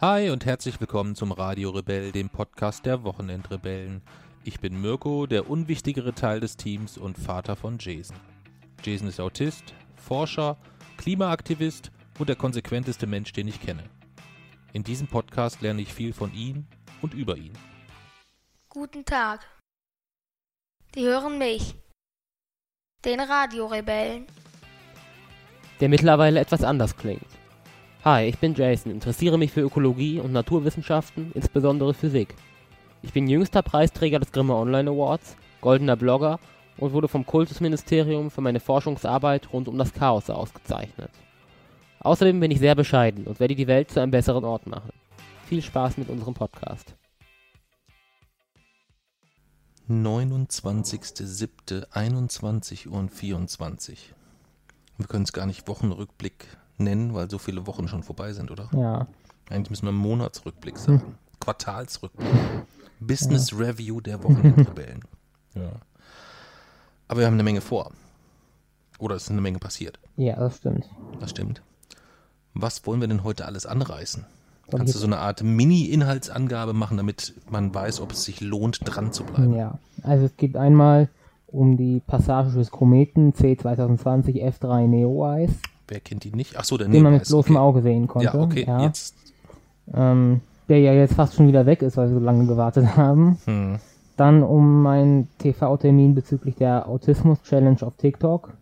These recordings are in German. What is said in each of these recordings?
Hi und herzlich willkommen zum Radio Rebell, dem Podcast der Wochenendrebellen. Ich bin Mirko, der unwichtigere Teil des Teams und Vater von Jason. Jason ist Autist, Forscher, Klimaaktivist und der konsequenteste Mensch, den ich kenne. In diesem Podcast lerne ich viel von ihm und über ihn. Guten Tag. Sie hören mich, den Radiorebellen. Der mittlerweile etwas anders klingt. Hi, ich bin Jason, interessiere mich für Ökologie und Naturwissenschaften, insbesondere Physik. Ich bin jüngster Preisträger des Grimme Online Awards, goldener Blogger und wurde vom Kultusministerium für meine Forschungsarbeit rund um das Chaos ausgezeichnet. Außerdem bin ich sehr bescheiden und werde die Welt zu einem besseren Ort machen. Viel Spaß mit unserem Podcast. 29.07.21:24 Uhr. Wir können es gar nicht Wochenrückblick nennen, weil so viele Wochen schon vorbei sind, oder? Ja. Eigentlich müssen wir Monatsrückblick sagen. Quartalsrückblick. Business Review der Wochenendrebellen. Ja. Aber wir haben eine Menge vor. Oder es ist eine Menge passiert. Ja, das stimmt. Das stimmt. Was wollen wir denn heute alles anreißen? Kannst du so eine Art Mini-Inhaltsangabe machen, damit man weiß, ob es sich lohnt, dran zu bleiben? Ja, also es geht einmal um die Passage des Kometen C2020 F3 Neowise. Wer kennt die nicht? Achso, der Den man mit Neowise. bloßem Auge sehen konnte. Ja, okay, ja. jetzt. Der ja jetzt fast schon wieder weg ist, weil wir so lange gewartet haben. Dann um einen TV-Termin bezüglich der Autismus-Challenge auf TikTok.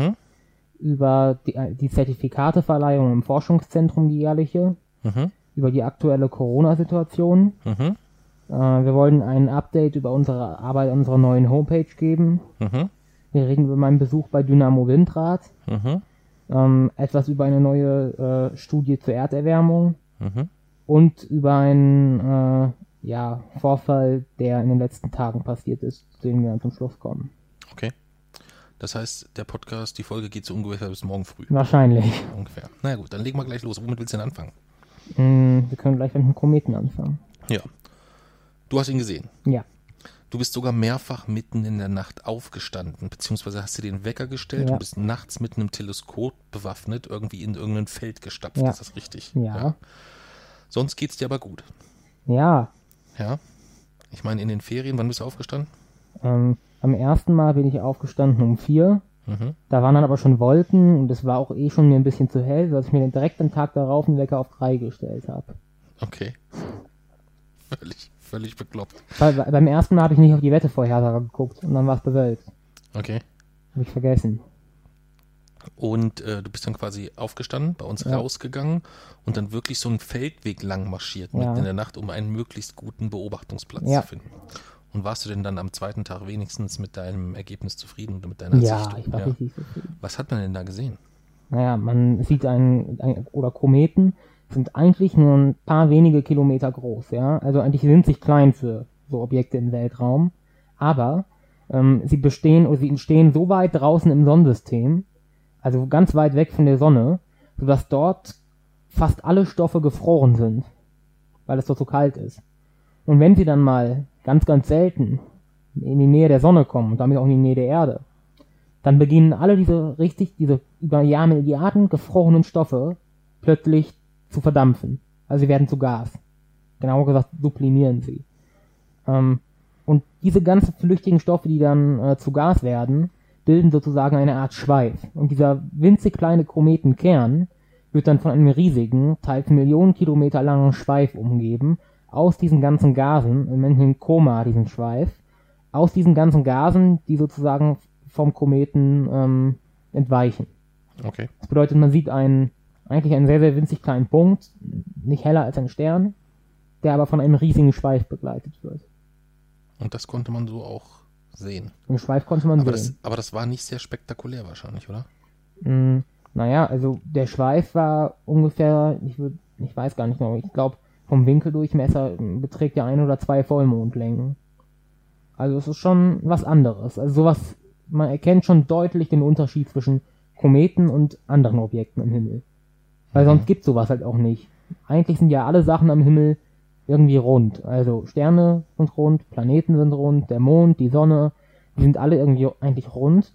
Über die Zertifikateverleihung im Forschungszentrum, die jährliche. Über die aktuelle Corona-Situation. Wir wollen ein Update über unsere Arbeit an unserer neuen Homepage geben. Wir reden über meinen Besuch bei Dynamo Windrad. Etwas über eine neue Studie zur Erderwärmung. Und über einen Vorfall, der in den letzten Tagen passiert ist, zu dem wir dann zum Schluss kommen. Okay. Das heißt, der Podcast, die Folge geht so ungefähr bis morgen früh. Wahrscheinlich. Ungefähr. Na gut, dann legen wir gleich los. Womit willst du denn anfangen? Wir können gleich mit dem Kometen anfangen. Ja. Du hast ihn gesehen. Ja. Du bist sogar mehrfach mitten in der Nacht aufgestanden, beziehungsweise hast du den Wecker gestellt und bist nachts mit einem Teleskop bewaffnet irgendwie in irgendein Feld gestapft. Ja. Ist das richtig? Ja. Sonst geht's dir aber gut. Ja. Ja. Ich meine, in den Ferien, wann bist du aufgestanden? Am ersten Mal bin ich aufgestanden um 4. Da waren dann aber schon Wolken und es war auch schon mir ein bisschen zu hell, sodass ich mir direkt am Tag darauf einen Wecker auf 3 gestellt habe. Okay. Völlig bekloppt. Beim ersten Mal habe ich nicht auf die Wettervorhersage geguckt und dann war es bewölkt. Okay. Habe ich vergessen. Und du bist dann quasi aufgestanden, bei uns rausgegangen und dann wirklich so einen Feldweg lang marschiert mitten in der Nacht, um einen möglichst guten Beobachtungsplatz zu finden. Und warst du denn dann am zweiten Tag wenigstens mit deinem Ergebnis zufrieden oder mit deiner Sicht? Ja, ich war richtig zufrieden. Was hat man denn da gesehen? Naja, man sieht Kometen sind eigentlich nur ein paar wenige Kilometer groß, ja. Also eigentlich winzig klein für so Objekte im Weltraum. Aber sie entstehen so weit draußen im Sonnensystem, also ganz weit weg von der Sonne, sodass dort fast alle Stoffe gefroren sind, weil es dort so kalt ist. Und wenn sie dann mal ganz, ganz selten in die Nähe der Sonne kommen und damit auch in die Nähe der Erde, dann beginnen alle diese über Milliarden gefrorenen Stoffe plötzlich zu verdampfen. Also sie werden zu Gas. Genauer gesagt, sublimieren sie. Und diese ganzen flüchtigen Stoffe, die dann zu Gas werden, bilden sozusagen eine Art Schweif. Und dieser winzig kleine Kometenkern wird dann von einem riesigen, teils Millionen Kilometer langen Schweif umgeben, aus diesen ganzen Gasen, im Moment Koma diesen Schweif, aus diesen ganzen Gasen, die sozusagen vom Kometen entweichen. Okay. Das bedeutet, man sieht eigentlich einen sehr, sehr winzig kleinen Punkt, nicht heller als ein Stern, der aber von einem riesigen Schweif begleitet wird. Und das konnte man so auch sehen. Den Schweif konnte man sehen. Aber das war nicht sehr spektakulär wahrscheinlich, oder? Naja, also der Schweif war ungefähr, ich weiß gar nicht genau, ich glaube vom Winkeldurchmesser beträgt ja 1 oder 2 Vollmondlängen. Also es ist schon was anderes. Also sowas, man erkennt schon deutlich den Unterschied zwischen Kometen und anderen Objekten im Himmel. Weil sonst gibt's sowas halt auch nicht. Eigentlich sind ja alle Sachen am Himmel irgendwie rund. Also Sterne sind rund, Planeten sind rund, der Mond, die Sonne, die sind alle irgendwie eigentlich rund.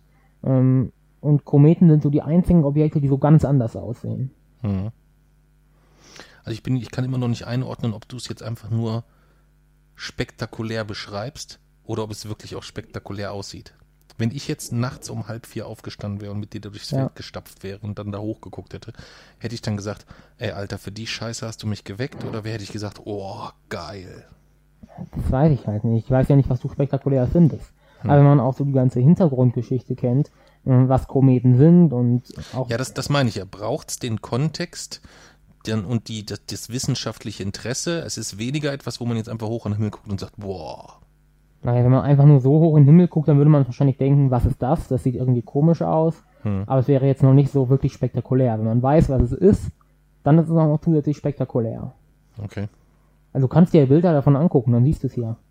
Und Kometen sind so die einzigen Objekte, die so ganz anders aussehen. Also ich kann immer noch nicht einordnen, ob du es jetzt einfach nur spektakulär beschreibst oder ob es wirklich auch spektakulär aussieht. Wenn ich jetzt nachts um 3:30 aufgestanden wäre und mit dir durchs Feld gestapft wäre und dann da hochgeguckt hätte ich dann gesagt, ey Alter, für die Scheiße hast du mich geweckt, oder hätte ich gesagt, oh, geil. Das weiß ich halt nicht. Ich weiß ja nicht, was du spektakulär findest. Aber wenn man auch so die ganze Hintergrundgeschichte kennt, was Kometen sind und auch... Ja, das meine ich ja. Braucht's den Kontext und das wissenschaftliche Interesse? Es ist weniger etwas, wo man jetzt einfach hoch an den Himmel guckt und sagt, boah. Naja, wenn man einfach nur so hoch in den Himmel guckt, dann würde man wahrscheinlich denken, was ist das? Das sieht irgendwie komisch aus. Aber es wäre jetzt noch nicht so wirklich spektakulär. Wenn man weiß, was es ist, dann ist es auch noch zusätzlich spektakulär. Okay. Also du kannst dir Bilder davon angucken, dann siehst du es ja.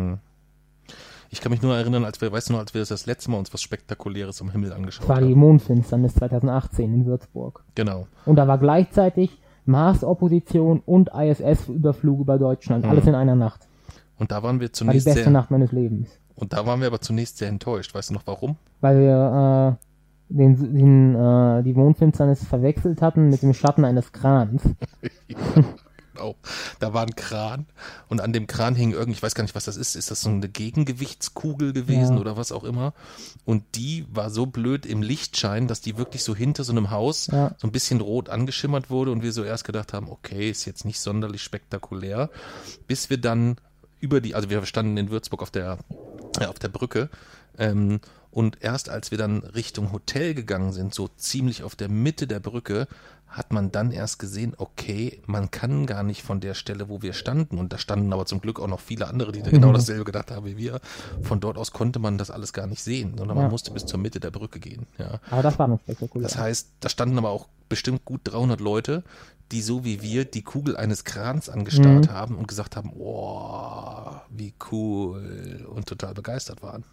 Ich kann mich nur erinnern, als wir das letzte Mal uns was Spektakuläres am Himmel angeschaut haben. Das war die Mondfinsternis 2018 in Würzburg. Genau. Und da war gleichzeitig Mars-Opposition und ISS-Überflug über Deutschland. Alles in einer Nacht. Und da waren wir war zunächst die beste Nacht meines Lebens. Und da waren wir aber zunächst sehr enttäuscht. Weißt du noch warum? Weil wir die Mondfinsternis verwechselt hatten mit dem Schatten eines Krans. Genau. Da war ein Kran und an dem Kran hing ich weiß gar nicht, was das ist. Ist das so eine Gegengewichtskugel gewesen oder was auch immer? Und die war so blöd im Lichtschein, dass die wirklich so hinter so einem Haus so ein bisschen rot angeschimmert wurde und wir so erst gedacht haben, okay, ist jetzt nicht sonderlich spektakulär, bis wir dann also wir standen in Würzburg auf der Brücke, und erst als wir dann Richtung Hotel gegangen sind, so ziemlich auf der Mitte der Brücke, hat man dann erst gesehen, okay, man kann gar nicht von der Stelle, wo wir standen, und da standen aber zum Glück auch noch viele andere, die da genau dasselbe gedacht haben wie wir, von dort aus konnte man das alles gar nicht sehen, sondern man musste bis zur Mitte der Brücke gehen. Ja. Aber das war noch spektakulär. Das heißt, da standen aber auch bestimmt gut 300 Leute, die so wie wir die Kugel eines Krans angestarrt haben und gesagt haben, oh, wie cool, und total begeistert waren.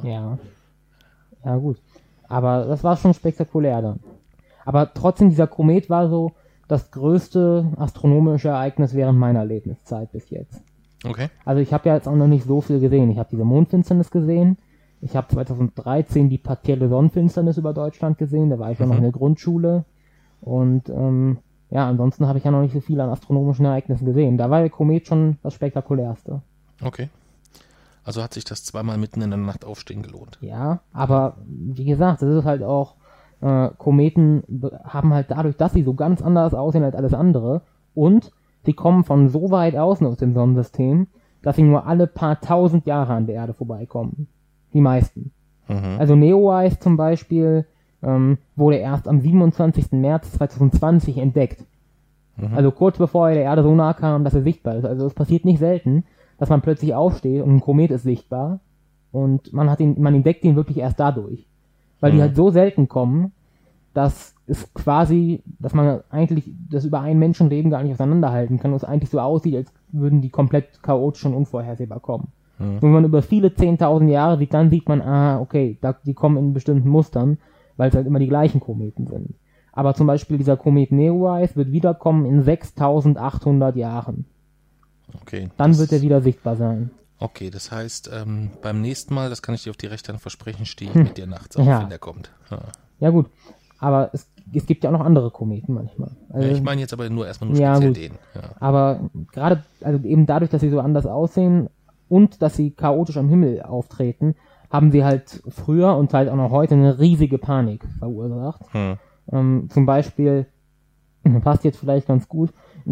Ja, gut. Aber das war schon spektakulär dann. Aber trotzdem, dieser Komet war so das größte astronomische Ereignis während meiner Lebenszeit bis jetzt. Okay. Also ich habe ja jetzt auch noch nicht so viel gesehen. Ich habe diese Mondfinsternis gesehen. Ich habe 2013 die partielle Sonnenfinsternis über Deutschland gesehen. Da war ich ja noch in der Grundschule. Und ansonsten habe ich ja noch nicht so viel an astronomischen Ereignissen gesehen. Da war der Komet schon das Spektakulärste. Okay. Also hat sich das zweimal mitten in der Nacht aufstehen gelohnt. Ja, aber wie gesagt, das ist halt auch, Kometen haben halt dadurch, dass sie so ganz anders aussehen als alles andere, und sie kommen von so weit außen aus dem Sonnensystem, dass sie nur alle paar tausend Jahre an der Erde vorbeikommen. Die meisten. Also Neowise zum Beispiel wurde erst am 27. März 2020 entdeckt. Also kurz bevor er der Erde so nah kam, dass er sichtbar ist. Also es passiert nicht selten, dass man plötzlich aufsteht und ein Komet ist sichtbar und man entdeckt ihn wirklich erst dadurch. Weil die halt so selten kommen, dass man eigentlich das über ein Menschenleben gar nicht auseinanderhalten kann und es eigentlich so aussieht, als würden die komplett chaotisch und unvorhersehbar kommen. Und wenn man über viele 10.000 Jahre sieht, dann sieht man, okay, die kommen in bestimmten Mustern, weil es halt immer die gleichen Kometen sind. Aber zum Beispiel dieser Komet Neowise wird wiederkommen in 6.800 Jahren. Okay. Dann wird er wieder sichtbar sein. Okay, das heißt, beim nächsten Mal, das kann ich dir auf die rechte Hand versprechen, stehe ich mit dir nachts auf, wenn der kommt. Ja gut, aber es gibt ja auch noch andere Kometen manchmal. Also, ich meine jetzt aber erstmal nur speziell den. Ja. Aber gerade, also eben dadurch, dass sie so anders aussehen und dass sie chaotisch am Himmel auftreten, haben sie halt früher und halt auch noch heute eine riesige Panik verursacht. Zum Beispiel, passt jetzt vielleicht ganz gut,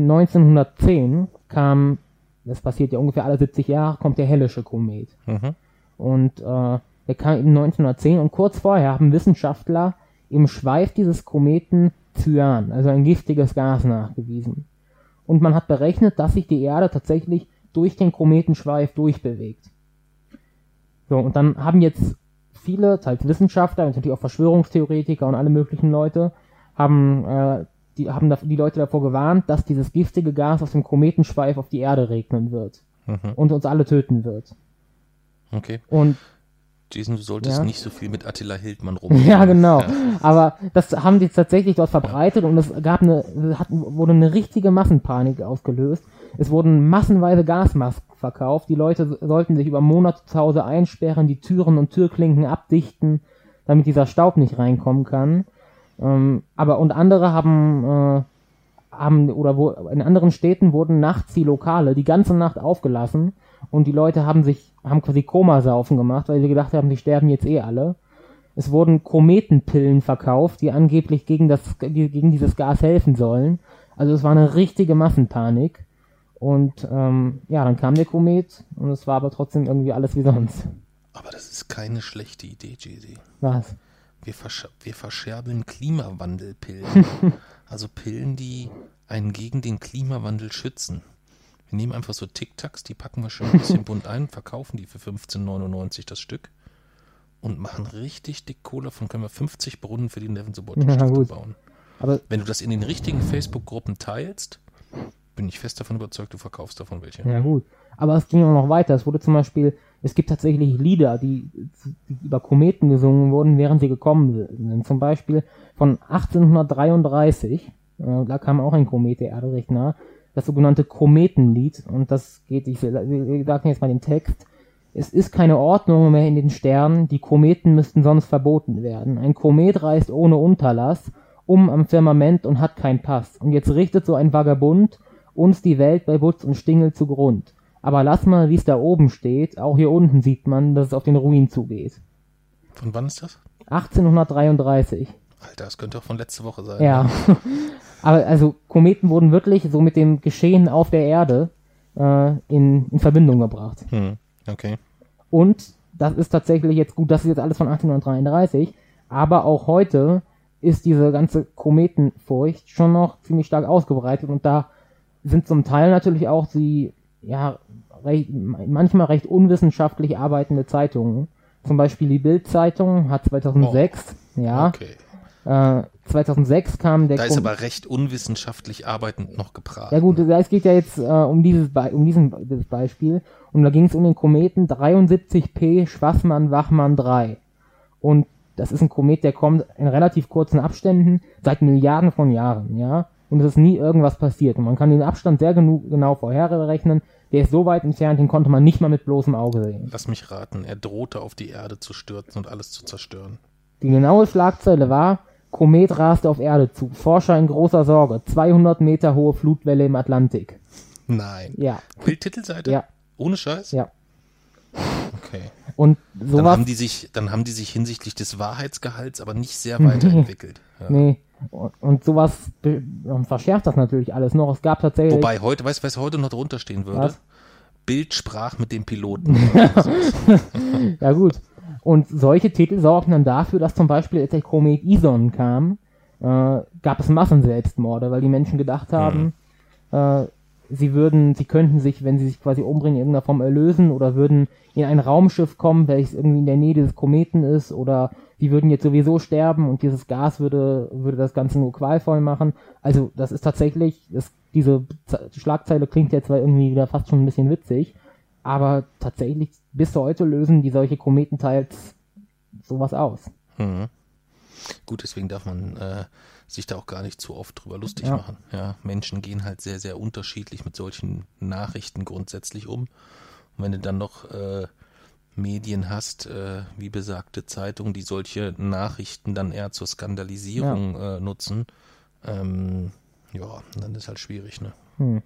1910 kam, das passiert ja ungefähr alle 70 Jahre, kommt der Hellische Komet. Und der kam eben 1910 und kurz vorher haben Wissenschaftler im Schweif dieses Kometen Cyan, also ein giftiges Gas, nachgewiesen. Und man hat berechnet, dass sich die Erde tatsächlich durch den Kometenschweif durchbewegt. So, und dann haben jetzt viele, teils Wissenschaftler, natürlich auch Verschwörungstheoretiker und alle möglichen Leute, haben die Leute davor gewarnt, dass dieses giftige Gas aus dem Kometenschweif auf die Erde regnen wird. Und uns alle töten wird. Okay. Und Jason, du solltest nicht so viel mit Attila Hildmann rumgehen. Ja, genau. Ja. Aber das haben die tatsächlich dort verbreitet und es wurde eine richtige Massenpanik ausgelöst. Es wurden massenweise Gasmasken verkauft. Die Leute sollten sich über Monate zu Hause einsperren, die Türen und Türklinken abdichten, damit dieser Staub nicht reinkommen kann. Und andere haben in anderen Städten wurden nachts die Lokale die ganze Nacht aufgelassen und die Leute haben quasi Komasaufen gemacht, weil sie gedacht haben, sie sterben jetzt eh alle. Es wurden Kometenpillen verkauft, die angeblich gegen dieses Gas helfen sollen. Also es war eine richtige Massenpanik. Und dann kam der Komet und es war aber trotzdem irgendwie alles wie sonst. Aber das ist keine schlechte Idee, Jay-Z. Was? Wir verscherbeln Klimawandelpillen. Also Pillen, die einen gegen den Klimawandel schützen. Wir nehmen einfach so Tic-Tacs, die packen wir schön ein bisschen bunt ein, verkaufen die für 15,99 das Stück und machen richtig dick Kohle. Davon können wir 50 Brunnen für die Neven-Subotic-Stiftung bauen. Aber wenn du das in den richtigen Facebook-Gruppen teilst, bin ich fest davon überzeugt, du verkaufst davon welche. Ja gut, aber es ging auch noch weiter. Es gibt tatsächlich Lieder, die über Kometen gesungen wurden, während sie gekommen sind. Zum Beispiel von 1833, da kam auch ein Komet der Erde recht nah, das sogenannte Kometenlied. Und das geht, ich sage jetzt mal den Text. Es ist keine Ordnung mehr in den Sternen, die Kometen müssten sonst verboten werden. Ein Komet reist ohne Unterlass am Firmament und hat keinen Pass. Und jetzt richtet so ein Vagabund uns die Welt bei Wutz und Stingel zugrund. Aber lass mal, wie es da oben steht, auch hier unten sieht man, dass es auf den Ruin zugeht. Von wann ist das? 1833. Alter, das könnte auch von letzter Woche sein. Ja, aber also Kometen wurden wirklich so mit dem Geschehen auf der Erde in Verbindung gebracht. Okay. Und das ist tatsächlich jetzt gut, das ist jetzt alles von 1833, aber auch heute ist diese ganze Kometenfurcht schon noch ziemlich stark ausgebreitet und da sind zum Teil natürlich auch manchmal recht unwissenschaftlich arbeitende Zeitungen. Zum Beispiel die Bild-Zeitung hat 2006, 2006 kam der... Da ist aber recht unwissenschaftlich arbeitend noch geprahlt. Ja gut, es geht ja jetzt um dieses Beispiel und da ging es um den Kometen 73P Schwassmann-Wachmann 3. Und das ist ein Komet, der kommt in relativ kurzen Abständen seit Milliarden von Jahren, ja. Und es ist nie irgendwas passiert. Und man kann den Abstand sehr genau vorherrechnen. Der ist so weit entfernt, den konnte man nicht mal mit bloßem Auge sehen. Lass mich raten, er drohte auf die Erde zu stürzen und alles zu zerstören. Die genaue Schlagzeile war, Komet raste auf Erde zu. Forscher in großer Sorge. 200 Meter hohe Flutwelle im Atlantik. Nein. Ja. Bildtitelseite? Ja. Ohne Scheiß? Ja. Okay. Und sowas... Dann haben die sich hinsichtlich des Wahrheitsgehalts aber nicht sehr weiterentwickelt. Ja. Nee. Und sowas verschärft das natürlich alles noch. Es gab tatsächlich... Wobei heute, weißt du, was heute noch drunter stehen würde? Was? Bild sprach mit dem Piloten. Ja gut. Und solche Titel sorgten dann dafür, dass zum Beispiel, als der Komet Ison kam, gab es Massenselbstmorde, weil die Menschen gedacht haben, sie könnten sich, wenn sie sich quasi umbringen, in irgendeiner Form erlösen oder würden in ein Raumschiff kommen, welches irgendwie in der Nähe dieses Kometen ist, oder die würden jetzt sowieso sterben und dieses Gas würde das Ganze nur qualvoll machen. Also das ist tatsächlich, diese Schlagzeile klingt jetzt zwar irgendwie wieder fast schon ein bisschen witzig, aber tatsächlich bis heute lösen die solche Kometenteils sowas aus. Gut, deswegen darf man sich da auch gar nicht zu oft drüber lustig machen. Ja, Menschen gehen halt sehr, sehr unterschiedlich mit solchen Nachrichten grundsätzlich um. Und wenn du dann noch Medien hast, wie besagte Zeitungen, die solche Nachrichten dann eher zur Skandalisierung nutzen, dann ist halt schwierig, ne?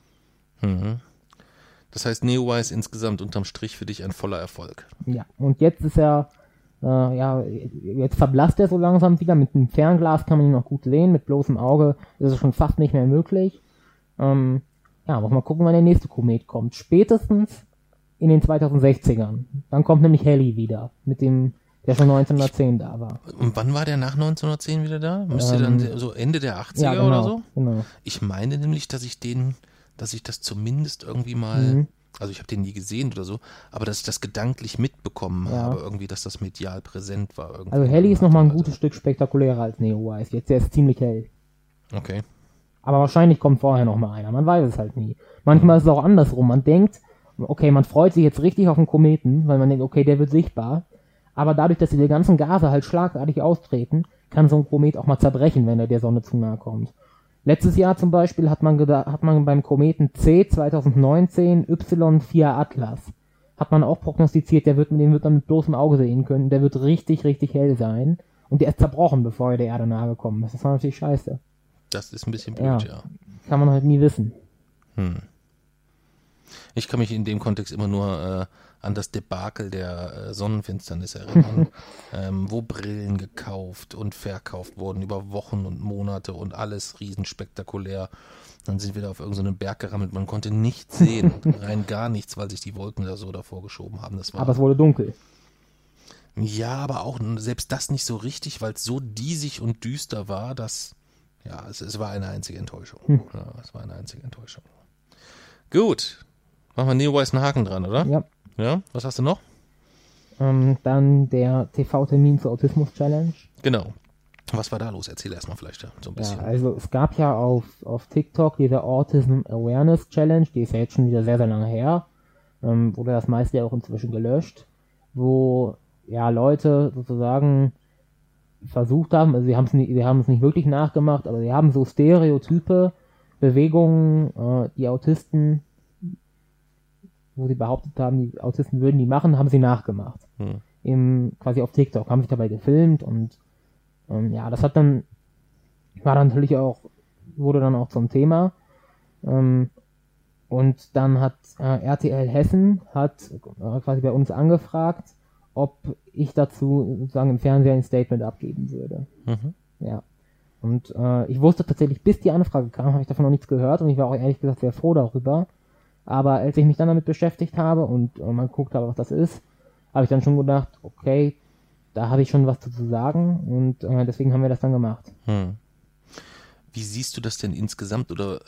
Das heißt, Neowise insgesamt unterm Strich für dich ein voller Erfolg. Ja, und jetzt ist jetzt verblasst er so langsam wieder. Mit einem Fernglas kann man ihn noch gut sehen, mit bloßem Auge ist es schon fast nicht mehr möglich. Muss mal gucken, wann der nächste Komet kommt. Spätestens in den 2060ern. Dann kommt nämlich Halley wieder, mit dem, der schon 1910 da war. Und wann war der nach 1910 wieder da? Müsste dann so Ende der 80er genau, oder so? Genau. Ich meine nämlich, dass ich das zumindest irgendwie mal, also ich habe den nie gesehen oder so, aber dass ich das gedanklich mitbekommen habe, irgendwie, dass das medial präsent war. Also Halley ist nochmal ein gutes Stück spektakulärer als Neowise. Jetzt der ist ziemlich hell. Okay. Aber wahrscheinlich kommt vorher nochmal einer, man weiß es halt nie. Manchmal ist es auch andersrum, man denkt, okay, man freut sich jetzt richtig auf einen Kometen, weil man denkt, okay, der wird sichtbar, aber dadurch, dass diese ganzen Gase halt schlagartig austreten, kann so ein Komet auch mal zerbrechen, wenn er der Sonne zu nahe kommt. Letztes Jahr zum Beispiel hat man beim Kometen C 2019 Y4 Atlas, hat man auch prognostiziert, den wird man mit bloßem Auge sehen können, der wird richtig, richtig hell sein und der ist zerbrochen, bevor er der Erde nahe gekommen ist. Das war natürlich scheiße. Das ist ein bisschen blöd, ja. kann man halt nie wissen. Ich kann mich in dem Kontext immer nur an das Debakel der Sonnenfinsternis erinnern, wo Brillen gekauft und verkauft wurden über Wochen und Monate und alles riesenspektakulär. Dann sind wir da auf irgendeinen Berg gerammelt, man konnte nichts sehen, rein gar nichts, weil sich die Wolken da so davor geschoben haben. Das war, Aber es wurde dunkel. ja, aber auch selbst das nicht so richtig, weil es so diesig und düster war, dass, ja, es war eine einzige Enttäuschung. Ja, es war eine einzige Enttäuschung. Gut, machen wir Neowise einen Haken dran, oder? Ja. Ja, was hast du noch? Dann der TV-Termin zur Autismus-Challenge. Genau. Was war da los? Erzähl erstmal vielleicht so ein bisschen. Ja, also es gab ja auf TikTok diese Autism Awareness Challenge, die ist ja jetzt schon wieder sehr, sehr lange her. Wurde das meiste ja auch inzwischen gelöscht, wo ja Leute sozusagen versucht haben, also sie haben es nicht wirklich nachgemacht, aber sie haben so Stereotype, Bewegungen, die Autisten, wo sie behauptet haben, die Autisten würden die machen, haben sie nachgemacht. Quasi auf TikTok, haben sich dabei gefilmt und ja, das wurde dann auch zum Thema. Und dann hat RTL Hessen quasi bei uns angefragt, ob ich dazu sozusagen im Fernseher ein Statement abgeben würde. Ja. Und ich wusste tatsächlich, bis die Anfrage kam, habe ich davon noch nichts gehört und ich war auch ehrlich gesagt sehr froh darüber. Aber als ich mich dann damit beschäftigt habe und mal geguckt habe, was das ist, habe ich dann schon gedacht, okay, da habe ich schon was zu sagen und deswegen haben wir das dann gemacht. Wie siehst du das denn insgesamt oder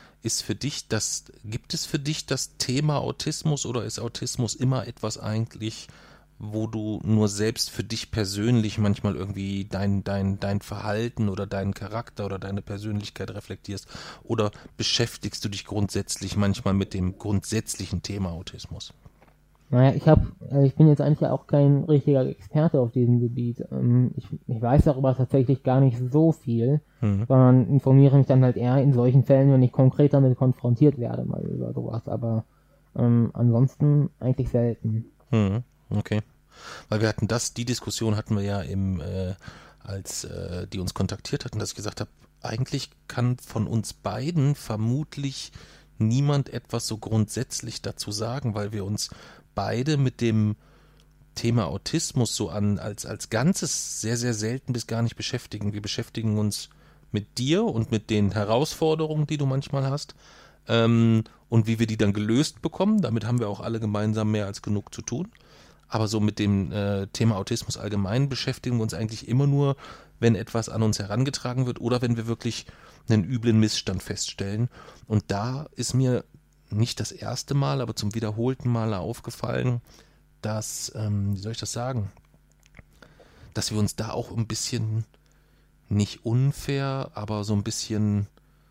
gibt es für dich das Thema Autismus oder ist Autismus immer etwas eigentlich, wo du nur selbst für dich persönlich manchmal irgendwie dein Verhalten oder deinen Charakter oder deine Persönlichkeit reflektierst oder beschäftigst du dich grundsätzlich manchmal mit dem grundsätzlichen Thema Autismus? Naja, ich bin jetzt eigentlich auch kein richtiger Experte auf diesem Gebiet. Ich weiß darüber tatsächlich gar nicht so viel, sondern informiere mich dann halt eher in solchen Fällen, wenn ich konkret damit konfrontiert werde, mal über sowas. Aber ansonsten eigentlich selten. Okay. Weil wir hatten die Diskussion hatten wir ja als die uns kontaktiert hatten, dass ich gesagt habe, eigentlich kann von uns beiden vermutlich niemand etwas so grundsätzlich dazu sagen, weil wir uns beide mit dem Thema Autismus so als Ganzes sehr, sehr selten bis gar nicht beschäftigen. Wir beschäftigen uns mit dir und mit den Herausforderungen, die du manchmal hast und wie wir die dann gelöst bekommen. Damit haben wir auch alle gemeinsam mehr als genug zu tun. Aber so mit dem Thema Autismus allgemein beschäftigen wir uns eigentlich immer nur, wenn etwas an uns herangetragen wird oder wenn wir wirklich einen üblen Missstand feststellen. Und da ist mir nicht das erste Mal, aber zum wiederholten Mal aufgefallen, dass, wie soll ich das sagen, dass wir uns da auch ein bisschen, nicht unfair, aber so ein bisschen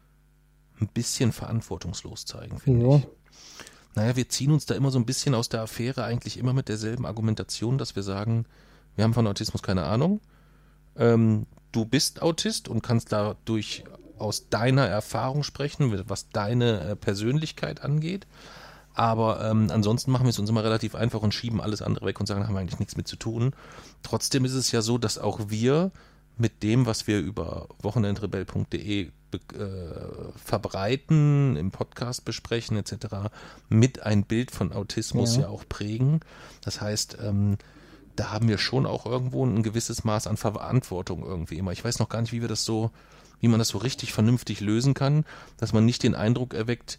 verantwortungslos zeigen, finde ich. Naja, wir ziehen uns da immer so ein bisschen aus der Affäre eigentlich immer mit derselben Argumentation, dass wir sagen, wir haben von Autismus keine Ahnung, du bist Autist und kannst dadurch aus deiner Erfahrung sprechen, was deine Persönlichkeit angeht. Aber ansonsten machen wir es uns immer relativ einfach und schieben alles andere weg und sagen, da haben wir eigentlich nichts mit zu tun. Trotzdem ist es ja so, dass auch wir mit dem, was wir über wochenendrebell.de verbreiten, im Podcast besprechen etc., mit ein Bild von Autismus ja auch prägen. Das heißt, da haben wir schon auch irgendwo ein gewisses Maß an Verantwortung irgendwie immer. Ich weiß noch gar nicht, wie man das so richtig vernünftig lösen kann, dass man nicht den Eindruck erweckt,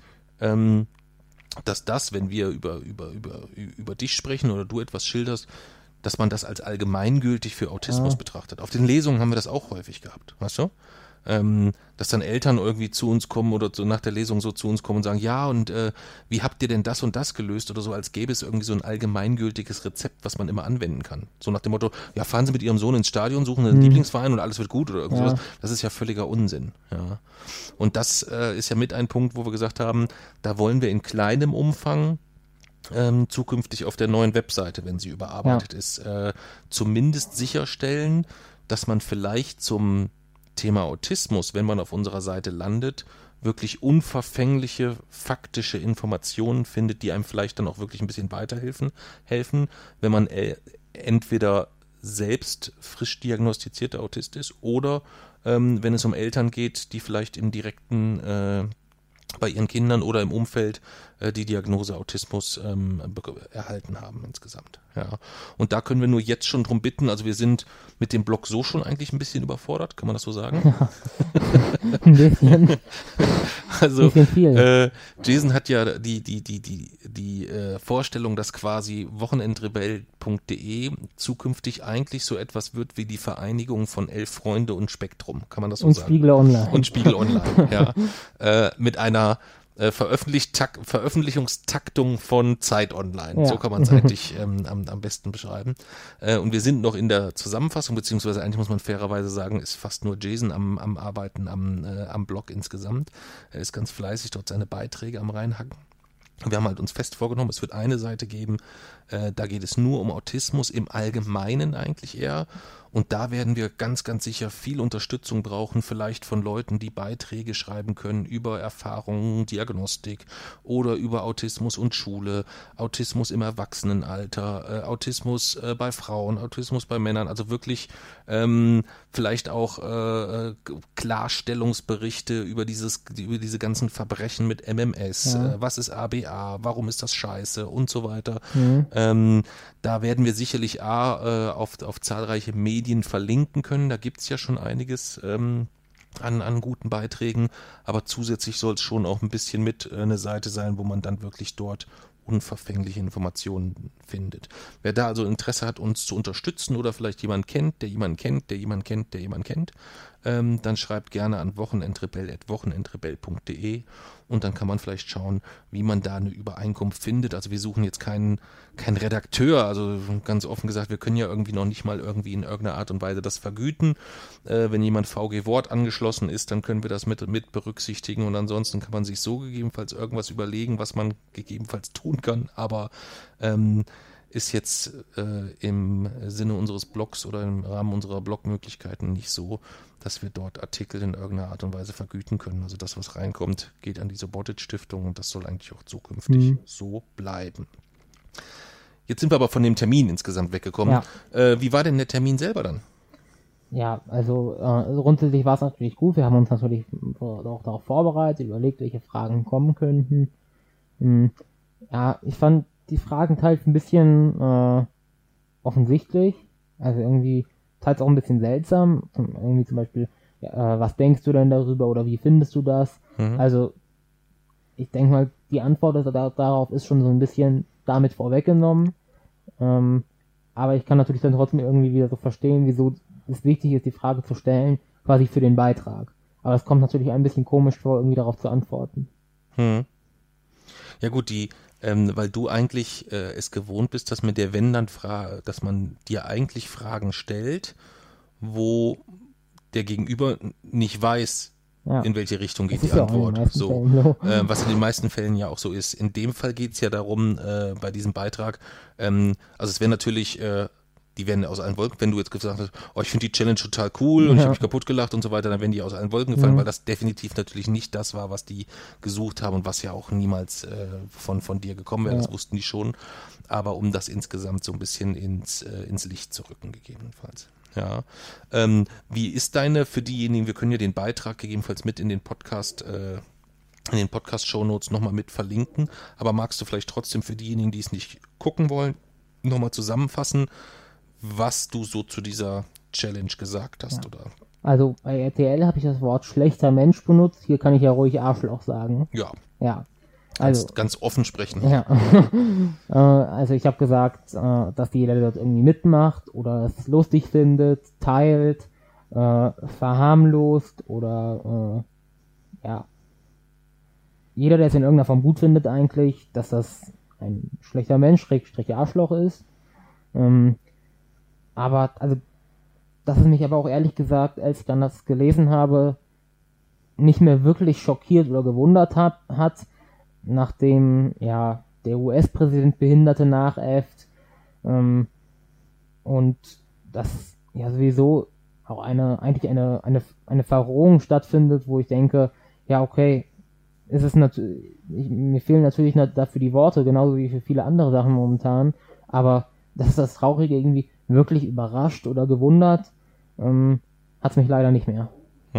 dass wenn wir über dich sprechen oder du etwas schilderst, dass man das als allgemeingültig für Autismus betrachtet. Auf den Lesungen haben wir das auch häufig gehabt, weißt du? Dass dann Eltern irgendwie zu uns kommen oder so nach der Lesung so zu uns kommen und sagen, ja, und wie habt ihr denn das und das gelöst oder so, als gäbe es irgendwie so ein allgemeingültiges Rezept, was man immer anwenden kann. So nach dem Motto, ja, fahren Sie mit Ihrem Sohn ins Stadion, suchen einen Lieblingsverein und alles wird gut oder irgend sowas. Das ist ja völliger Unsinn. Ja. Und das ist ja mit ein Punkt, wo wir gesagt haben, da wollen wir in kleinem Umfang zukünftig auf der neuen Webseite, wenn sie überarbeitet ist, zumindest sicherstellen, dass man vielleicht zum Thema Autismus, wenn man auf unserer Seite landet, wirklich unverfängliche, faktische Informationen findet, die einem vielleicht dann auch wirklich ein bisschen weiterhelfen, wenn man entweder selbst frisch diagnostizierter Autist ist oder wenn es um Eltern geht, die vielleicht im direkten bei ihren Kindern oder im Umfeld die Diagnose Autismus erhalten haben insgesamt. Ja. Und da können wir nur jetzt schon drum bitten, also wir sind mit dem Blog so schon eigentlich ein bisschen überfordert, kann man das so sagen? Ja. Ein bisschen. Also ein bisschen viel. Jason hat ja die Vorstellung, dass quasi wochenendrebell.de zukünftig eigentlich so etwas wird wie die Vereinigung von 11 Freunde und Spektrum, kann man das so und sagen? Spiegel Online. Und Spiegel Online, ja. Mit einer Veröffentlichungstaktung von Zeit Online. Ja. So kann man es eigentlich am besten beschreiben. Und wir sind noch in der Zusammenfassung, beziehungsweise eigentlich muss man fairerweise sagen, ist fast nur Jason am Arbeiten am Blog insgesamt. Er ist ganz fleißig, dort seine Beiträge am reinhacken. Wir haben halt uns fest vorgenommen, es wird eine Seite geben, da geht es nur um Autismus im Allgemeinen eigentlich eher. Und da werden wir ganz, ganz sicher viel Unterstützung brauchen, vielleicht von Leuten, die Beiträge schreiben können über Erfahrungen, Diagnostik oder über Autismus und Schule, Autismus im Erwachsenenalter, Autismus bei Frauen, Autismus bei Männern, also wirklich vielleicht auch Klarstellungsberichte über diese ganzen Verbrechen mit MMS, was ist ABA, warum ist das scheiße und so weiter. Da werden wir sicherlich auf zahlreiche Medien verlinken können. Da gibt es ja schon einiges an guten Beiträgen, aber zusätzlich soll es schon auch ein bisschen mit eine Seite sein, wo man dann wirklich dort unverfängliche Informationen findet. Wer da also Interesse hat, uns zu unterstützen oder vielleicht jemanden kennt, der jemanden kennt, der jemanden kennt, der jemanden kennt, dann schreibt gerne an wochenendrebell@wochenendrebell.de und dann kann man vielleicht schauen, wie man da eine Übereinkunft findet. Also wir suchen jetzt keinen Redakteur, also ganz offen gesagt, wir können ja irgendwie noch nicht mal irgendwie in irgendeiner Art und Weise das vergüten. Wenn jemand VG Wort angeschlossen ist, dann können wir das mit berücksichtigen und ansonsten kann man sich so gegebenenfalls irgendwas überlegen, was man gegebenenfalls tun kann, aber ist jetzt im Sinne unseres Blogs oder im Rahmen unserer Blogmöglichkeiten nicht so, dass wir dort Artikel in irgendeiner Art und Weise vergüten können. Also das, was reinkommt, geht an die Subotic-Stiftung und das soll eigentlich auch zukünftig so bleiben. Jetzt sind wir aber von dem Termin insgesamt weggekommen. Ja. Wie war denn der Termin selber dann? Ja, also grundsätzlich war es natürlich gut. Wir haben uns natürlich auch darauf vorbereitet, überlegt, welche Fragen kommen könnten. Ja, ich fand die Fragen teils ein bisschen offensichtlich, also irgendwie teils auch ein bisschen seltsam. Irgendwie zum Beispiel, was denkst du denn darüber oder wie findest du das? Also ich denke mal, die Antwort darauf ist schon so ein bisschen damit vorweggenommen. Aber ich kann natürlich dann trotzdem irgendwie wieder so verstehen, wieso es wichtig ist, die Frage zu stellen, quasi für den Beitrag. Aber es kommt natürlich ein bisschen komisch vor, irgendwie darauf zu antworten. Ja gut, weil du eigentlich es gewohnt bist, dass mit der dass man dir eigentlich Fragen stellt, wo der Gegenüber nicht weiß, in welche Richtung geht die Antwort. Was in den meisten Fällen ja auch so ist. In dem Fall geht es ja darum, bei diesem Beitrag, also es wäre natürlich, die werden aus allen Wolken, wenn du jetzt gesagt hast, ich finde die Challenge total cool und ich habe mich kaputt gelacht und so weiter, dann wären die aus allen Wolken gefallen, weil das definitiv natürlich nicht das war, was die gesucht haben und was ja auch niemals von dir gekommen wäre, das wussten die schon, aber um das insgesamt so ein bisschen ins Licht zu rücken gegebenenfalls. Ja. Wie ist für diejenigen, wir können ja den Beitrag gegebenenfalls mit in den Podcast-Shownotes nochmal mit verlinken, aber magst du vielleicht trotzdem für diejenigen, die es nicht gucken wollen, nochmal zusammenfassen, was du so zu dieser Challenge gesagt hast, oder? Also bei RTL habe ich das Wort schlechter Mensch benutzt, hier kann ich ja ruhig Arschloch sagen. Ja. Also, ganz offen sprechen. Ja. Also ich habe gesagt, dass jeder dort irgendwie mitmacht oder es lustig findet, teilt, verharmlost oder jeder, der es in irgendeiner Form gut findet eigentlich, dass das ein schlechter Mensch, Arschloch ist. Aber, also, dass es mich aber auch ehrlich gesagt, als ich dann das gelesen habe, nicht mehr wirklich schockiert oder gewundert hat, nachdem, der US-Präsident Behinderte nachäfft, und das sowieso auch eigentlich eine Verrohung stattfindet, wo ich denke, ist es natürlich, mir fehlen natürlich dafür die Worte, genauso wie für viele andere Sachen momentan, aber das ist das Traurige irgendwie, wirklich überrascht oder gewundert, hat's mich leider nicht mehr.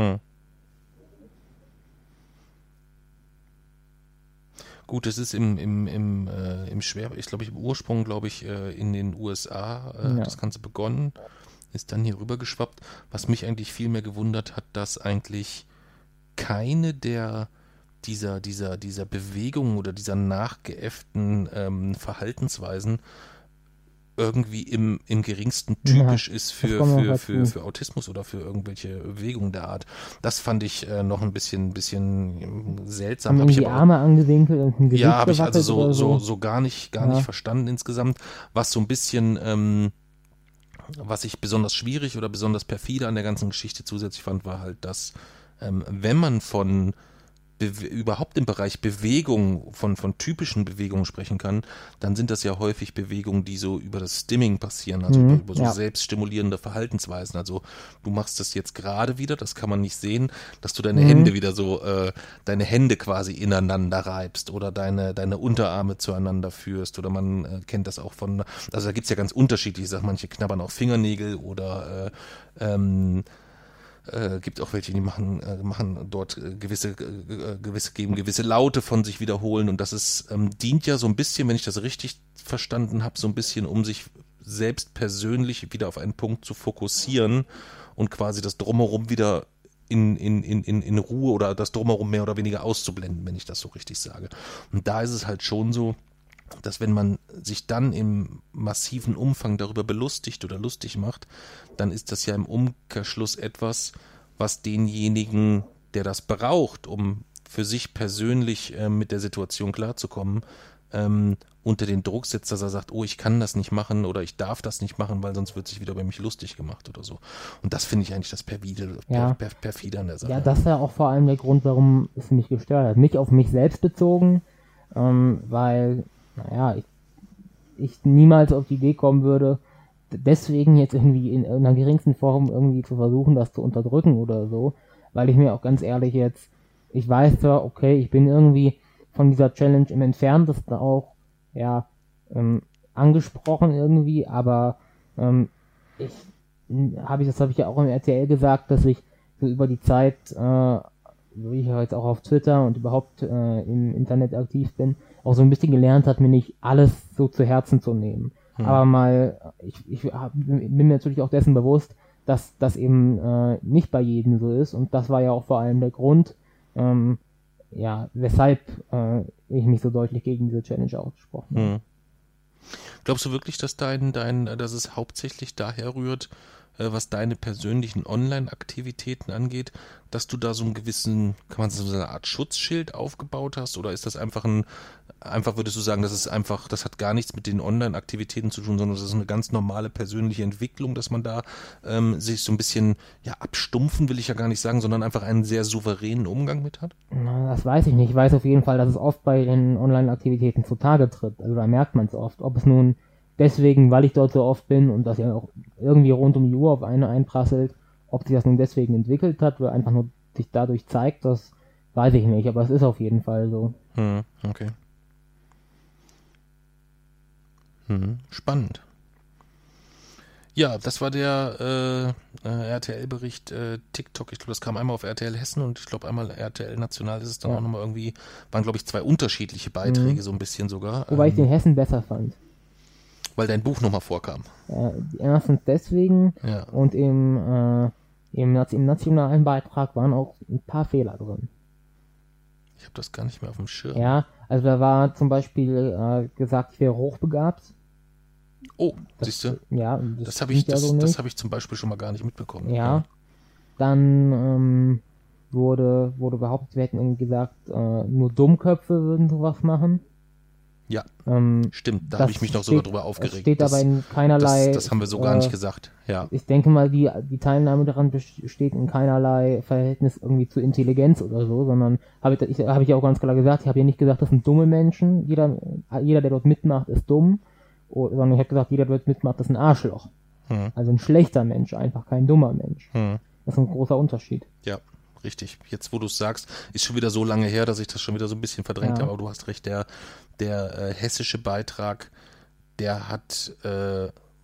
Gut, es ist im Ursprung, glaube ich, in den USA hat das Ganze begonnen, ist dann hier rüber geschwappt. Was mich eigentlich viel mehr gewundert hat, dass eigentlich keine dieser Bewegungen oder dieser nachgeäfften Verhaltensweisen irgendwie im geringsten typisch ist für Autismus oder für irgendwelche Bewegungen der Art. Das fand ich noch ein bisschen seltsam. Haben die Arme angewinkelt und ein Gesicht habe ich also so gar nicht verstanden insgesamt. Was so ein bisschen, was ich besonders schwierig oder besonders perfide an der ganzen Geschichte zusätzlich fand, war halt, dass wenn man von überhaupt im Bereich Bewegung, von typischen Bewegungen sprechen kann, dann sind das ja häufig Bewegungen, die so über das Stimming passieren, also über so selbststimulierende Verhaltensweisen. Also du machst das jetzt gerade wieder, das kann man nicht sehen, dass du deine Hände wieder so, deine Hände quasi ineinander reibst oder deine Unterarme zueinander führst oder man kennt das auch also da gibt's ja ganz unterschiedliche Sachen, manche knabbern auch Fingernägel oder gibt auch welche, die machen dort geben gewisse Laute von sich wiederholen und das ist dient ja so ein bisschen, wenn ich das richtig verstanden habe, so ein bisschen, um sich selbst persönlich wieder auf einen Punkt zu fokussieren und quasi das Drumherum wieder in Ruhe oder das Drumherum mehr oder weniger auszublenden, wenn ich das so richtig sage. Und da ist es halt schon so, dass wenn man sich dann im massiven Umfang darüber belustigt oder lustig macht, dann ist das ja im Umkehrschluss etwas, was denjenigen, der das braucht, um für sich persönlich mit der Situation klarzukommen, unter den Druck setzt, dass er sagt, oh, ich kann das nicht machen oder ich darf das nicht machen, weil sonst wird sich wieder über mich lustig gemacht oder so. Und das finde ich eigentlich das perfide an der Sache. Ja, das ist ja auch vor allem der Grund, warum es mich gestört hat. Nicht auf mich selbst bezogen, weil ich niemals auf die Idee kommen würde, deswegen jetzt irgendwie in einer geringsten Form irgendwie zu versuchen, das zu unterdrücken oder so, weil ich mir auch ganz ehrlich jetzt, ich weiß zwar, okay, ich bin irgendwie von dieser Challenge im Entferntesten auch, angesprochen irgendwie, aber das habe ich ja auch im RTL gesagt, dass ich so über die Zeit, wie ich ja jetzt auch auf Twitter und überhaupt im Internet aktiv bin, auch so ein bisschen gelernt hat, mir nicht alles so zu Herzen zu nehmen. Aber ich bin mir natürlich auch dessen bewusst, dass das eben nicht bei jedem so ist und das war ja auch vor allem der Grund, weshalb ich mich so deutlich gegen diese Challenge ausgesprochen habe. Glaubst du wirklich, dass dass es hauptsächlich daher rührt, was deine persönlichen Online-Aktivitäten angeht, dass du da so einen gewissen, kann man so eine Art Schutzschild aufgebaut hast? Oder ist das einfach würdest du sagen, das hat gar nichts mit den Online-Aktivitäten zu tun, sondern das ist eine ganz normale persönliche Entwicklung, dass man da sich so ein bisschen, abstumpfen will ich ja gar nicht sagen, sondern einfach einen sehr souveränen Umgang mit hat? Na, das weiß ich nicht. Ich weiß auf jeden Fall, dass es oft bei den Online-Aktivitäten zutage tritt. Also da merkt man es oft. Ob es nun deswegen, weil ich dort so oft bin und das ja auch irgendwie rund um die Uhr auf eine einprasselt, ob sich das nun deswegen entwickelt hat oder einfach nur sich dadurch zeigt, das weiß ich nicht, aber es ist auf jeden Fall so. Okay. Spannend. Ja, das war der RTL-Bericht TikTok. Ich glaube, das kam einmal auf RTL Hessen und ich glaube einmal RTL National ist es dann auch nochmal irgendwie, waren glaube ich 2 unterschiedliche Beiträge so ein bisschen sogar. Wobei ich den Hessen besser fand. Weil dein Buch nochmal vorkam. Erstens deswegen und im nationalen Beitrag waren auch ein paar Fehler drin. Ich habe das gar nicht mehr auf dem Schirm. Ja, also da war zum Beispiel gesagt, ich wäre hochbegabt. Oh, siehst du? Ja, das habe ich zum Beispiel schon mal gar nicht mitbekommen. Ja, dann wurde behauptet, wir hätten irgendwie gesagt, nur Dummköpfe würden sowas machen. Ja, stimmt, da habe ich mich noch sogar drüber aufgeregt. Das steht aber in keinerlei... Das haben wir so gar nicht gesagt, ja. Ich denke mal, die Teilnahme daran besteht in keinerlei Verhältnis irgendwie zu Intelligenz oder so, sondern habe ich auch ganz klar gesagt, ich habe ja nicht gesagt, das sind dumme Menschen, jeder, der dort mitmacht, ist dumm, sondern ich habe gesagt, jeder, der dort mitmacht, ist ein Arschloch. Also ein schlechter Mensch, einfach kein dummer Mensch. Das ist ein großer Unterschied. Ja. Richtig. Jetzt, wo du es sagst, ist schon wieder so lange her, dass ich das schon wieder so ein bisschen verdrängt habe, aber du hast recht, der hessische Beitrag, der hat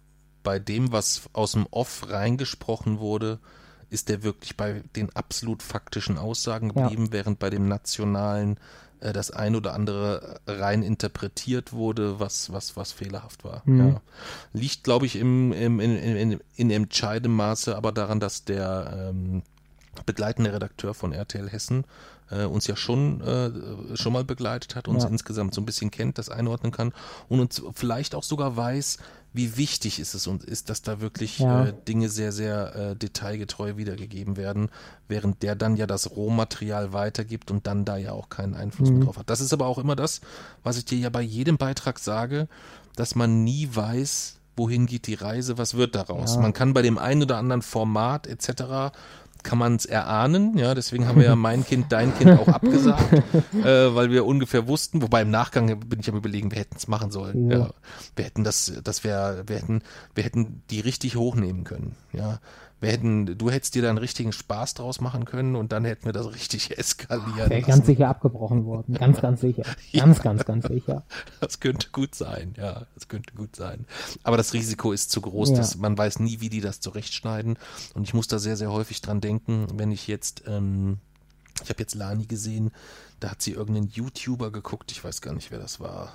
bei dem, was aus dem Off reingesprochen wurde, ist der wirklich bei den absolut faktischen Aussagen geblieben, während bei dem Nationalen das ein oder andere rein interpretiert wurde, was fehlerhaft war. Ja. Liegt, glaube ich, in entscheidendem Maße aber daran, dass der begleitende Redakteur von RTL Hessen uns ja schon mal begleitet hat, uns insgesamt so ein bisschen kennt, das einordnen kann und uns vielleicht auch sogar weiß, wie wichtig ist es und ist, dass da wirklich Dinge sehr, sehr detailgetreu wiedergegeben werden, während der dann ja das Rohmaterial weitergibt und dann da ja auch keinen Einfluss mehr drauf hat. Das ist aber auch immer das, was ich dir ja bei jedem Beitrag sage, dass man nie weiß, wohin geht die Reise, was wird daraus. Man kann bei dem einen oder anderen Format etc. kann man es erahnen, ja, deswegen haben wir ja mein Kind, dein Kind auch abgesagt, weil wir ungefähr wussten, wobei im Nachgang bin ich am Überlegen, wir hätten es machen sollen, ja. Wir hätten wir hätten die richtig hochnehmen können, ja. Du hättest dir da einen richtigen Spaß draus machen können und dann hätten wir das richtig eskalieren Wäre ganz sicher abgebrochen worden. Ganz, ganz sicher. Ganz sicher. Das könnte gut sein, ja. Das könnte gut sein. Aber das Risiko ist zu groß, dass man weiß nie, wie die das zurechtschneiden. Und ich muss da sehr, sehr häufig dran denken, wenn ich jetzt, ich habe jetzt Lani gesehen, da hat sie irgendeinen YouTuber geguckt, ich weiß gar nicht, wer das war.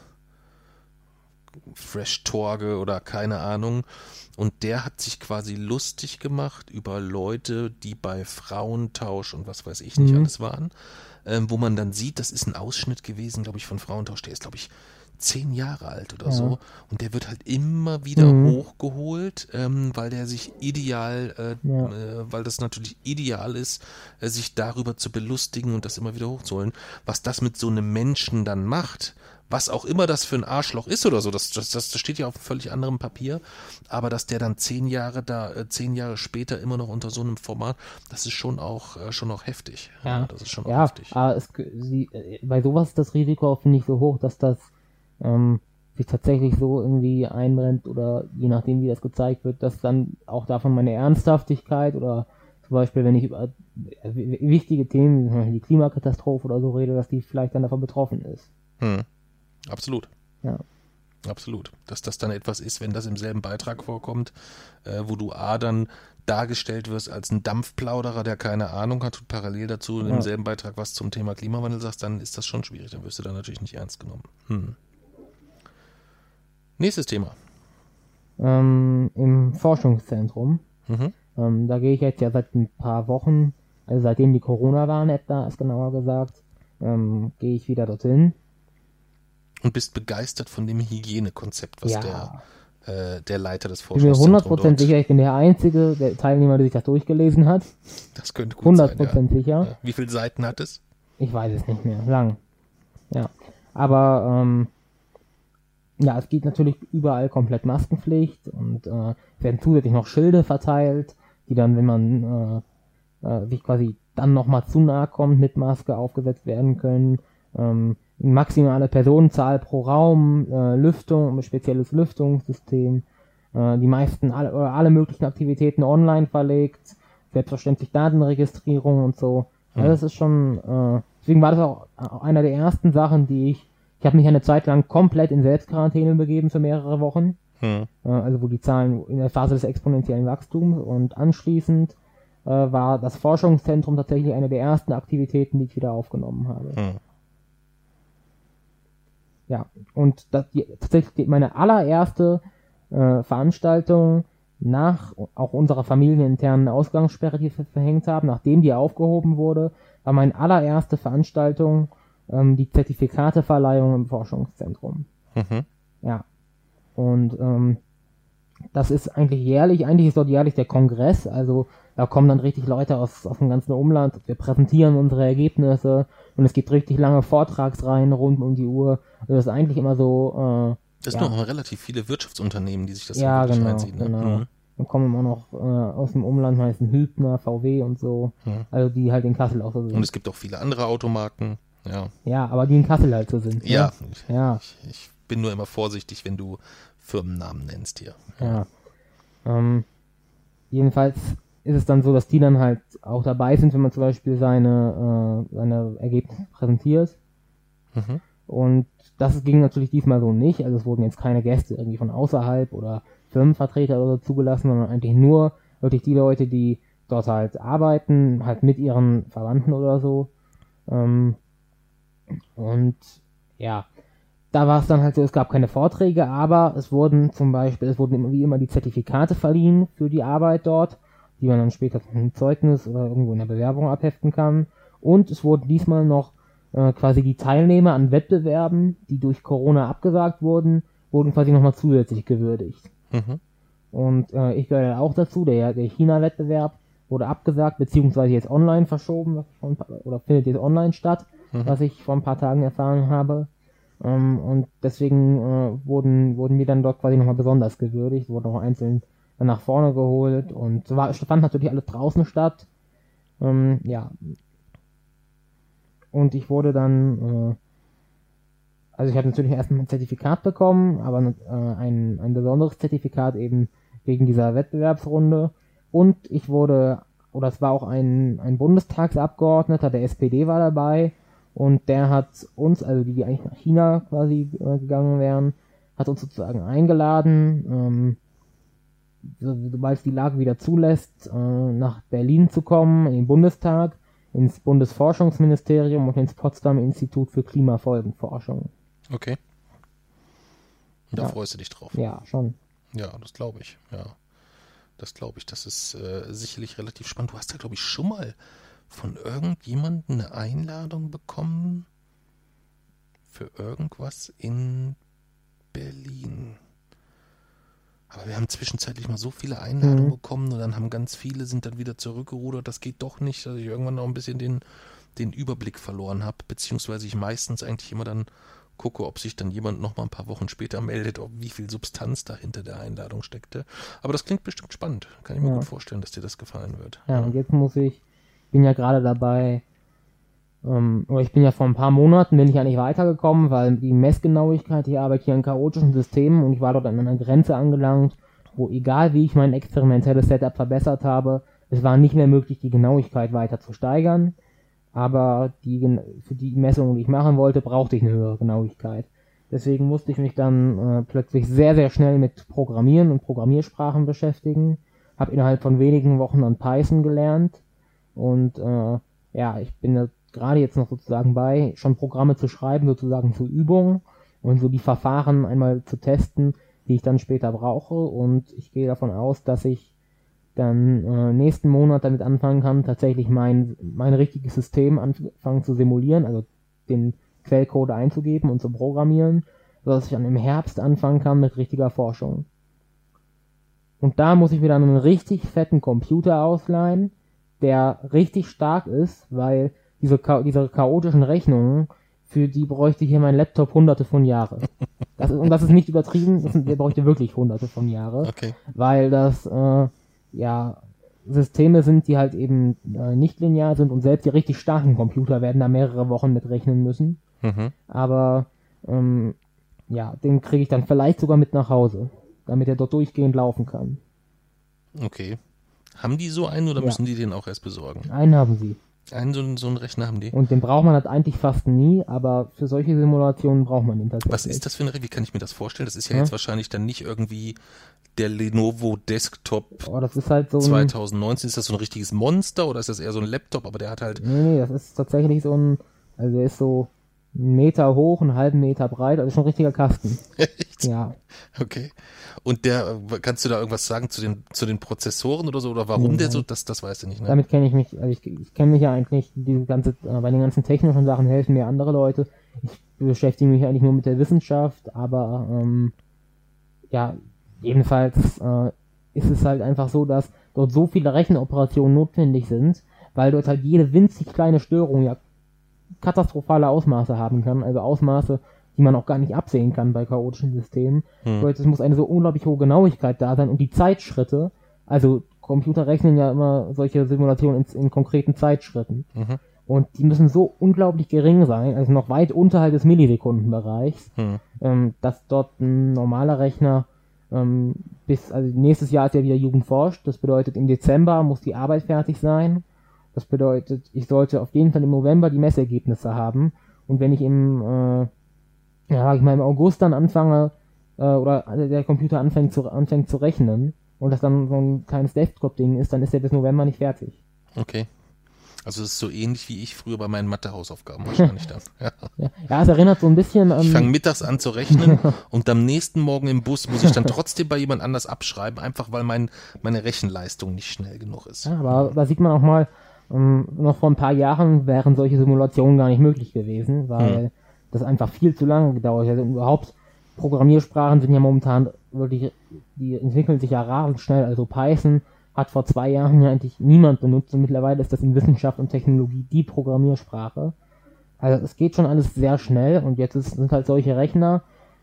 Fresh Torge oder keine Ahnung. Und der hat sich quasi lustig gemacht über Leute, die bei Frauentausch und was weiß ich nicht alles waren, wo man dann sieht, das ist ein Ausschnitt gewesen, glaube ich, von Frauentausch, der ist, glaube ich, 10 Jahre alt oder so. Und der wird halt immer wieder hochgeholt, weil der sich weil das natürlich ideal ist, sich darüber zu belustigen und das immer wieder hochzuholen. Was das mit so einem Menschen dann macht, was auch immer das für ein Arschloch ist oder so, das steht ja auf einem völlig anderem Papier, aber dass der dann 10 Jahre später immer noch unter so einem Format, das ist schon auch heftig. Ja, das ist schon auch heftig. Aber bei sowas ist das Risiko auch, finde ich, so hoch, dass das sich tatsächlich so irgendwie einbrennt oder je nachdem, wie das gezeigt wird, dass dann auch davon meine Ernsthaftigkeit oder zum Beispiel, wenn ich über wichtige Themen, wie zum Beispiel die Klimakatastrophe oder so rede, dass die vielleicht dann davon betroffen ist. Absolut. Ja. Absolut. Dass das dann etwas ist, wenn das im selben Beitrag vorkommt, wo du dann dargestellt wirst als ein Dampfplauderer, der keine Ahnung hat und parallel dazu im selben Beitrag was zum Thema Klimawandel sagst, dann ist das schon schwierig. Dann wirst du dann natürlich nicht ernst genommen. Nächstes Thema. Im Forschungszentrum. Da gehe ich jetzt ja seit ein paar Wochen, also seitdem die Corona-Warn-App ist genauer gesagt, gehe ich wieder dorthin. Und bist begeistert von dem Hygienekonzept, was der Leiter des Ich bin mir Forschungszentrums 100% sicher, ich bin der einzige der Teilnehmer, der sich das durchgelesen hat. Das könnte gut sein, 100% sicher. Ja. Wie viele Seiten hat es? Ich weiß es nicht mehr, lang. Ja, aber es gibt natürlich überall komplett Maskenpflicht und werden zusätzlich noch Schilde verteilt, die dann, wenn man sich quasi dann nochmal zu nahe kommt, mit Maske aufgesetzt werden können. Maximale Personenzahl pro Raum, Lüftung, ein spezielles Lüftungssystem, die meisten, alle möglichen Aktivitäten online verlegt, selbstverständlich Datenregistrierung und so. Also das ist schon, deswegen war das auch einer der ersten Sachen, ich habe mich eine Zeit lang komplett in Selbstquarantäne begeben für mehrere Wochen, also wo die Zahlen in der Phase des exponentiellen Wachstums und anschließend war das Forschungszentrum tatsächlich eine der ersten Aktivitäten, die ich wieder aufgenommen habe. Ja, und tatsächlich meine allererste Veranstaltung nach auch unserer familieninternen Ausgangssperre, die wir verhängt haben, nachdem die aufgehoben wurde, war meine allererste Veranstaltung die Zertifikateverleihung im Forschungszentrum. Ja, und das ist eigentlich ist dort jährlich der Kongress, also da kommen dann richtig Leute aus dem ganzen Umland, wir präsentieren unsere Ergebnisse und es gibt richtig lange Vortragsreihen rund um die Uhr. Also das ist eigentlich immer so... das sind noch relativ viele Wirtschaftsunternehmen, die sich das wirklich reinziehen. Ne? Genau. Dann kommen immer noch aus dem Umland, meistens Hübner, VW und so, also die halt in Kassel auch so sind. Und es gibt auch viele andere Automarken. Ja, aber die in Kassel halt so sind. Ja, ne? Ja. Ich bin nur immer vorsichtig, wenn du Firmennamen nennst hier. Ja. Jedenfalls ist es dann so, dass die dann halt auch dabei sind, wenn man zum Beispiel seine Ergebnisse präsentiert. Und das ging natürlich diesmal so nicht. Also es wurden jetzt keine Gäste irgendwie von außerhalb oder Firmenvertreter oder so zugelassen, sondern eigentlich nur wirklich die Leute, die dort halt arbeiten, halt mit ihren Verwandten oder so. Und ja, da war es dann halt so, es gab keine Vorträge, aber es wurden wie immer die Zertifikate verliehen für die Arbeit dort, die man dann später zum Zeugnis oder irgendwo in der Bewerbung abheften kann. Und es wurden diesmal noch quasi die Teilnehmer an Wettbewerben, die durch Corona abgesagt wurden quasi nochmal zusätzlich gewürdigt. Mhm. Und ich gehöre auch dazu, der China-Wettbewerb wurde abgesagt, beziehungsweise jetzt online verschoben, oder findet jetzt online statt, was ich vor ein paar Tagen erfahren habe. Und deswegen wurden wir dann dort quasi nochmal besonders gewürdigt, wurden auch einzeln nach vorne geholt und fand natürlich alles draußen statt. Ja. Und ich wurde dann, also ich habe natürlich erstmal ein Zertifikat bekommen, aber ein besonderes Zertifikat eben wegen dieser Wettbewerbsrunde. Und es war auch ein Bundestagsabgeordneter, der SPD war dabei, und der hat uns, also die eigentlich nach China quasi gegangen wären, hat uns sozusagen eingeladen, sobald es die Lage wieder zulässt, nach Berlin zu kommen, in den Bundestag, ins Bundesforschungsministerium und ins Potsdamer Institut für Klimafolgenforschung. Okay. Da freust du dich drauf. Ja, schon. Ja, das glaube ich. Ja, das glaube ich. Das ist sicherlich relativ spannend. Du hast ja, glaube ich, schon mal von irgendjemandem eine Einladung bekommen für irgendwas in Berlin. Aber wir haben zwischenzeitlich mal so viele Einladungen bekommen und dann haben ganz viele, sind dann wieder zurückgerudert. Das geht doch nicht, dass ich irgendwann noch ein bisschen den Überblick verloren habe, beziehungsweise ich meistens eigentlich immer dann gucke, ob sich dann jemand noch mal ein paar Wochen später meldet, wie viel Substanz da hinter der Einladung steckte. Aber das klingt bestimmt spannend. Kann ich mir gut vorstellen, dass dir das gefallen wird. Ja, und jetzt bin ja gerade dabei, oder ich bin ja vor ein paar Monaten, bin ich ja nicht weitergekommen, weil die Messgenauigkeit, ich arbeite hier in chaotischen Systemen und ich war dort an einer Grenze angelangt, wo egal wie ich mein experimentelles Setup verbessert habe, es war nicht mehr möglich, die Genauigkeit weiter zu steigern. Aber für die Messungen, die ich machen wollte, brauchte ich eine höhere Genauigkeit. Deswegen musste ich mich dann plötzlich sehr, sehr schnell mit Programmieren und Programmiersprachen beschäftigen. Habe innerhalb von wenigen Wochen an Python gelernt. Und ich bin da gerade jetzt noch sozusagen bei, schon Programme zu schreiben, sozusagen zur Übung und so die Verfahren einmal zu testen, die ich dann später brauche. Und ich gehe davon aus, dass ich dann nächsten Monat damit anfangen kann, tatsächlich mein richtiges System anfangen zu simulieren, also den Quellcode einzugeben und zu programmieren, sodass ich dann im Herbst anfangen kann mit richtiger Forschung. Und da muss ich mir dann einen richtig fetten Computer ausleihen, der richtig stark ist, weil diese chaotischen Rechnungen, für die bräuchte hier mein Laptop hunderte von Jahren. Das ist nicht übertrieben, der bräuchte wirklich hunderte von Jahren, Okay. Weil das Systeme sind, die halt eben nicht linear sind und selbst die richtig starken Computer werden da mehrere Wochen mit rechnen müssen. Aber den kriege ich dann vielleicht sogar mit nach Hause, damit er dort durchgehend laufen kann. Okay. Haben die so einen oder müssen die den auch erst besorgen? Einen haben sie. So einen Rechner haben die? Und den braucht man halt eigentlich fast nie, aber für solche Simulationen braucht man den tatsächlich. Was ist das für eine, wie kann ich mir das vorstellen? Das ist ja jetzt wahrscheinlich dann nicht irgendwie der Lenovo Desktop das ist halt so 2019. Ist das so ein richtiges Monster oder ist das eher so ein Laptop, aber der hat halt... Nee, das ist tatsächlich also der ist so 1 Meter hoch, 1,5 Meter breit, also schon ein richtiger Kasten. Echt? Ja. Okay. Und kannst du da irgendwas sagen zu den Prozessoren oder so, oder warum der so, das weißt du nicht, ne? Damit kenne ich mich, also ich kenne mich ja eigentlich bei den ganzen technischen Sachen helfen mir andere Leute. Ich beschäftige mich eigentlich nur mit der Wissenschaft, aber jedenfalls ist es halt einfach so, dass dort so viele Rechenoperationen notwendig sind, weil dort halt jede winzig kleine Störung ja katastrophale Ausmaße haben kann, also Ausmaße, die man auch gar nicht absehen kann bei chaotischen Systemen. Es muss eine so unglaublich hohe Genauigkeit da sein und die Zeitschritte, also Computer rechnen ja immer solche Simulationen in konkreten Zeitschritten. Und die müssen so unglaublich gering sein, also noch weit unterhalb des Millisekundenbereichs, dass dort ein normaler Rechner also nächstes Jahr ist ja wieder Jugend forscht, das bedeutet im Dezember muss die Arbeit fertig sein. Das bedeutet, ich sollte auf jeden Fall im November die Messergebnisse haben. Und wenn ich im August dann anfange, oder der Computer anfängt zu rechnen und das dann so ein kleines Desktop-Ding ist, dann ist der bis November nicht fertig. Okay. Also es ist so ähnlich wie ich früher bei meinen Mathe-Hausaufgaben wahrscheinlich dann. Ja, es erinnert so ein bisschen Ich fange mittags an zu rechnen und am nächsten Morgen im Bus muss ich dann trotzdem bei jemand anders abschreiben, einfach weil meine Rechenleistung nicht schnell genug ist. Ja, aber da sieht man auch mal, noch vor ein paar Jahren wären solche Simulationen gar nicht möglich gewesen, weil das einfach viel zu lange gedauert hat. Und überhaupt, Programmiersprachen sind ja momentan wirklich, die entwickeln sich ja rasend schnell. Also Python hat vor 2 Jahren ja eigentlich niemand benutzt und mittlerweile ist das in Wissenschaft und Technologie die Programmiersprache. Also es geht schon alles sehr schnell und jetzt sind halt solche Rechner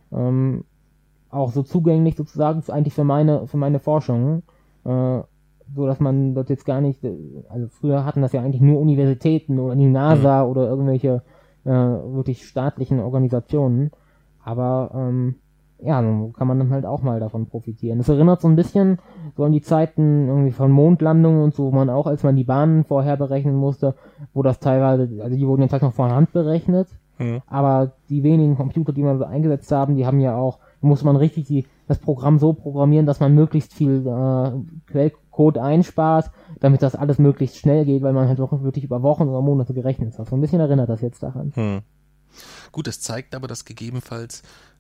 auch so zugänglich sozusagen eigentlich für meine Forschung, so dass man dort jetzt gar nicht, also früher hatten das ja eigentlich nur Universitäten oder die NASA oder irgendwelche wirklich staatlichen Organisationen, aber ja, dann kann man dann halt auch mal davon profitieren. Das erinnert so ein bisschen so an die Zeiten irgendwie von Mondlandungen und so, wo man auch, als man die Bahnen vorher berechnen musste, wo das teilweise, also die wurden jetzt halt noch von Hand berechnet, aber die wenigen Computer, die man so eingesetzt haben, die haben ja auch, muss man richtig das Programm so programmieren, dass man möglichst viel Quellcode einspart, damit das alles möglichst schnell geht, weil man halt auch wirklich über Wochen oder Monate gerechnet hat. So ein bisschen erinnert das jetzt daran. Gut, das zeigt aber, dass gegebenenfalls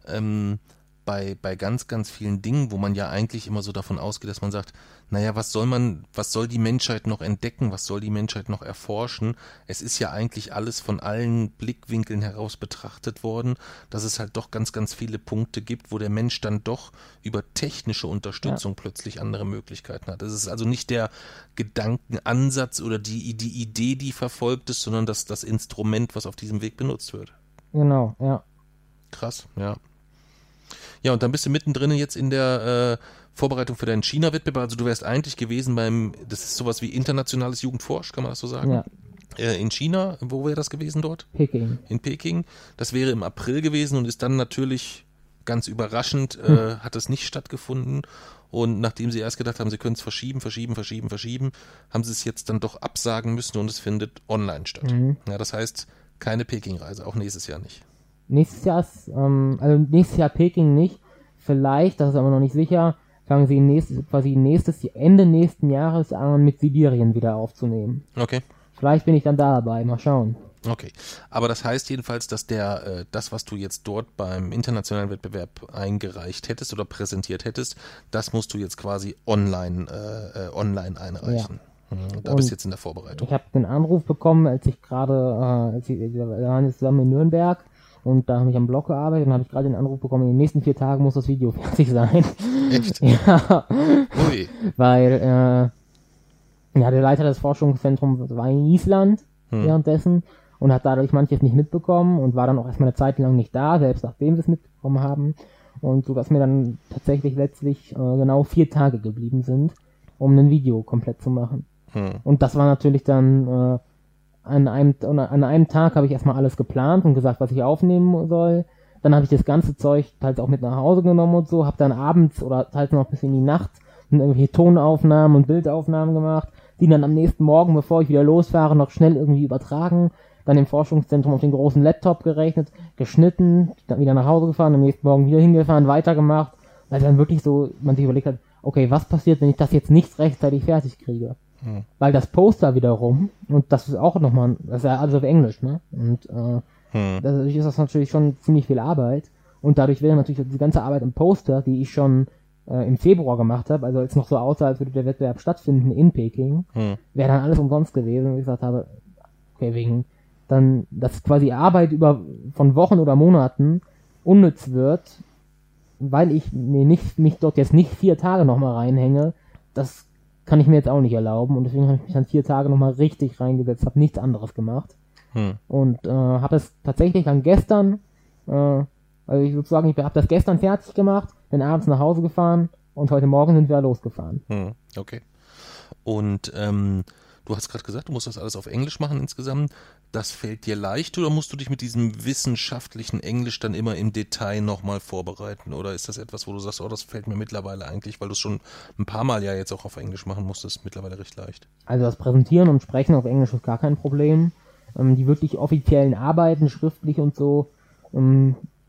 bei ganz, ganz vielen Dingen, wo man ja eigentlich immer so davon ausgeht, dass man sagt, naja, was soll die Menschheit noch entdecken, was soll die Menschheit noch erforschen? Es ist ja eigentlich alles von allen Blickwinkeln heraus betrachtet worden, dass es halt doch ganz, ganz viele Punkte gibt, wo der Mensch dann doch über technische Unterstützung plötzlich andere Möglichkeiten hat. Es ist also nicht der Gedankenansatz oder die Idee, die verfolgt ist, sondern das Instrument, was auf diesem Weg benutzt wird. Genau, ja. Krass, ja. Ja, und dann bist du mittendrin jetzt in der Vorbereitung für deinen China-Wettbewerb. Also du wärst eigentlich gewesen das ist sowas wie internationales Jugendforsch, kann man das so sagen? Ja. In China, wo wäre das gewesen dort? Peking. In Peking. Das wäre im April gewesen und ist dann natürlich ganz überraschend, hat es nicht stattgefunden. Und nachdem sie erst gedacht haben, sie können es verschieben, haben sie es jetzt dann doch absagen müssen und es findet online statt. Ja, das heißt, keine Peking-Reise, auch nächstes Jahr nicht. Nächstes Jahr Peking nicht. Vielleicht, das ist aber noch nicht sicher, fangen sie Ende nächsten Jahres an, mit Sibirien wieder aufzunehmen. Okay. Vielleicht bin ich dann da dabei, mal schauen. Okay, aber das heißt jedenfalls, dass das, was du jetzt dort beim internationalen Wettbewerb eingereicht hättest oder präsentiert hättest, das musst du jetzt quasi online einreichen. Ja. Da bist du jetzt in der Vorbereitung. Ich habe den Anruf bekommen, wir waren jetzt zusammen in Nürnberg und da habe ich am Blog gearbeitet und habe ich gerade den Anruf bekommen, in den nächsten 4 Tagen muss das Video fertig sein. Echt? Ja. Ui. Weil der Leiter des Forschungszentrums war in Island währenddessen und hat dadurch manches nicht mitbekommen und war dann auch erstmal eine Zeit lang nicht da, selbst nachdem sie es mitbekommen haben. Und so, dass mir dann tatsächlich letztlich genau 4 Tage geblieben sind, um ein Video komplett zu machen. Und das war natürlich dann an einem Tag habe ich erstmal alles geplant und gesagt, was ich aufnehmen soll. Dann habe ich das ganze Zeug halt auch mit nach Hause genommen und so, habe dann abends oder halt noch bis in die Nacht irgendwelche Tonaufnahmen und Bildaufnahmen gemacht, die dann am nächsten Morgen, bevor ich wieder losfahre, noch schnell irgendwie übertragen, dann im Forschungszentrum auf den großen Laptop gerechnet, geschnitten, dann wieder nach Hause gefahren, am nächsten Morgen wieder hingefahren, weitergemacht, weil dann wirklich so, man sich überlegt hat, okay, was passiert, wenn ich das jetzt nicht rechtzeitig fertig kriege? Weil das Poster wiederum, und das ist auch nochmal, das ist ja alles auf Englisch, ne? Und dadurch ist das natürlich schon ziemlich viel Arbeit. Und dadurch wäre natürlich die ganze Arbeit im Poster, die ich schon im Februar gemacht habe, also jetzt noch so aussah, als würde der Wettbewerb stattfinden in Peking, wäre dann alles umsonst gewesen. Und ich gesagt habe, okay, dass quasi Arbeit von Wochen oder Monaten unnütz wird, weil ich mich dort jetzt nicht 4 Tage nochmal reinhänge, das kann ich mir jetzt auch nicht erlauben und deswegen habe ich mich dann 4 Tage nochmal richtig reingesetzt, habe nichts anderes gemacht und habe es tatsächlich dann gestern, ich habe das gestern fertig gemacht, bin abends nach Hause gefahren und heute Morgen sind wir losgefahren. Okay. Und du hast gerade gesagt, du musst das alles auf Englisch machen insgesamt. Das fällt dir leicht oder musst du dich mit diesem wissenschaftlichen Englisch dann immer im Detail nochmal vorbereiten? Oder ist das etwas, wo du sagst, das fällt mir mittlerweile eigentlich, weil du es schon ein paar Mal ja jetzt auch auf Englisch machen musstest, mittlerweile recht leicht? Also das Präsentieren und Sprechen auf Englisch ist gar kein Problem. Die wirklich offiziellen Arbeiten, schriftlich und so,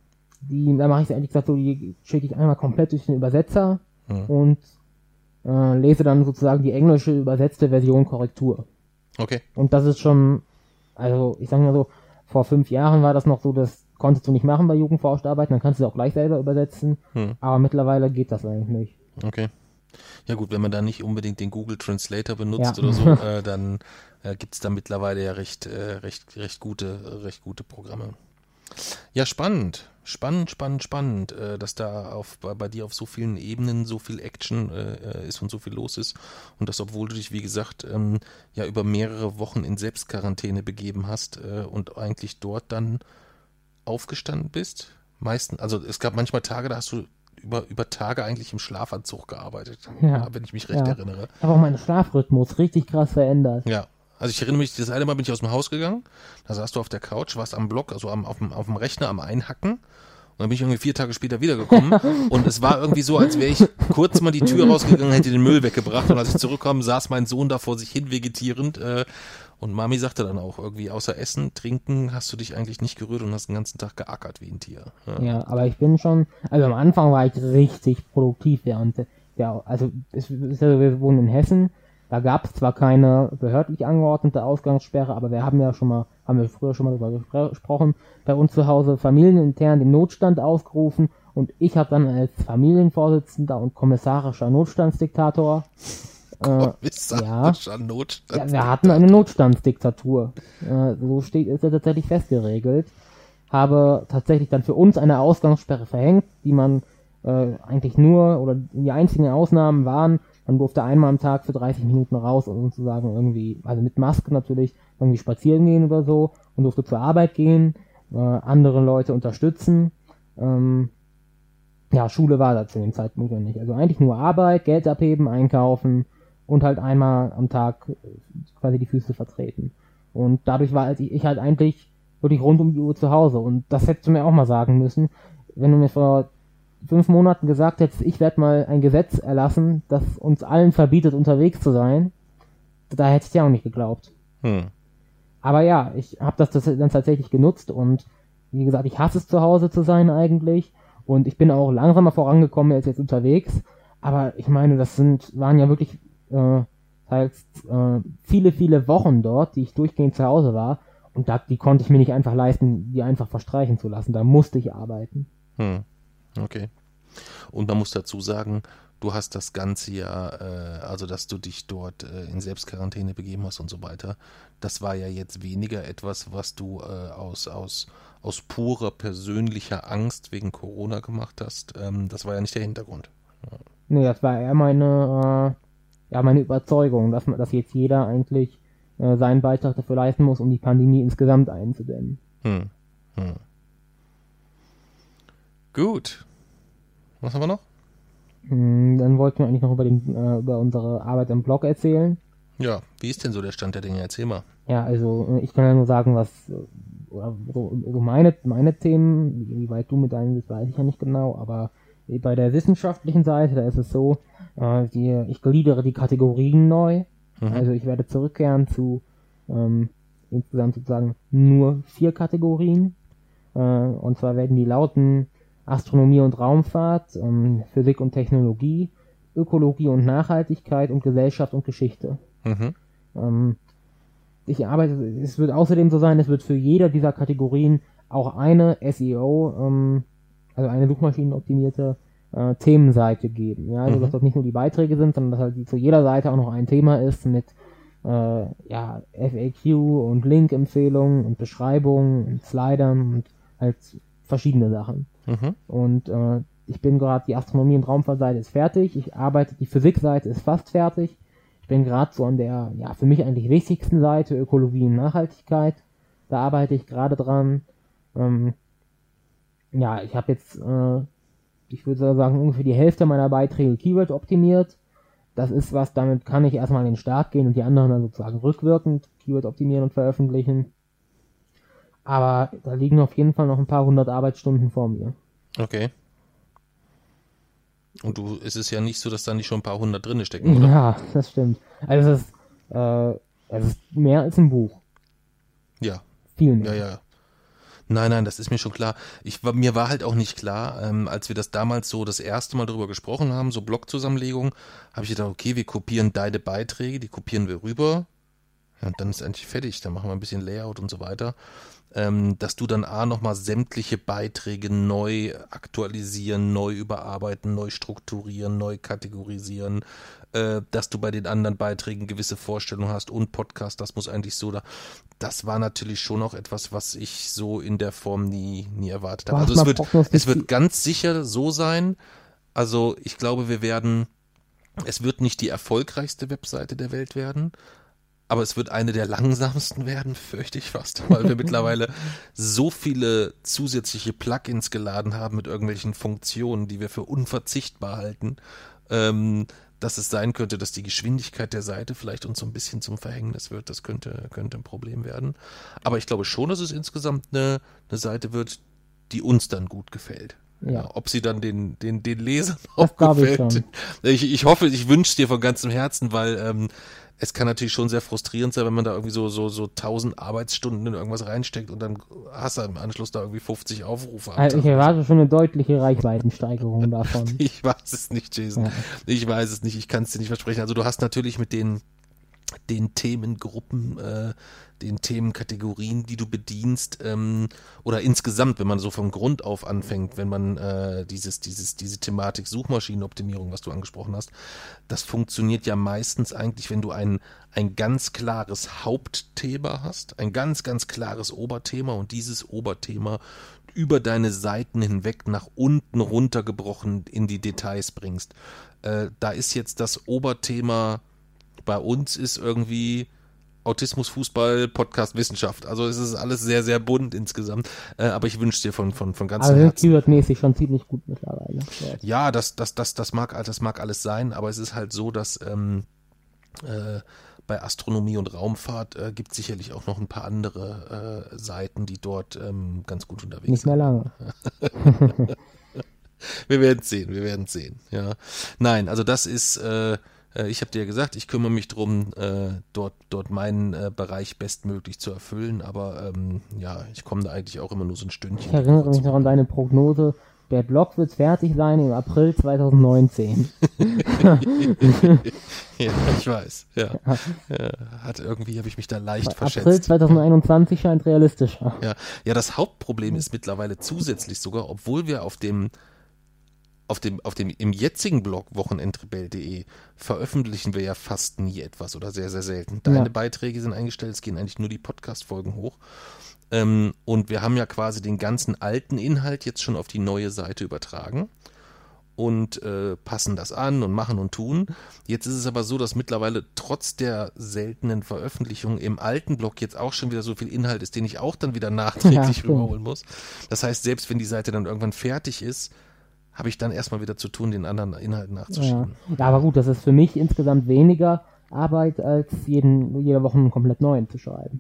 da mache ich es ehrlich gesagt so, die schicke ich einmal komplett durch den Übersetzer und lese dann sozusagen die englische übersetzte Version Korrektur. Okay. Und das ist schon, also ich sag mal so, vor 5 Jahren war das noch so, das konntest du nicht machen bei Jugendforscht arbeiten, dann kannst du es auch gleich selber übersetzen, aber mittlerweile geht das eigentlich nicht. Okay. Ja gut, wenn man da nicht unbedingt den Google Translator benutzt Ja. oder so, dann gibt's da mittlerweile ja recht gute Programme. Ja, spannend, dass da bei dir auf so vielen Ebenen so viel Action ist und so viel los ist und das, obwohl du dich, wie gesagt, ja über mehrere Wochen in Selbstquarantäne begeben hast und eigentlich dort dann aufgestanden bist. Also es gab manchmal Tage, da hast du über Tage eigentlich im Schlafanzug gearbeitet, wenn ich mich recht erinnere. Ich habe auch meinen Schlafrhythmus richtig krass verändert. Ja, also ich erinnere mich, das eine Mal bin ich aus dem Haus gegangen, da saßt du auf der Couch, warst am Block, also auf dem Rechner am Einhacken und dann bin ich irgendwie 4 Tage später wiedergekommen und es war irgendwie so, als wäre ich kurz mal die Tür rausgegangen, hätte den Müll weggebracht und als ich zurückkam, saß mein Sohn da vor sich hin vegetierend und Mami sagte dann auch irgendwie, außer Essen, Trinken hast du dich eigentlich nicht gerührt und hast den ganzen Tag geackert wie ein Tier. Ja, aber ich bin schon, also am Anfang war ich richtig produktiv während, also wir wohnen in Hessen, da gab es zwar keine behördlich angeordnete Ausgangssperre, aber wir haben wir früher schon mal darüber gesprochen, bei uns zu Hause familienintern den Notstand ausgerufen und ich habe dann als Familienvorsitzender und kommissarischer Notstandsdiktator Kommissarischer Notstandsdiktator. Ja, wir hatten eine Notstandsdiktatur. Ist ja tatsächlich festgeregelt. Habe tatsächlich dann für uns eine Ausgangssperre verhängt, die man eigentlich nur, oder die einzigen Ausnahmen waren, man durfte einmal am Tag für 30 Minuten raus und sozusagen irgendwie, also mit Maske natürlich, irgendwie spazieren gehen oder so und durfte zur Arbeit gehen, andere Leute unterstützen. Schule war da zu dem Zeitpunkt noch nicht. Also eigentlich nur Arbeit, Geld abheben, einkaufen und halt einmal am Tag quasi die Füße vertreten. Und dadurch war ich halt eigentlich wirklich rund um die Uhr zu Hause. Und das hättest du mir auch mal sagen müssen, wenn du mir vor 5 Monaten gesagt hättest, ich werde mal ein Gesetz erlassen, das uns allen verbietet, unterwegs zu sein, da hätte ich dir auch nicht geglaubt. Aber ja, ich habe das dann tatsächlich genutzt und wie gesagt, ich hasse es, zu Hause zu sein eigentlich und ich bin auch langsamer vorangekommen als jetzt unterwegs, aber ich meine, waren ja wirklich viele Wochen dort, die ich durchgehend zu Hause war und die konnte ich mir nicht einfach leisten, die einfach verstreichen zu lassen, da musste ich arbeiten. Okay. Und man muss dazu sagen, du hast das ganze Jahr, also dass du dich dort in Selbstquarantäne begeben hast und so weiter, das war ja jetzt weniger etwas, was du aus purer persönlicher Angst wegen Corona gemacht hast. Das war ja nicht der Hintergrund. Nee, das war eher meine Überzeugung, dass jetzt jeder eigentlich seinen Beitrag dafür leisten muss, um die Pandemie insgesamt einzudämmen. Gut. Was haben wir noch? Dann wollten wir eigentlich noch über unsere Arbeit im Blog erzählen. Ja, wie ist denn so der Stand der Dinge? Erzähl mal. Ja, also ich kann ja nur sagen, so meine Themen, wie weit du mit deinen bist, weiß ich ja nicht genau, aber bei der wissenschaftlichen Seite, da ist es so, ich gliedere die Kategorien neu. Also ich werde zurückkehren zu insgesamt sozusagen nur 4 Kategorien. Und zwar werden die lauten Astronomie und Raumfahrt, Physik und Technologie, Ökologie und Nachhaltigkeit und Gesellschaft und Geschichte. Es wird außerdem so sein, es wird für jede dieser Kategorien auch eine SEO, also eine suchmaschinenoptimierte Themenseite geben. Ja, also dass das nicht nur die Beiträge sind, sondern dass halt zu jeder Seite auch noch ein Thema ist mit FAQ und Link-Empfehlungen und Beschreibungen und Slidern und halt verschiedene Sachen. Und ich bin gerade, die Astronomie- und Raumfahrtseite ist fertig, die Physikseite ist fast fertig. Ich bin gerade so an der, für mich eigentlich wichtigsten Seite, Ökologie und Nachhaltigkeit. Da arbeite ich gerade dran. Ich habe jetzt, ich würde sagen, ungefähr die Hälfte meiner Beiträge Keyword optimiert. Das ist was, damit kann ich erstmal an den Start gehen und die anderen dann sozusagen rückwirkend Keyword optimieren und veröffentlichen. Aber da liegen auf jeden Fall noch ein paar 100 Arbeitsstunden vor mir. Okay. Und es ist ja nicht so, dass da nicht schon ein paar 100 drin stecken, oder? Ja, das stimmt. Also es ist mehr als ein Buch. Ja. Viel mehr. Ja. Nein, das ist mir schon klar. Mir war halt auch nicht klar, als wir das damals so das erste Mal drüber gesprochen haben, so Blogzusammenlegung, habe ich gedacht, okay, wir kopieren deine Beiträge, die kopieren wir rüber. Ja, und dann ist eigentlich fertig, dann machen wir ein bisschen Layout und so weiter. Dass du dann nochmal sämtliche Beiträge neu aktualisieren, neu überarbeiten, neu strukturieren, neu kategorisieren, dass du bei den anderen Beiträgen gewisse Vorstellungen hast und Podcast, das muss eigentlich so da. Das war natürlich schon auch etwas, was ich so in der Form nie erwartet habe. Also es wird ganz sicher so sein, also ich glaube, es wird nicht die erfolgreichste Webseite der Welt werden, aber es wird eine der langsamsten werden, fürchte ich fast, weil wir mittlerweile so viele zusätzliche Plugins geladen haben mit irgendwelchen Funktionen, die wir für unverzichtbar halten, dass es sein könnte, dass die Geschwindigkeit der Seite vielleicht uns so ein bisschen zum Verhängnis wird. Das könnte ein Problem werden. Aber ich glaube schon, dass es insgesamt eine Seite wird, die uns dann gut gefällt. Ja, ob sie dann den Lesern auch gefällt. Ich hoffe, ich wünsche es dir von ganzem Herzen, weil es kann natürlich schon sehr frustrierend sein, wenn man da irgendwie so 1000 Arbeitsstunden in irgendwas reinsteckt und dann hast du im Anschluss da irgendwie 50 Aufrufe. Also ich erwarte schon eine deutliche Reichweitensteigerung davon. Ich weiß es nicht, Jason. Ja. Ich weiß es nicht, ich kann es dir nicht versprechen. Also du hast natürlich mit den Themengruppen, den Themenkategorien, die du bedienst, oder insgesamt, wenn man so von Grund auf anfängt, wenn man diese Thematik Suchmaschinenoptimierung, was du angesprochen hast, das funktioniert ja meistens eigentlich, wenn du ein ganz klares Hauptthema hast, ein ganz, ganz klares Oberthema und dieses Oberthema über deine Seiten hinweg nach unten runtergebrochen in die Details bringst. Da ist jetzt das Oberthema bei uns ist irgendwie Autismus, Fußball, Podcast, Wissenschaft. Also es ist alles sehr, sehr bunt insgesamt. Aber ich wünsche dir von ganzem Herzen. Also Keyword-mäßig schon ziemlich gut mittlerweile. Ja, das mag alles sein, aber es ist halt so, dass bei Astronomie und Raumfahrt gibt es sicherlich auch noch ein paar andere Seiten, die dort ganz gut unterwegs sind. Nicht mehr lange. Wir werden sehen. Ja. Nein, also das ist ich habe dir ja gesagt, ich kümmere mich drum, dort meinen Bereich bestmöglich zu erfüllen, aber ich komme da eigentlich auch immer nur so ein Stündchen. Ich erinnere mich noch an deine Prognose, der Blog wird fertig sein im April 2019. Ja, ich weiß, ja. Irgendwie habe ich mich da leicht verschätzt. April 2021 scheint realistischer. Ja, das Hauptproblem ist mittlerweile zusätzlich sogar, obwohl wir im jetzigen Blog wochenendrebell.de veröffentlichen wir ja fast nie etwas oder sehr, sehr selten. Deine Beiträge sind eingestellt, es gehen eigentlich nur die Podcast-Folgen hoch. Und wir haben ja quasi den ganzen alten Inhalt jetzt schon auf die neue Seite übertragen und passen das an und machen und tun. Jetzt ist es aber so, dass mittlerweile trotz der seltenen Veröffentlichung im alten Blog jetzt auch schon wieder so viel Inhalt ist, den ich auch dann wieder nachträglich überholen muss. Das heißt, selbst wenn die Seite dann irgendwann fertig ist, habe ich dann erstmal wieder zu tun, den anderen Inhalt nachzuschieben. Ja, aber gut, das ist für mich insgesamt weniger Arbeit, als jede Woche einen komplett neuen zu schreiben.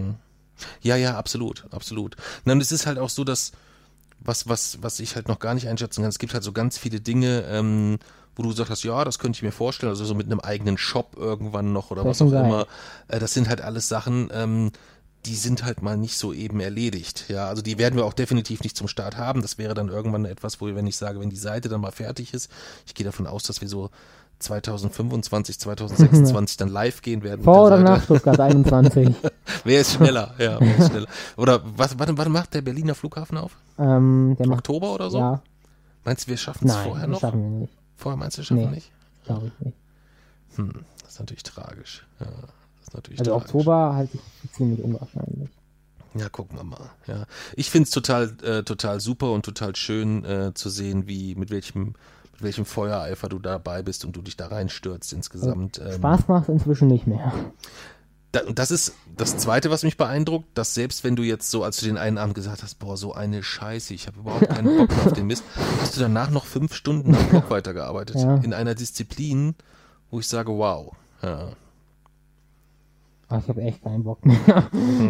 Ja, absolut. Und es ist halt auch so, dass was ich halt noch gar nicht einschätzen kann, es gibt halt so ganz viele Dinge, wo du gesagt hast, ja, das könnte ich mir vorstellen, also so mit einem eigenen Shop irgendwann noch oder was auch immer. Das sind halt alles Sachen, die sind halt mal nicht so eben erledigt. Ja, also die werden wir auch definitiv nicht zum Start haben. Das wäre dann irgendwann etwas, wenn ich sage, wenn die Seite dann mal fertig ist, ich gehe davon aus, dass wir so 2025, 2026 dann live gehen werden. Vor oder nach Stuttgart 21? Wer ist schneller? Ja, Oder wann macht der Berliner Flughafen auf? Im Oktober oder so? Ja. Meinst du, wir schaffen es vorher noch? Nein, schaffen wir nicht. Vorher meinst du, schaffen wir nicht? Glaube ich nicht. Das ist natürlich tragisch. Ja. Also Oktober halte ich ziemlich unwahrscheinlich. Ja, gucken wir mal. Ja. Ich finde es total super und total schön zu sehen, mit welchem Feuereifer du dabei bist und du dich da reinstürzt insgesamt. Spaß macht inzwischen nicht mehr. Das ist das Zweite, was mich beeindruckt, dass selbst wenn du jetzt so, als du den einen Abend gesagt hast, boah, so eine Scheiße, ich habe überhaupt keinen Bock mehr auf den Mist, hast du danach noch 5 Stunden am Blog weitergearbeitet. Ja. In einer Disziplin, wo ich sage, wow. Ja. Ich habe echt keinen Bock mehr.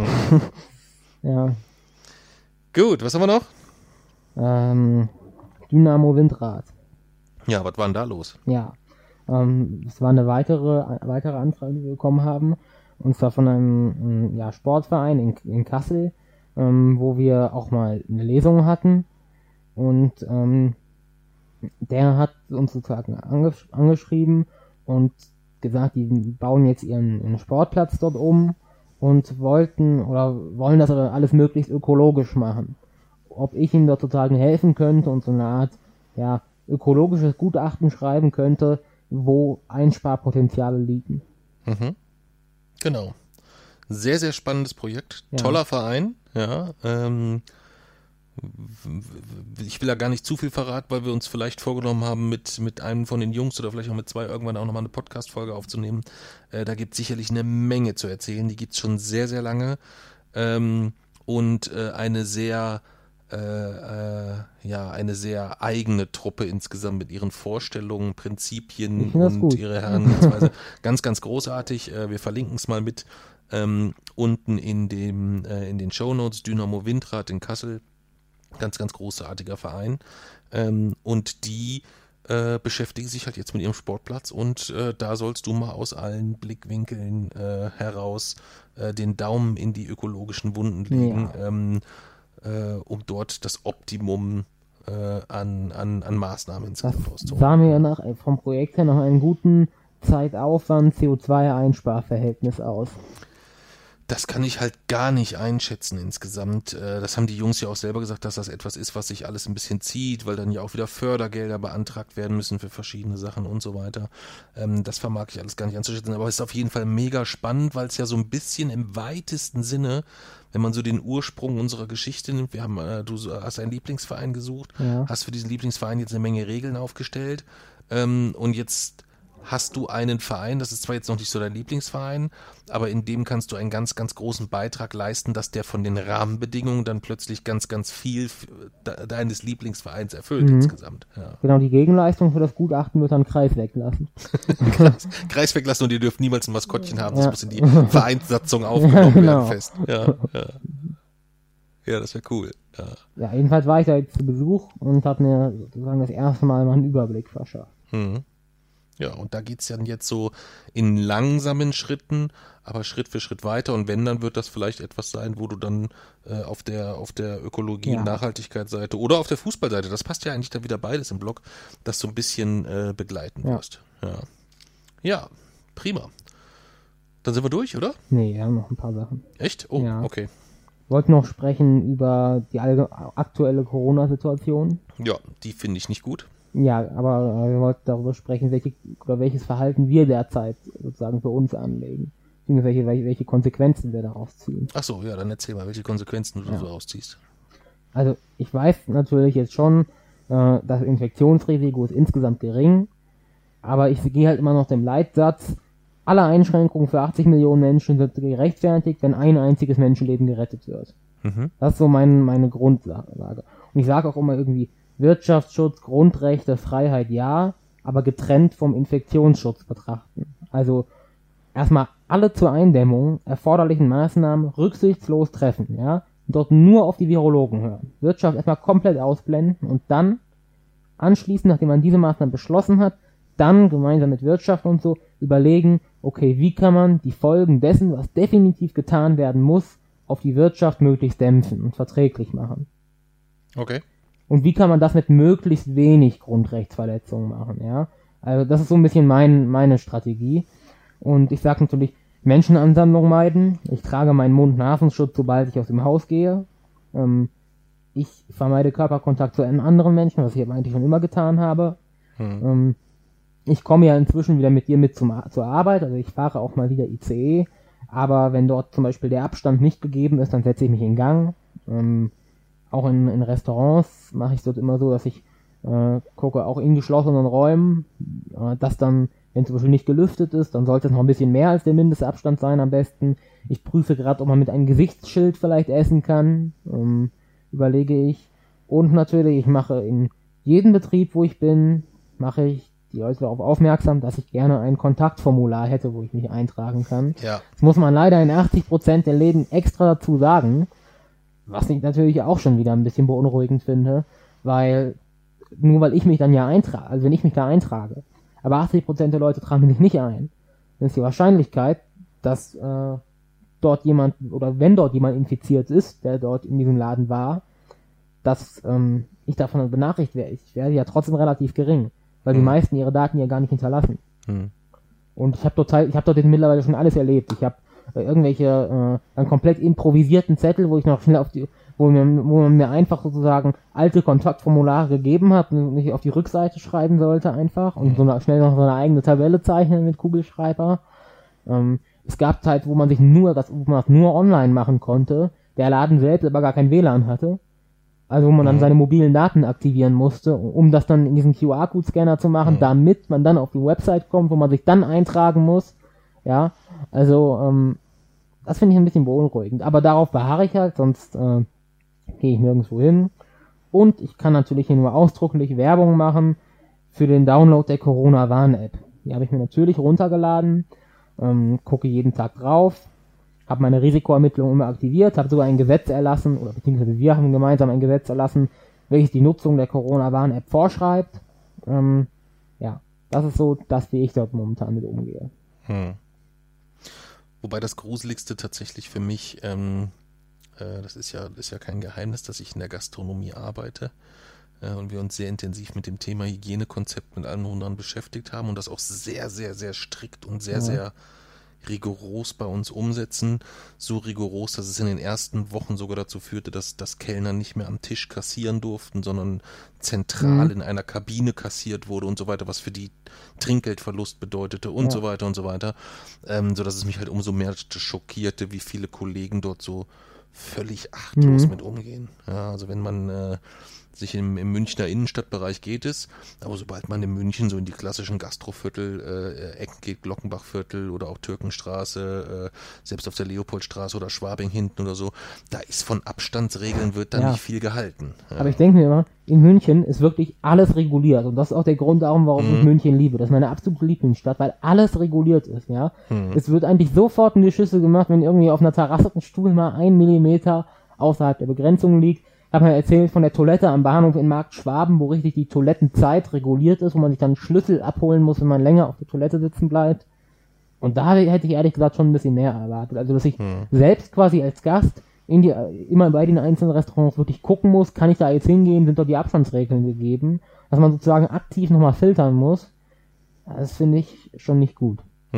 Ja. Gut, was haben wir noch? Dynamo Windrad. Ja, was war denn da los? Ja, es war eine weitere Anfrage, die wir bekommen haben. Und zwar von einem Sportverein in Kassel. wo wir auch mal eine Lesung hatten. Und der hat uns sozusagen angeschrieben und gesagt, die bauen jetzt ihren Sportplatz dort um und wollen das alles möglichst ökologisch machen. Ob ich ihnen dort sozusagen helfen könnte und so eine Art ökologisches Gutachten schreiben könnte, wo Einsparpotenziale liegen. Mhm. Genau. Sehr, sehr spannendes Projekt. Ja. Toller Verein. Ja. Ich will da gar nicht zu viel verraten, weil wir uns vielleicht vorgenommen haben, mit einem von den Jungs oder vielleicht auch mit zwei irgendwann auch nochmal eine Podcast-Folge aufzunehmen. Da gibt es sicherlich eine Menge zu erzählen. Die gibt es schon sehr, sehr lange. Und eine sehr eigene Truppe insgesamt mit ihren Vorstellungen, Prinzipien und ihrer Herangehensweise. Ganz, ganz großartig. Wir verlinken es mal mit unten in den Shownotes. Dynamo Windrad in Kassel. Ganz, ganz großartiger Verein. Und die beschäftigen sich halt jetzt mit ihrem Sportplatz und da sollst du mal aus allen Blickwinkeln heraus den Daumen in die ökologischen Wunden legen, um dort das Optimum an Maßnahmen insgesamt rauszuholen. Sah mir vom Projekt her nach einem guten Zeitaufwand CO2-Einsparverhältnis aus. Das kann ich halt gar nicht einschätzen insgesamt. Das haben die Jungs ja auch selber gesagt, dass das etwas ist, was sich alles ein bisschen zieht, weil dann ja auch wieder Fördergelder beantragt werden müssen für verschiedene Sachen und so weiter. Das vermag ich alles gar nicht einzuschätzen, aber es ist auf jeden Fall mega spannend, weil es ja so ein bisschen im weitesten Sinne, wenn man so den Ursprung unserer Geschichte nimmt, du hast einen Lieblingsverein gesucht, hast für diesen Lieblingsverein jetzt eine Menge Regeln aufgestellt und jetzt hast du einen Verein, das ist zwar jetzt noch nicht so dein Lieblingsverein, aber in dem kannst du einen ganz, ganz großen Beitrag leisten, dass der von den Rahmenbedingungen dann plötzlich ganz, ganz viel deines Lieblingsvereins erfüllt insgesamt. Ja. Genau, die Gegenleistung für das Gutachten wird dann Kreis weglassen. Kreis weglassen und ihr dürft niemals ein Maskottchen haben, das muss in die Vereinssatzung aufgenommen werden fest. Ja, das wäre cool. Ja, jedenfalls war ich da jetzt zu Besuch und habe mir sozusagen das erste Mal einen Überblick verschafft. Ja, und da geht's dann jetzt so in langsamen Schritten, aber Schritt für Schritt weiter. Und wenn, dann wird das vielleicht etwas sein, wo du dann auf der Ökologie- und Nachhaltigkeitsseite oder auf der Fußballseite, das passt ja eigentlich da wieder beides im Blog, das so ein bisschen begleiten wirst. Ja, prima. Dann sind wir durch, oder? Nee, wir haben noch ein paar Sachen. Echt? Oh, okay. Wir wollten noch sprechen über die aktuelle Corona-Situation. Ja, die finde ich nicht gut. Ja, aber wir wollten darüber sprechen, welches Verhalten wir derzeit sozusagen für uns anlegen. Welche Konsequenzen wir daraus ziehen. Ach so, ja, dann erzähl mal, welche Konsequenzen du so rausziehst. Also, ich weiß natürlich jetzt schon, das Infektionsrisiko ist insgesamt gering, aber ich gehe halt immer noch dem Leitsatz, alle Einschränkungen für 80 Millionen Menschen sind gerechtfertigt, wenn ein einziges Menschenleben gerettet wird. Das ist so meine Grundlage. Und ich sage auch immer irgendwie, Wirtschaftsschutz, Grundrechte, Freiheit ja, aber getrennt vom Infektionsschutz betrachten. Also erstmal alle zur Eindämmung erforderlichen Maßnahmen rücksichtslos treffen, und dort nur auf die Virologen hören. Wirtschaft erstmal komplett ausblenden und dann anschließend, nachdem man diese Maßnahmen beschlossen hat, dann gemeinsam mit Wirtschaft und so überlegen, okay, wie kann man die Folgen dessen, was definitiv getan werden muss, auf die Wirtschaft möglichst dämpfen und verträglich machen. Okay. Und wie kann man das mit möglichst wenig Grundrechtsverletzungen machen, Also das ist so ein bisschen meine Strategie. Und ich sage natürlich, Menschenansammlung meiden. Ich trage meinen Mund-Nasenschutz, sobald ich aus dem Haus gehe. Ich vermeide Körperkontakt zu einem anderen Menschen, was ich eigentlich schon immer getan habe. Ich komme ja inzwischen wieder mit dir zur Arbeit, also ich fahre auch mal wieder ICE. Aber wenn dort zum Beispiel der Abstand nicht gegeben ist, dann setze ich mich in Gang. Auch in Restaurants mache ich es dort immer so, dass ich gucke, auch in geschlossenen Räumen, dass dann, wenn zum Beispiel nicht gelüftet ist, dann sollte es noch ein bisschen mehr als der Mindestabstand sein am besten. Ich prüfe gerade, ob man mit einem Gesichtsschild vielleicht essen kann, überlege ich. Und natürlich, ich mache in jedem Betrieb, wo ich bin, mache ich die Leute darauf aufmerksam, dass ich gerne ein Kontaktformular hätte, wo ich mich eintragen kann. Ja. Das muss man leider in 80% der Läden extra dazu sagen. Was ich natürlich auch schon wieder ein bisschen beunruhigend finde, weil ich mich dann eintrage, also wenn ich mich da eintrage, aber 80% der Leute tragen sich nicht ein, dann ist die Wahrscheinlichkeit, dass dort jemand, oder wenn dort jemand infiziert ist, der dort in diesem Laden war, dass ich davon benachrichtigt werde. Ich werde ja trotzdem relativ gering, weil die meisten ihre Daten ja gar nicht hinterlassen. Und ich habe dort jetzt mittlerweile schon alles erlebt. Ich habe irgendwelche dann komplett improvisierten Zettel, wo ich noch schnell wo man mir einfach sozusagen alte Kontaktformulare gegeben hat und ich auf die Rückseite schreiben sollte einfach und schnell noch so eine eigene Tabelle zeichnen mit Kugelschreiber. Es gab Zeit, wo man das nur online machen konnte, der Laden selbst aber gar kein WLAN hatte. Also wo man dann seine mobilen Daten aktivieren musste, um das dann in diesen QR-Code-Scanner zu machen, damit man dann auf die Website kommt, wo man sich dann eintragen muss. Ja, also das finde ich ein bisschen beunruhigend. Aber darauf beharre ich halt, sonst gehe ich nirgendwo hin. Und ich kann natürlich hier nur ausdrücklich Werbung machen für den Download der Corona-Warn-App. Die habe ich mir natürlich runtergeladen, gucke jeden Tag drauf, habe meine Risikoermittlung immer aktiviert, habe sogar ein Gesetz erlassen, oder beziehungsweise wir haben gemeinsam ein Gesetz erlassen, welches die Nutzung der Corona-Warn-App vorschreibt. Ja, das ist so das, wie ich dort momentan mit umgehe. Wobei das Gruseligste tatsächlich für mich, das ist ja kein Geheimnis, dass ich in der Gastronomie arbeite und wir uns sehr intensiv mit dem Thema Hygienekonzept mit allen Hunden beschäftigt haben und das auch sehr, sehr, sehr strikt und sehr, sehr rigoros bei uns umsetzen. So rigoros, dass es in den ersten Wochen sogar dazu führte, dass Kellner nicht mehr am Tisch kassieren durften, sondern zentral in einer Kabine kassiert wurde und so weiter, was für die Trinkgeldverlust bedeutete und so weiter und so weiter. So dass es mich halt umso mehr schockierte, wie viele Kollegen dort so völlig achtlos mit umgehen. Ja, also wenn man sich im Münchner Innenstadtbereich geht es, aber sobald man in München so in die klassischen Gastroviertel, Ecken geht, Glockenbachviertel oder auch Türkenstraße, selbst auf der Leopoldstraße oder Schwabing hinten oder so, da ist von Abstandsregeln wird da nicht viel gehalten. Ja. Aber ich denke mir immer, in München ist wirklich alles reguliert und das ist auch der Grund darum, warum ich München liebe. Das ist meine absolute Lieblingsstadt, weil alles reguliert ist, ja. Es wird eigentlich sofort in die Schüsse gemacht, wenn irgendwie auf einer Terrasse ein Stuhl mal 1 Millimeter außerhalb der Begrenzung liegt. Ich habe mir erzählt von der Toilette am Bahnhof in Markt Schwaben, wo richtig die Toilettenzeit reguliert ist, wo man sich dann einen Schlüssel abholen muss, wenn man länger auf der Toilette sitzen bleibt. Und da hätte ich ehrlich gesagt schon ein bisschen mehr erwartet. Also, dass ich selbst quasi als Gast immer bei den einzelnen Restaurants wirklich gucken muss, kann ich da jetzt hingehen, sind dort die Abstandsregeln gegeben, dass man sozusagen aktiv nochmal filtern muss. Das finde ich schon nicht gut.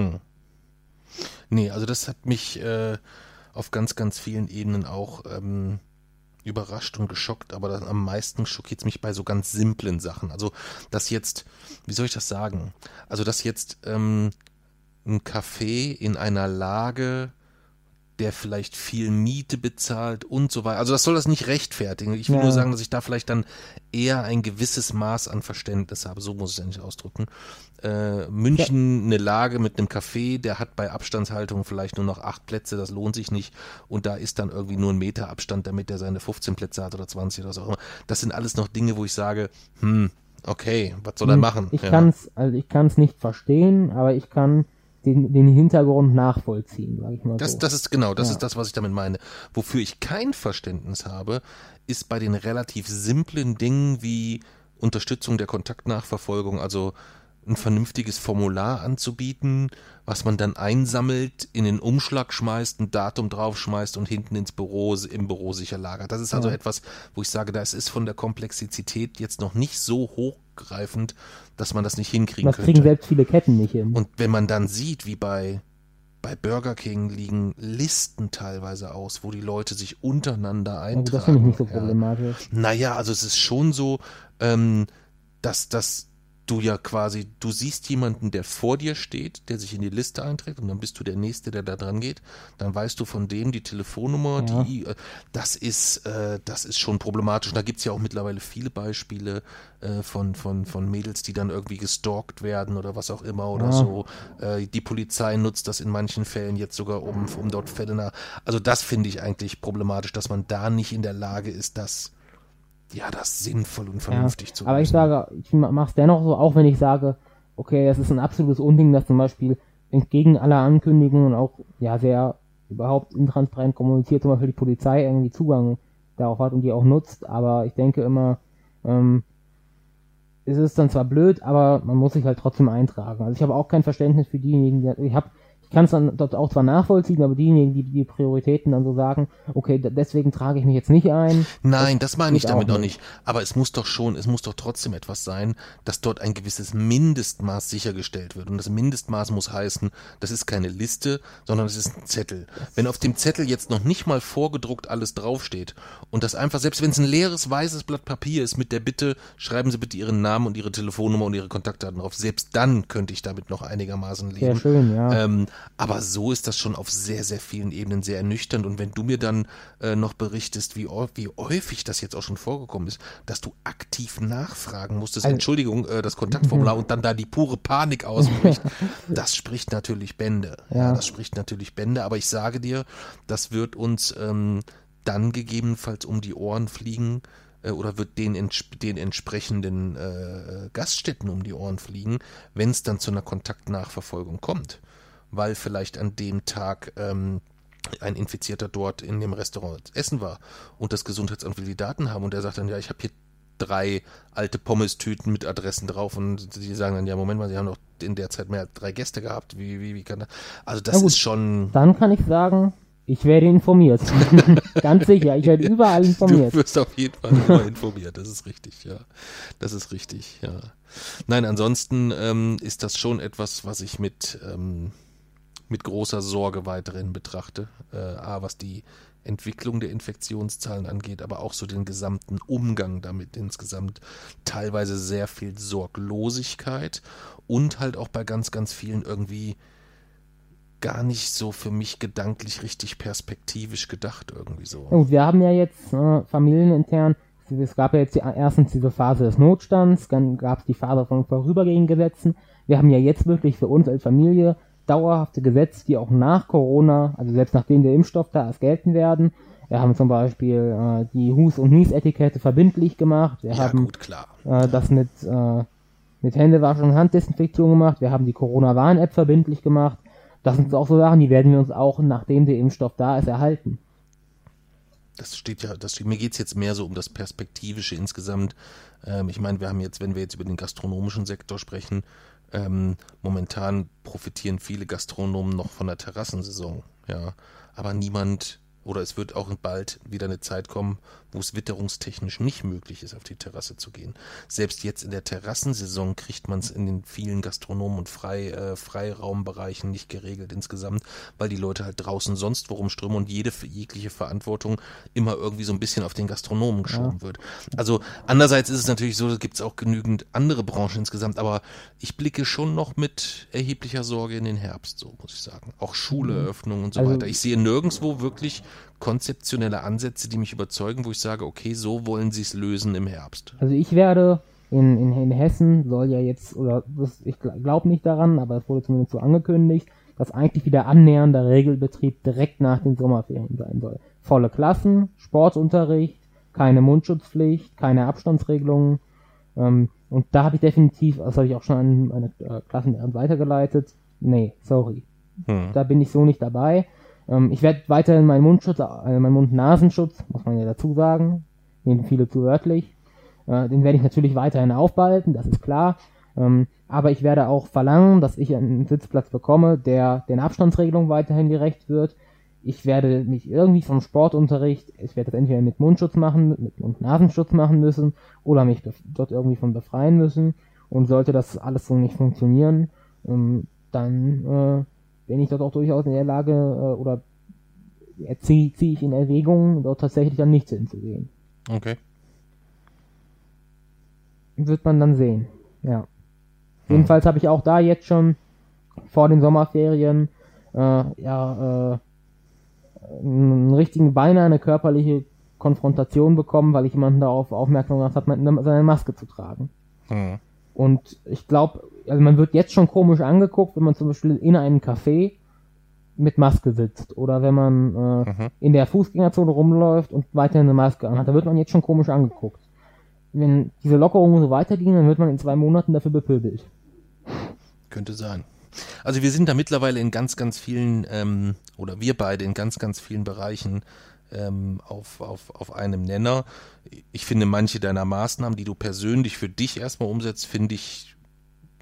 Nee, also das hat mich auf ganz, ganz vielen Ebenen auch überrascht und geschockt, aber am meisten schockiert es mich bei so ganz simplen Sachen. Also, dass jetzt, wie soll ich das sagen? Also, dass jetzt ein Café in einer Lage, der vielleicht viel Miete bezahlt und so weiter. Also das soll das nicht rechtfertigen. Ich will nur sagen, dass ich da vielleicht dann eher ein gewisses Maß an Verständnis habe. So muss ich es eigentlich ausdrücken. München eine Lage mit einem Café, der hat bei Abstandshaltung vielleicht nur noch 8 Plätze, das lohnt sich nicht. Und da ist dann irgendwie nur ein Meter Abstand, damit er seine 15 Plätze hat oder 20 oder was auch immer. Das sind alles noch Dinge, wo ich sage, okay, was soll er machen? Ich kann's nicht verstehen, aber ich kann den Hintergrund nachvollziehen, sag ich mal so. Das ist genau, das ist das, was ich damit meine. Wofür ich kein Verständnis habe, ist bei den relativ simplen Dingen wie Unterstützung der Kontaktnachverfolgung, also ein vernünftiges Formular anzubieten, was man dann einsammelt, in den Umschlag schmeißt, ein Datum draufschmeißt und hinten im Büro sicher lagert. Das ist also etwas, wo ich sage, das ist von der Komplexität jetzt noch nicht so hochgreifend, dass man das nicht hinkriegen könnte. Das kriegen selbst viele Ketten nicht hin. Und wenn man dann sieht, wie bei Burger King liegen Listen teilweise aus, wo die Leute sich untereinander eintragen. Also das finde ich nicht so problematisch. Naja, also es ist schon so, dass du ja quasi, du siehst jemanden, der vor dir steht, der sich in die Liste einträgt und dann bist du der Nächste, der da dran geht, dann weißt du von dem die Telefonnummer, das ist schon problematisch. Da gibt's ja auch mittlerweile viele Beispiele von Mädels, die dann irgendwie gestalkt werden oder was auch immer oder so. Die Polizei nutzt das in manchen Fällen jetzt sogar um dort Fälle also das finde ich eigentlich problematisch, dass man da nicht in der Lage ist, das sinnvoll und vernünftig zu lösen. Aber ich sage, ich mache es dennoch so, auch wenn ich sage, okay, es ist ein absolutes Unding, dass zum Beispiel entgegen aller Ankündigungen auch sehr überhaupt intransparent kommuniziert, zum Beispiel die Polizei irgendwie Zugang darauf hat und die auch nutzt, aber ich denke immer, es ist dann zwar blöd, aber man muss sich halt trotzdem eintragen. Also ich habe auch kein Verständnis für diejenigen, ich kann es dann dort auch zwar nachvollziehen, aber diejenigen, die Prioritäten dann so sagen, okay, deswegen trage ich mich jetzt nicht ein. Nein, das meine ich damit auch nicht. Aber es muss doch trotzdem etwas sein, dass dort ein gewisses Mindestmaß sichergestellt wird. Und das Mindestmaß muss heißen, das ist keine Liste, sondern es ist ein Zettel. Wenn auf dem Zettel jetzt noch nicht mal vorgedruckt alles draufsteht und das einfach, selbst wenn es ein leeres, weißes Blatt Papier ist mit der Bitte, schreiben Sie bitte Ihren Namen und Ihre Telefonnummer und Ihre Kontaktdaten drauf, selbst dann könnte ich damit noch einigermaßen leben. Sehr schön, ja. Aber so ist das schon auf sehr, sehr vielen Ebenen sehr ernüchternd. Und wenn du mir dann noch berichtest, wie häufig das jetzt auch schon vorgekommen ist, dass du aktiv nachfragen musstest, Entschuldigung, das Kontaktformular und dann da die pure Panik ausbricht, das spricht natürlich Bände. Ja, das spricht natürlich Bände. Aber ich sage dir, das wird uns dann gegebenenfalls um die Ohren fliegen, oder wird den entsprechenden Gaststätten um die Ohren fliegen, wenn es dann zu einer Kontaktnachverfolgung kommt. Weil vielleicht an dem Tag ein Infizierter dort in dem Restaurant essen war und das Gesundheitsamt will die Daten haben und er sagt dann, ja, ich habe hier 3 alte Pommes-Tüten mit Adressen drauf und die sagen dann, ja, Moment mal, sie haben doch in der Zeit mehr als 3 Gäste gehabt. Wie kann das? Also das ist schon... Dann kann ich sagen... Ich werde informiert. Ganz sicher, ich werde überall informiert. Du wirst auf jeden Fall immer informiert, das ist richtig, ja. Das ist richtig, ja. Nein, ansonsten ist das schon etwas, was ich mit großer Sorge weiterhin betrachte. Was die Entwicklung der Infektionszahlen angeht, aber auch so den gesamten Umgang damit insgesamt. Teilweise sehr viel Sorglosigkeit und halt auch bei ganz, ganz vielen irgendwie gar nicht so für mich gedanklich richtig perspektivisch gedacht irgendwie so. Und wir haben ja jetzt familienintern, es gab ja jetzt erstens diese Phase des Notstands, dann gab es die Phase von vorübergehenden Gesetzen. Wir haben ja jetzt wirklich für uns als Familie dauerhafte Gesetze, die auch nach Corona, also selbst nachdem der Impfstoff da ist, gelten werden. Wir haben zum Beispiel die Hus- und Nies-Etikette verbindlich gemacht. Wir haben gut, klar. Das mit Händewaschen und Handdesinfektion gemacht. Wir haben die Corona-Warn-App verbindlich gemacht. Das sind auch so Sachen, die werden wir uns auch, nachdem der Impfstoff da ist, erhalten. Mir geht es jetzt mehr so um das Perspektivische insgesamt. Ich meine, wenn wir jetzt über den gastronomischen Sektor sprechen, momentan profitieren viele Gastronomen noch von der Terrassensaison, ja. Aber niemand, oder es wird auch bald wieder eine Zeit kommen, wo es witterungstechnisch nicht möglich ist, auf die Terrasse zu gehen. Selbst jetzt in der Terrassensaison kriegt man es in den vielen Gastronomen- und Freiraumbereichen nicht geregelt insgesamt, weil die Leute halt draußen sonst wo rumströmen und jegliche Verantwortung immer irgendwie so ein bisschen auf den Gastronomen geschoben wird. Also andererseits ist es natürlich so, da gibt es auch genügend andere Branchen insgesamt, aber ich blicke schon noch mit erheblicher Sorge in den Herbst, so muss ich sagen. Auch Schuleöffnungen und so weiter. Ich sehe nirgendwo wirklich konzeptionelle Ansätze, die mich überzeugen, wo ich sage, okay, so wollen sie es lösen im Herbst. Also ich werde in Hessen soll ja jetzt, ich glaube nicht daran, aber es wurde zumindest so angekündigt, dass eigentlich wieder annähernder Regelbetrieb direkt nach den Sommerferien sein soll. Volle Klassen, Sportunterricht, keine Mundschutzpflicht, keine Abstandsregelungen. Und da habe ich definitiv, das habe ich auch schon an meine Klassenlehrerin weitergeleitet, nee, sorry. Da bin ich so nicht dabei. Ich werde weiterhin meinen Mund-Nasenschutz, muss man ja dazu sagen, nehmen viele zu wörtlich, den werde ich natürlich weiterhin aufbehalten, das ist klar, aber ich werde auch verlangen, dass ich einen Sitzplatz bekomme, der den Abstandsregelungen weiterhin gerecht wird. Ich werde mich irgendwie vom Sportunterricht, ich werde das entweder mit Mundschutz machen, mit Mund-Nasenschutz machen müssen oder mich dort irgendwie von befreien müssen, und sollte das alles so nicht funktionieren, dann bin ich dort auch durchaus in der Lage, oder ziehe ich in Erwägung, dort tatsächlich dann nicht hinzugehen. Okay. Wird man dann sehen, ja. Jedenfalls habe ich auch da jetzt schon vor den Sommerferien einen richtigen, beinahe eine körperliche Konfrontation bekommen, weil ich jemanden darauf aufmerksam gemacht habe, seine Maske zu tragen. Und ich glaube, also man wird jetzt schon komisch angeguckt, wenn man zum Beispiel in einem Café mit Maske sitzt oder wenn man in der Fußgängerzone rumläuft und weiterhin eine Maske anhat. Da wird man jetzt schon komisch angeguckt. Wenn diese Lockerungen so weitergehen, dann wird man in 2 Monaten dafür bepöbelt. Könnte sein. Also wir sind da mittlerweile in ganz, ganz vielen, oder wir beide in ganz, ganz vielen Bereichen auf einem Nenner. Ich finde manche deiner Maßnahmen, die du persönlich für dich erstmal umsetzt, finde ich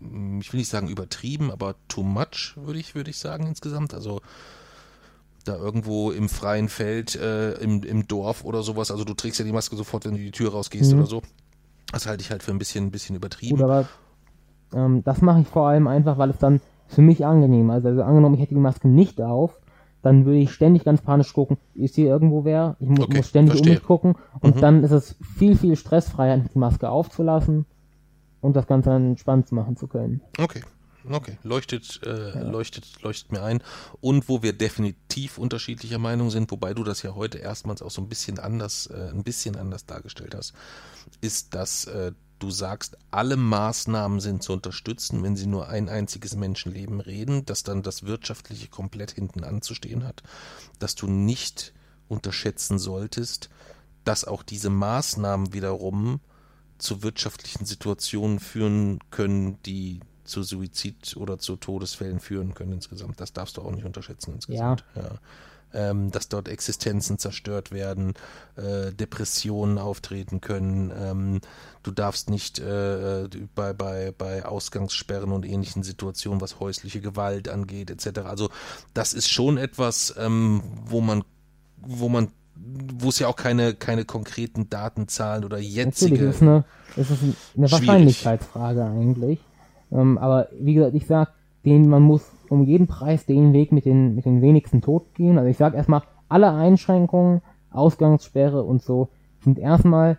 ich will nicht sagen übertrieben, aber too much, würde ich sagen insgesamt. Also da irgendwo im freien Feld, im Dorf oder sowas, also du trägst ja die Maske sofort, wenn du die Tür rausgehst oder so. Das halte ich halt für ein bisschen übertrieben. Gut, aber das mache ich vor allem einfach, weil es dann für mich angenehm ist. Also angenommen, ich hätte die Maske nicht auf, dann würde ich ständig ganz panisch gucken, ist hier irgendwo wer? Ich muss ständig um mich gucken und dann ist es viel, viel stressfreier, die Maske aufzulassen und das Ganze dann entspannt machen zu können. Okay, leuchtet mir ein. Und wo wir definitiv unterschiedlicher Meinung sind, wobei du das ja heute erstmals auch so ein bisschen anders dargestellt hast, ist, dass du sagst, alle Maßnahmen sind zu unterstützen, wenn sie nur ein einziges Menschenleben reden, dass dann das Wirtschaftliche komplett hinten anzustehen hat, dass du nicht unterschätzen solltest, dass auch diese Maßnahmen wiederum zu wirtschaftlichen Situationen führen können, die zu Suizid oder zu Todesfällen führen können insgesamt. Das darfst du auch nicht unterschätzen insgesamt. Ja. Dass dort Existenzen zerstört werden, Depressionen auftreten können. Du darfst nicht bei Ausgangssperren und ähnlichen Situationen, was häusliche Gewalt angeht, etc. Also das ist schon etwas, wo es ja auch keine konkreten Datenzahlen oder jetzige... Natürlich, es ist eine Wahrscheinlichkeitsfrage eigentlich. Aber wie gesagt, ich sag, man muss um jeden Preis den Weg mit den wenigsten Tod gehen. Also ich sag erstmal, alle Einschränkungen, Ausgangssperre und so, sind erstmal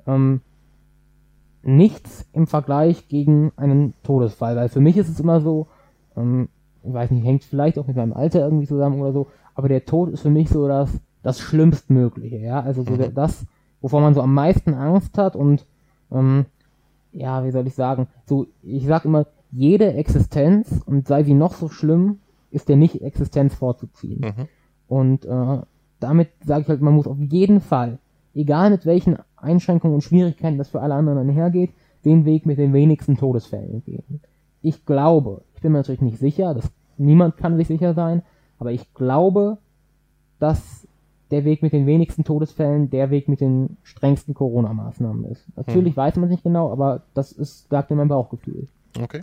nichts im Vergleich gegen einen Todesfall. Weil für mich ist es immer so, ich weiß nicht, hängt vielleicht auch mit meinem Alter irgendwie zusammen oder so, aber der Tod ist für mich so das Schlimmstmögliche, ja. Also so das, wovor man so am meisten Angst hat und wie soll ich sagen, so, ich sag immer, jede Existenz, und sei sie noch so schlimm, ist der Nicht-Existenz vorzuziehen. Und damit sage ich halt, man muss auf jeden Fall, egal mit welchen Einschränkungen und Schwierigkeiten das für alle anderen einhergeht, den Weg mit den wenigsten Todesfällen gehen. Ich glaube, ich bin mir natürlich nicht sicher, niemand kann sich sicher sein, aber ich glaube, dass der Weg mit den wenigsten Todesfällen der Weg mit den strengsten Corona-Maßnahmen ist. Natürlich weiß man es nicht genau, aber das sagt mir mein Bauchgefühl. Okay.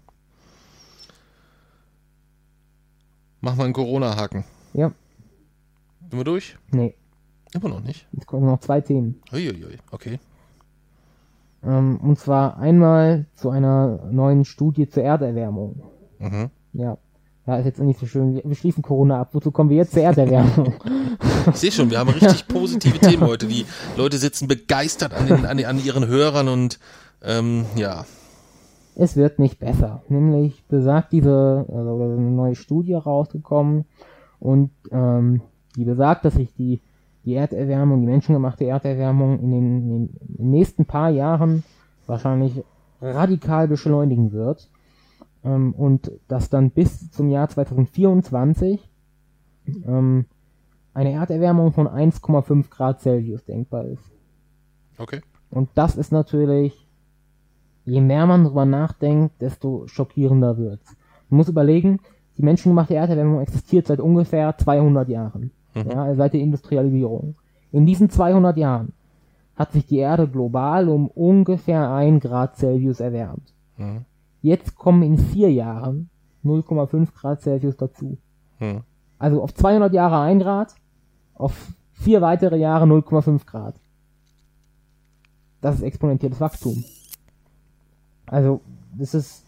Mach mal einen Corona-Haken. Ja. Sind wir durch? Nee. Immer noch nicht? Jetzt kommen noch 2 Themen. Uiuiui, okay. Und zwar einmal zu einer neuen Studie zur Erderwärmung. Ja. Ja, ist jetzt nicht so schön. Wir schließen Corona ab. Wozu kommen wir jetzt zur Erderwärmung? Ich sehe schon, wir haben richtig positive Themen heute. Die Leute sitzen begeistert an ihren Hörern und ja. Es wird nicht besser. Nämlich besagt eine neue Studie rausgekommen und die besagt, dass sich die Erderwärmung, die menschengemachte Erderwärmung in den nächsten paar Jahren wahrscheinlich radikal beschleunigen wird. Und dass dann bis zum Jahr 2024 eine Erderwärmung von 1,5 Grad Celsius denkbar ist. Okay. Und das ist natürlich, je mehr man drüber nachdenkt, desto schockierender wird's. Man muss überlegen, die menschengemachte Erderwärmung existiert seit ungefähr 200 Jahren. Ja, seit der Industrialisierung. In diesen 200 Jahren hat sich die Erde global um ungefähr 1 Grad Celsius erwärmt. Jetzt kommen in 4 Jahren 0,5 Grad Celsius dazu. Also auf 200 Jahre 1 Grad, auf 4 weitere Jahre 0,5 Grad. Das ist exponentielles Wachstum. Also das ist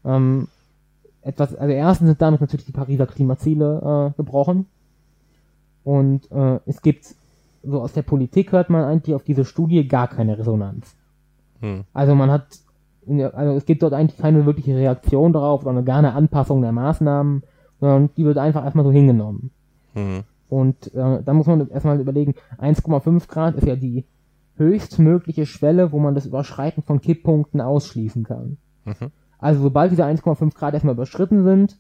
also erstens sind damit natürlich die Pariser Klimaziele gebrochen. Und es gibt, so aus der Politik hört man eigentlich auf diese Studie gar keine Resonanz. Also es gibt dort eigentlich keine wirkliche Reaktion darauf, sondern gar eine Anpassung der Maßnahmen, sondern die wird einfach erstmal so hingenommen. Und da muss man erstmal überlegen, 1,5 Grad ist ja die höchstmögliche Schwelle, wo man das Überschreiten von Kipppunkten ausschließen kann. Also sobald diese 1,5 Grad erstmal überschritten sind,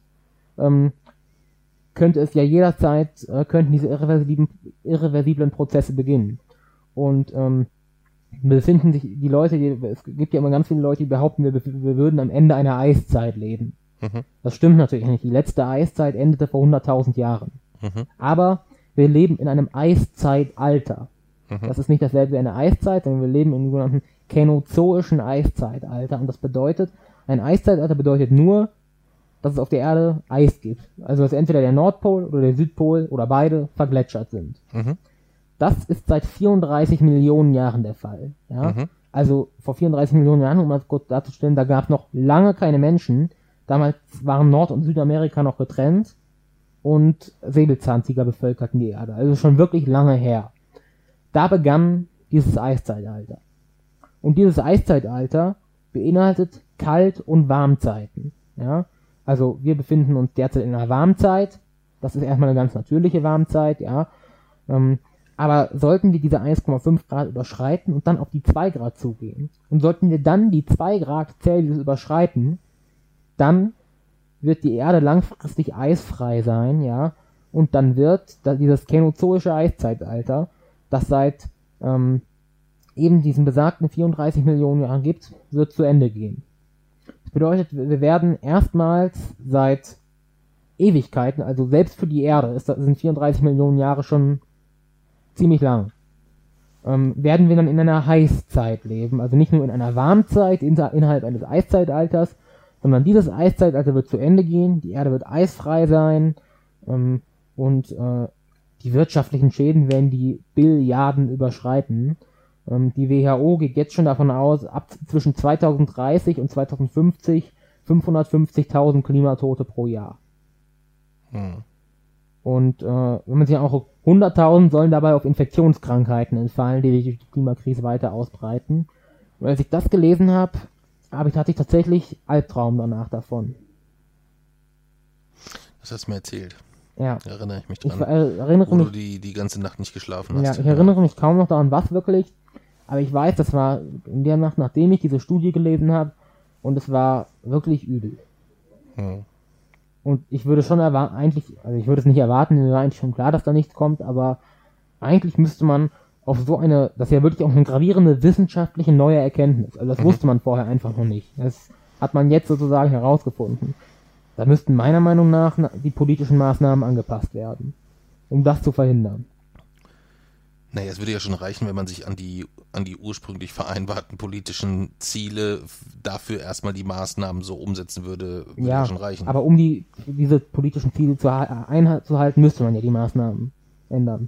könnte es ja jederzeit, könnten diese irreversiblen Prozesse beginnen. Und befinden sich die Leute, es gibt ja immer ganz viele Leute, die behaupten, wir würden am Ende einer Eiszeit leben. Das stimmt natürlich nicht. Die letzte Eiszeit endete vor 100.000 Jahren. Aber wir leben in einem Eiszeitalter. Das ist nicht dasselbe wie eine Eiszeit, sondern wir leben im sogenannten känozoischen Eiszeitalter. Und das bedeutet, Ein Eiszeitalter bedeutet nur, dass es auf der Erde Eis gibt. Also dass entweder der Nordpol oder der Südpol oder beide vergletschert sind. Mhm. Das ist seit 34 Millionen Jahren der Fall. Ja? Mhm. Also vor 34 Millionen Jahren, um das kurz darzustellen, da gab es noch lange keine Menschen. Damals waren Nord- und Südamerika noch getrennt und Säbelzahntiger bevölkerten die Erde. Also schon wirklich lange her. Da begann dieses Eiszeitalter. Und dieses Eiszeitalter beinhaltet Kalt- und Warmzeiten. Ja? Also wir befinden uns derzeit in einer Warmzeit. Das ist erstmal eine ganz natürliche Warmzeit, ja. Aber sollten wir diese 1,5 Grad überschreiten und dann auf die 2 Grad zugehen und sollten wir dann die 2 Grad Celsius überschreiten, dann wird die Erde langfristig eisfrei sein, ja, und dann wird dieses känozoische Eiszeitalter, das seit eben diesen besagten 34 Millionen Jahren gibt, wird zu Ende gehen. Das bedeutet, wir werden erstmals seit Ewigkeiten, also selbst für die Erde sind 34 Millionen Jahre schon ziemlich lang, werden wir dann in einer Heißzeit leben. Also nicht nur in einer Warmzeit innerhalb eines Eiszeitalters, sondern dieses Eiszeitalter wird zu Ende gehen, die Erde wird eisfrei sein und die wirtschaftlichen Schäden werden die Billiarden überschreiten. Die WHO geht jetzt schon davon aus, ab zwischen 2030 und 2050 550.000 Klimatote pro Jahr. Und wenn man sich auch 100.000 sollen dabei auf Infektionskrankheiten entfallen, die sich durch die Klimakrise weiter ausbreiten. Und als ich das gelesen habe, hatte ich tatsächlich Albtraum danach davon. Das hast du mir erzählt. Ja. Erinnere ich mich dran. Ich erinnere wo mich, du die ganze Nacht nicht geschlafen hast. ja, ich erinnere mich kaum noch daran, was wirklich, aber ich weiß, das war in der Nacht, nachdem ich diese Studie gelesen habe, und es war wirklich übel. Und ich würde schon ich würde es nicht erwarten, mir war eigentlich schon klar, dass da nichts kommt, aber eigentlich müsste man auf so eine, das ist ja wirklich auch eine gravierende wissenschaftliche neue Erkenntnis, also das wusste man vorher einfach noch nicht. Das hat man jetzt sozusagen herausgefunden. Da müssten meiner Meinung nach die politischen Maßnahmen angepasst werden, um das zu verhindern. Naja, es würde ja schon reichen, wenn man sich an die ursprünglich vereinbarten politischen Ziele dafür erstmal die Maßnahmen so umsetzen würde, würde ja schon reichen. Aber um diese politischen Ziele einzuhalten, müsste man ja die Maßnahmen ändern.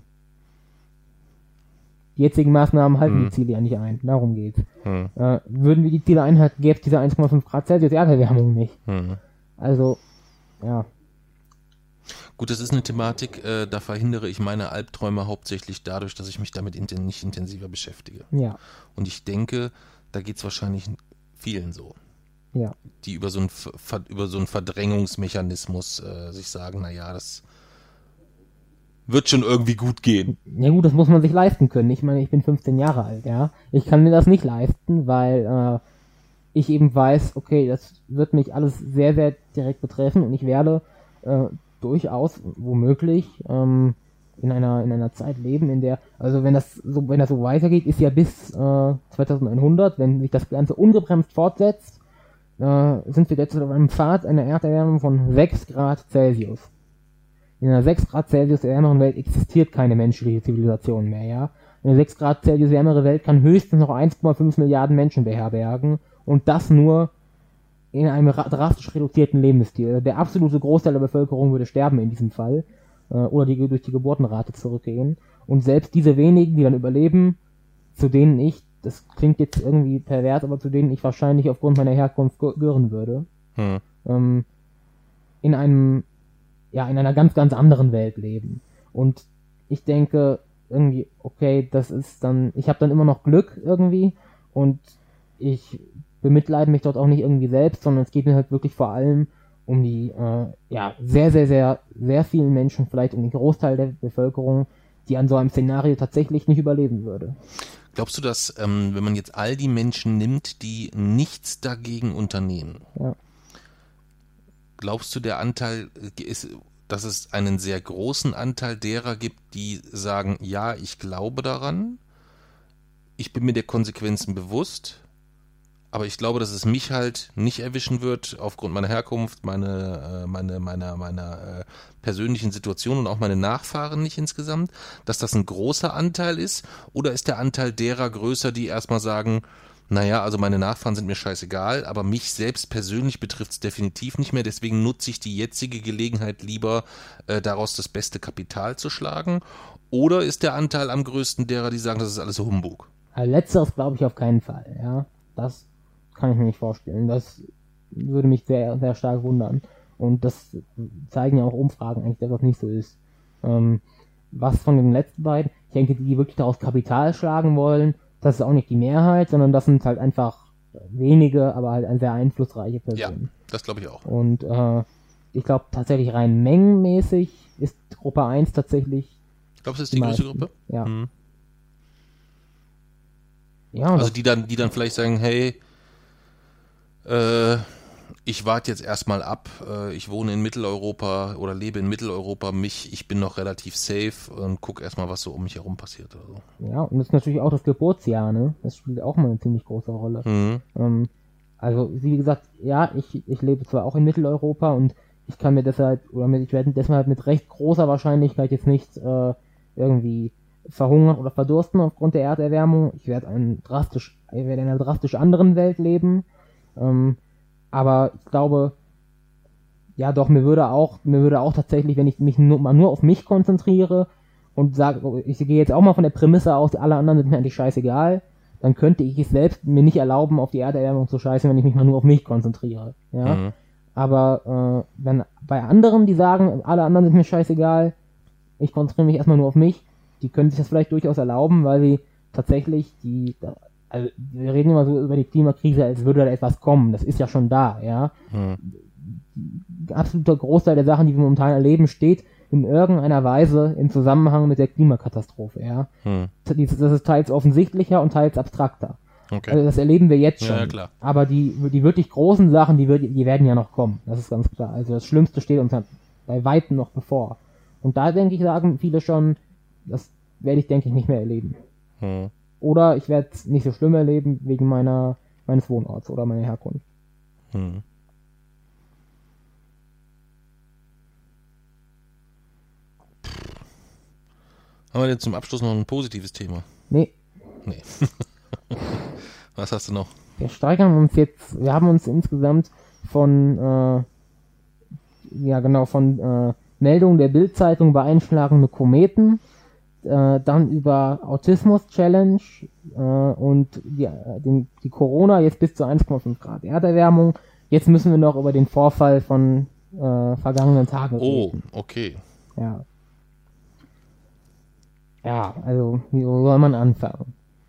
Die jetzigen Maßnahmen halten die Ziele ja nicht ein, darum geht's. Würden wir die Ziele einhalten, gäbe es diese 1,5 Grad Celsius Erderwärmung nicht. Also, ja. Gut, das ist eine Thematik, da verhindere ich meine Albträume hauptsächlich dadurch, dass ich mich damit nicht intensiver beschäftige. Ja. Und ich denke, da geht es wahrscheinlich vielen so. Ja. Die über so einen Verdrängungsmechanismus sich sagen, naja, das wird schon irgendwie gut gehen. Ja gut, das muss man sich leisten können. Ich meine, ich bin 15 Jahre alt, ja. Ich kann mir das nicht leisten, weil ich eben weiß, okay, das wird mich alles sehr, sehr direkt betreffen und ich werde durchaus womöglich in einer Zeit leben, in der, also wenn das so weitergeht, ist ja bis 2100, wenn sich das Ganze ungebremst fortsetzt, sind wir jetzt auf einem Pfad einer Erderwärmung von 6 Grad Celsius. In einer 6 Grad Celsius ärmeren Welt existiert keine menschliche Zivilisation mehr, ja. Eine 6 Grad Celsius ärmere Welt kann höchstens noch 1,5 Milliarden Menschen beherbergen und das nur in einem drastisch reduzierten Lebensstil. Der absolute Großteil der Bevölkerung würde sterben in diesem Fall oder durch die Geburtenrate zurückgehen. Und selbst diese wenigen, die dann überleben, zu denen ich, das klingt jetzt irgendwie pervers, aber zu denen ich wahrscheinlich aufgrund meiner Herkunft gehören würde, in einer ganz, ganz anderen Welt leben. Und ich denke irgendwie, okay, das ist dann, ich habe dann immer noch Glück irgendwie und ich bemitleide mich dort auch nicht irgendwie selbst, sondern es geht mir halt wirklich vor allem um die sehr, sehr, sehr, sehr vielen Menschen, vielleicht um den Großteil der Bevölkerung, die an so einem Szenario tatsächlich nicht überleben würde. Glaubst du, dass, wenn man jetzt all die Menschen nimmt, die nichts dagegen unternehmen, glaubst du, der Anteil ist, dass es einen sehr großen Anteil derer gibt, die sagen, ja, ich glaube daran, ich bin mir der Konsequenzen bewusst, aber ich glaube, dass es mich halt nicht erwischen wird, aufgrund meiner Herkunft, meiner persönlichen Situation und auch meine Nachfahren nicht insgesamt, dass das ein großer Anteil ist? Oder ist der Anteil derer größer, die erstmal sagen, Naja, also meine Nachfahren sind mir scheißegal, aber mich selbst persönlich betrifft es definitiv nicht mehr. Deswegen nutze ich die jetzige Gelegenheit lieber, daraus das beste Kapital zu schlagen. Oder ist der Anteil am größten derer, die sagen, das ist alles Humbug? Also letzteres glaube ich auf keinen Fall, ja. Das kann ich mir nicht vorstellen. Das würde mich sehr, sehr stark wundern. Und das zeigen ja auch Umfragen eigentlich, dass das nicht so ist. Was von den letzten beiden, ich denke, die wirklich daraus Kapital schlagen wollen, das ist auch nicht die Mehrheit, sondern das sind halt einfach wenige, aber halt sehr einflussreiche Personen. Ja, das glaube ich auch. Und ich glaube tatsächlich rein mengenmäßig ist Gruppe 1 tatsächlich. Glaubst du, das ist die größte Gruppe? Ja. Mhm. Ja, also die dann vielleicht sagen, hey, ich warte jetzt erstmal ab, ich wohne in Mitteleuropa oder lebe in Mitteleuropa, ich bin noch relativ safe und guck erstmal, was so um mich herum passiert oder so. Ja, und das ist natürlich auch das Geburtsjahr, ne? Das spielt auch mal eine ziemlich große Rolle. Mhm. Also, wie gesagt, ja, ich lebe zwar auch in Mitteleuropa und ich kann mir deshalb, ich werde deshalb mit recht großer Wahrscheinlichkeit jetzt nicht irgendwie verhungern oder verdursten aufgrund der Erderwärmung. Ich werde in einer drastisch anderen Welt leben. Aber ich glaube, ja doch, mir würde auch tatsächlich, wenn ich mich nur auf mich konzentriere und sage, ich gehe jetzt auch mal von der Prämisse aus, alle anderen sind mir eigentlich scheißegal, dann könnte ich es selbst mir nicht erlauben, auf die Erderwärmung zu scheißen, wenn ich mich mal nur auf mich konzentriere. Ja? Mhm. Aber wenn bei anderen, die sagen, alle anderen sind mir scheißegal, ich konzentriere mich erstmal nur auf mich, die können sich das vielleicht durchaus erlauben, weil sie tatsächlich also wir reden immer so über die Klimakrise, als würde da etwas kommen. Das ist ja schon da, ja. Der absolute Großteil der Sachen, die wir momentan erleben, steht in irgendeiner Weise im Zusammenhang mit der Klimakatastrophe, ja. Das ist teils offensichtlicher und teils abstrakter. Okay. Also das erleben wir jetzt schon. Ja, klar. Aber die wirklich großen Sachen, die werden ja noch kommen. Das ist ganz klar. Also das Schlimmste steht uns bei Weitem noch bevor. Und da, denke ich, sagen viele schon, das werde ich, denke ich, nicht mehr erleben. Oder ich werde es nicht so schlimm erleben wegen meines Wohnorts oder meiner Herkunft. Haben wir denn zum Abschluss noch ein positives Thema? Nee. Was hast du noch? Wir haben uns insgesamt von Meldungen der Bild-Zeitung über einschlagende Kometen, dann über Autismus-Challenge und die Corona, jetzt bis zu 1,5 Grad Erderwärmung. Jetzt müssen wir noch über den Vorfall von vergangenen Tagen reden. Oh, okay. Ja. Ja, also wie soll man anfangen?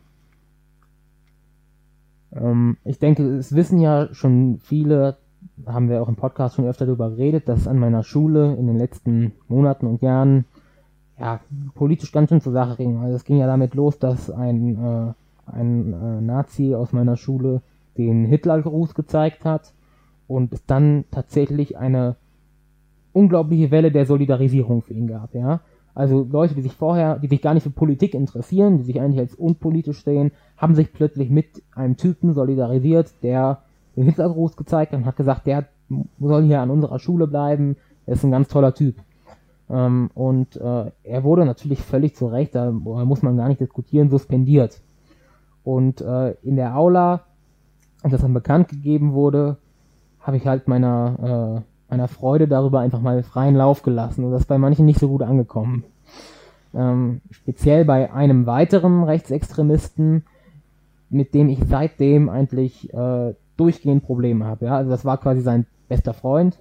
Ich denke, es wissen ja schon viele, haben wir auch im Podcast schon öfter darüber geredet, dass an meiner Schule in den letzten Monaten und Jahren politisch ganz schön zur Sache ging. Also es ging ja damit los, dass ein Nazi aus meiner Schule den Hitlergruß gezeigt hat und es dann tatsächlich eine unglaubliche Welle der Solidarisierung für ihn gab, ja. Also Leute, die sich gar nicht für Politik interessieren, die sich eigentlich als unpolitisch sehen, haben sich plötzlich mit einem Typen solidarisiert, der den Hitlergruß gezeigt hat und hat gesagt, der soll hier an unserer Schule bleiben, er ist ein ganz toller Typ. Er wurde natürlich völlig zu Recht, da muss man gar nicht diskutieren, suspendiert. Und in der Aula, als das dann bekannt gegeben wurde, habe ich halt meiner Freude darüber einfach mal freien Lauf gelassen. Und das ist bei manchen nicht so gut angekommen. Speziell bei einem weiteren Rechtsextremisten, mit dem ich seitdem eigentlich durchgehend Probleme habe. Ja? Also das war quasi sein bester Freund.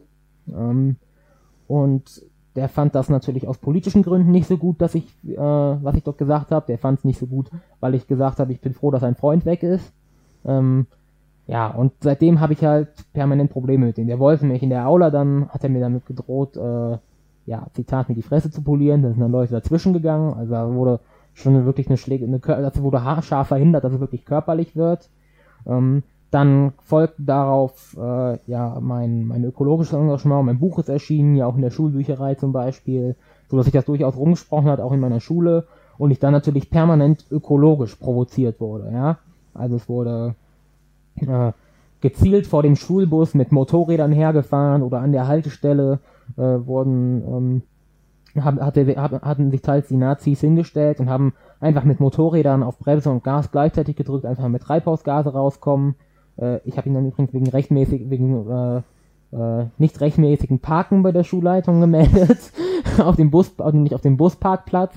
Und der fand das natürlich aus politischen Gründen nicht so gut, was ich dort gesagt habe. Der fand es nicht so gut, weil ich gesagt habe, ich bin froh, dass ein Freund weg ist. Ja, und seitdem habe ich halt permanent Probleme mit ihm. Der wollte mich in der Aula, dann hat er mir damit gedroht, Zitat, mir die Fresse zu polieren. Da sind dann Leute dazwischen gegangen. Also da wurde schon wirklich das wurde haarscharf verhindert, dass es wirklich körperlich wird. Dann folgt darauf mein ökologisches Engagement. Mein Buch ist erschienen, ja auch in der Schulbücherei zum Beispiel, so dass sich das durchaus rumgesprochen hat, auch in meiner Schule. Und ich dann natürlich permanent ökologisch provoziert wurde. Ja, also es wurde gezielt vor dem Schulbus mit Motorrädern hergefahren oder an der Haltestelle hatten sich teils die Nazis hingestellt und haben einfach mit Motorrädern auf Bremse und Gas gleichzeitig gedrückt, einfach mit Treibhausgase rauskommen. Ich habe ihn dann übrigens wegen nicht rechtmäßigen Parken bei der Schulleitung gemeldet, nicht auf dem Busparkplatz.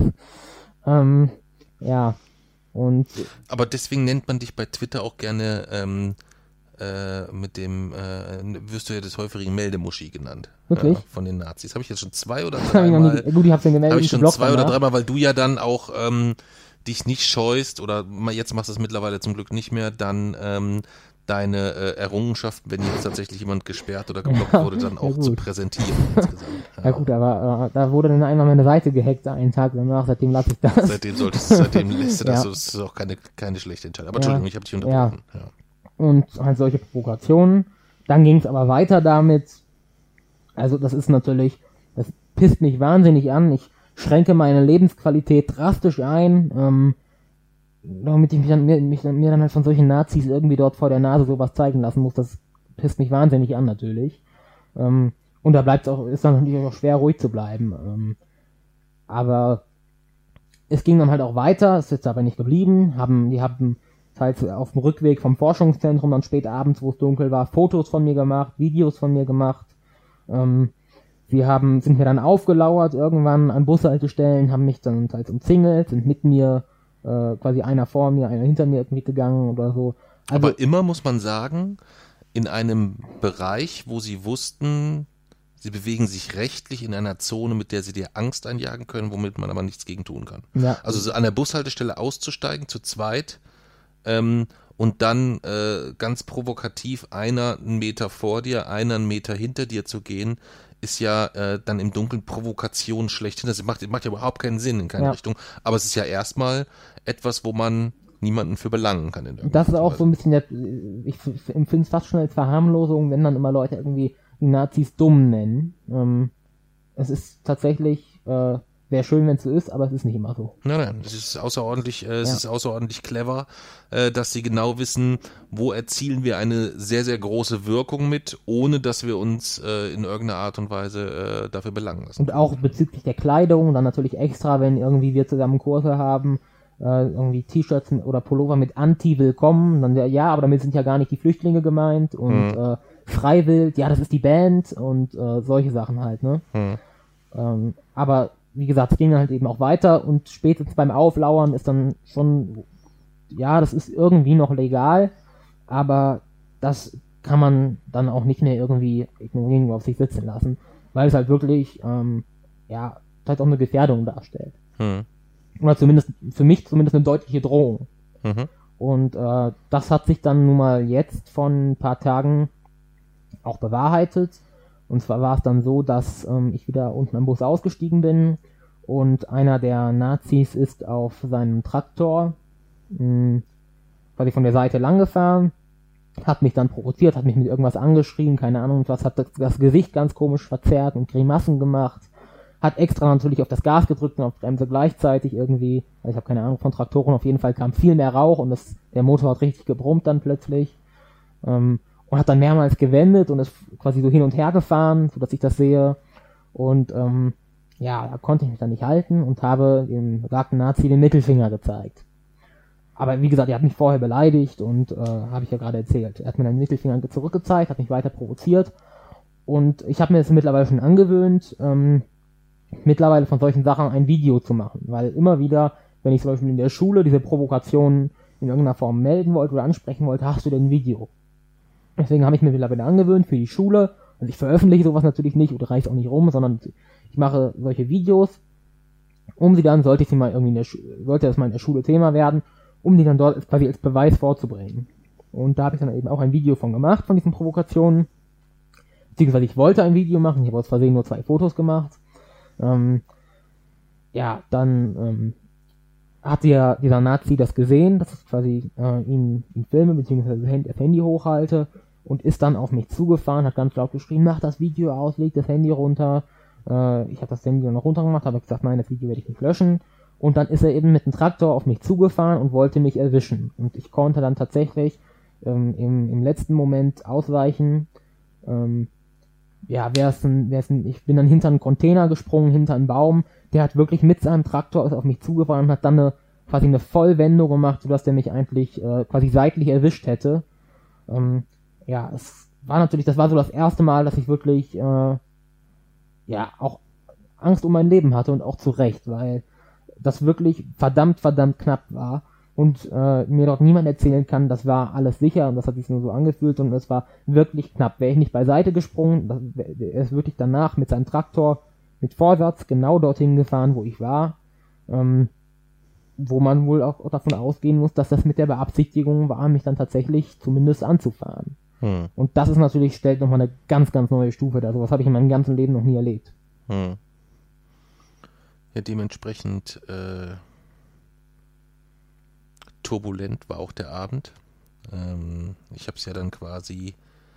Ja, und... Aber deswegen nennt man dich bei Twitter auch gerne wirst du ja des häufigen Meldemuschi genannt. Wirklich? Von den Nazis. Habe ich jetzt schon 2 oder 3 Mal. Gut, ich hab's ja gemeldet. Habe ich schon 2 oder 3 Mal, weil du ja dann auch dich nicht scheust, oder jetzt machst du es mittlerweile zum Glück nicht mehr, dann deine Errungenschaften, wenn jetzt tatsächlich jemand gesperrt oder geblockt wurde, dann auch zu präsentieren insgesamt. Ja gut, aber da wurde dann einmal meine Seite gehackt einen Tag danach, seitdem lasse ich das. Seitdem lässt du das, das ist auch keine schlechte Entscheidung. Aber Entschuldigung, ich habe dich unterbrochen. Ja. Und halt solche Provokationen. Dann ging es aber weiter damit, also das pisst mich wahnsinnig an, ich schränke meine Lebensqualität drastisch ein, damit ich mir dann halt von solchen Nazis irgendwie dort vor der Nase sowas zeigen lassen muss, das pisst mich wahnsinnig an natürlich. Und da ist dann natürlich auch schwer ruhig zu bleiben. Aber es ging dann halt auch weiter, es ist jetzt aber nicht geblieben, die haben teils auf dem Rückweg vom Forschungszentrum dann spät abends, wo es dunkel war, Fotos von mir gemacht, Videos von mir gemacht. Sind mir dann aufgelauert irgendwann an Bushaltestellen, haben mich dann teils umzingelt, sind mit mir quasi einer vor mir, einer hinter mir irgendwie gegangen oder so. Also, aber immer muss man sagen, in einem Bereich, wo sie wussten, sie bewegen sich rechtlich in einer Zone, mit der sie dir Angst einjagen können, womit man aber nichts gegen tun kann. Ja. Also so an der Bushaltestelle auszusteigen, zu zweit, und dann ganz provokativ einer einen Meter vor dir, einer einen Meter hinter dir zu gehen, ist ja dann im Dunkeln Provokation schlechthin. Das macht ja überhaupt keinen Sinn in keine Richtung. Aber es ist ja erstmal etwas, wo man niemanden für belangen kann. Das ist auch so ein bisschen, ich empfinde es fast schon als Verharmlosung, wenn dann immer Leute irgendwie die Nazis dumm nennen. Es ist tatsächlich... wäre schön, wenn es so ist, aber es ist nicht immer so. Nein, es ist außerordentlich clever, dass sie genau wissen, wo erzielen wir eine sehr, sehr große Wirkung mit, ohne dass wir uns in irgendeiner Art und Weise dafür belangen lassen. Und auch bezüglich der Kleidung, dann natürlich extra, wenn irgendwie wir zusammen Kurse haben, irgendwie T-Shirts oder Pullover mit Anti-Willkommen, dann aber damit sind ja gar nicht die Flüchtlinge gemeint und Freiwild, das ist die Band und solche Sachen halt, ne? Aber wie gesagt, es ging halt eben auch weiter und spätestens beim Auflauern ist dann schon, das ist irgendwie noch legal, aber das kann man dann auch nicht mehr irgendwie ignorieren oder auf sich sitzen lassen, weil es halt wirklich, halt auch eine Gefährdung darstellt. Oder zumindest, für mich zumindest eine deutliche Drohung. Und das hat sich dann nun mal jetzt von ein paar Tagen auch bewahrheitet. Und zwar war es dann so, dass ich wieder unten am Bus ausgestiegen bin und einer der Nazis ist auf seinem Traktor quasi von der Seite lang gefahren, hat mich dann provoziert, hat mich mit irgendwas angeschrien, keine Ahnung was, hat das Gesicht ganz komisch verzerrt und Grimassen gemacht, hat extra natürlich auf das Gas gedrückt und auf Bremse gleichzeitig irgendwie, ich habe keine Ahnung von Traktoren, auf jeden Fall kam viel mehr Rauch und der Motor hat richtig gebrummt dann plötzlich. Und hat dann mehrmals gewendet und ist quasi so hin und her gefahren, sodass ich das sehe. Und da konnte ich mich dann nicht halten und habe dem besagten Nazi den Mittelfinger gezeigt. Aber wie gesagt, er hat mich vorher beleidigt und habe ich ja gerade erzählt. Er hat mir dann den Mittelfinger zurückgezeigt, hat mich weiter provoziert. Und ich habe mir das mittlerweile schon angewöhnt, mittlerweile von solchen Sachen ein Video zu machen. Weil immer wieder, wenn ich zum Beispiel in der Schule diese Provokationen in irgendeiner Form melden wollte oder ansprechen wollte, hast du denn ein Video? Deswegen habe ich mir mittlerweile angewöhnt für die Schule, also ich veröffentliche sowas natürlich nicht oder reiche auch nicht rum, sondern ich mache solche Videos, um sie dann, sollte das mal in der Schule Thema werden, um die dann dort quasi als Beweis vorzubringen. Und da habe ich dann eben auch ein Video von gemacht, von diesen Provokationen, beziehungsweise ich wollte ein Video machen, ich habe aus Versehen nur 2 Fotos gemacht. Dann hat dieser Nazi das gesehen, dass ich quasi ihn filme, beziehungsweise das Handy hochhalte und ist dann auf mich zugefahren, hat ganz laut geschrien, mach das Video aus, leg das Handy runter. Ich habe das Handy noch runtergemacht, habe gesagt, nein, das Video werde ich nicht löschen. Und dann ist er eben mit dem Traktor auf mich zugefahren und wollte mich erwischen. Und ich konnte dann tatsächlich im letzten Moment ausweichen. Ich bin dann hinter einen Container gesprungen, hinter einen Baum. Der hat wirklich mit seinem Traktor auf mich zugefahren und hat dann quasi eine Vollwendung gemacht, sodass der mich eigentlich quasi seitlich erwischt hätte. Ja, es war natürlich, das war so das erste Mal, dass ich wirklich auch Angst um mein Leben hatte und auch zu Recht, weil das wirklich verdammt knapp war und mir dort niemand erzählen kann, das war alles sicher und das hat sich nur so angefühlt und es war wirklich knapp. Wäre ich nicht beiseite gesprungen, er ist wirklich danach mit seinem Traktor mit Vorsatz genau dorthin gefahren, wo ich war, wo man wohl auch davon ausgehen muss, dass das mit der Beabsichtigung war, mich dann tatsächlich zumindest anzufahren. Und das ist natürlich, stellt nochmal eine ganz neue Stufe dar. Sowas habe ich in meinem ganzen Leben noch nie erlebt. Ja, dementsprechend turbulent war auch der Abend. Ich habe es ja dann quasi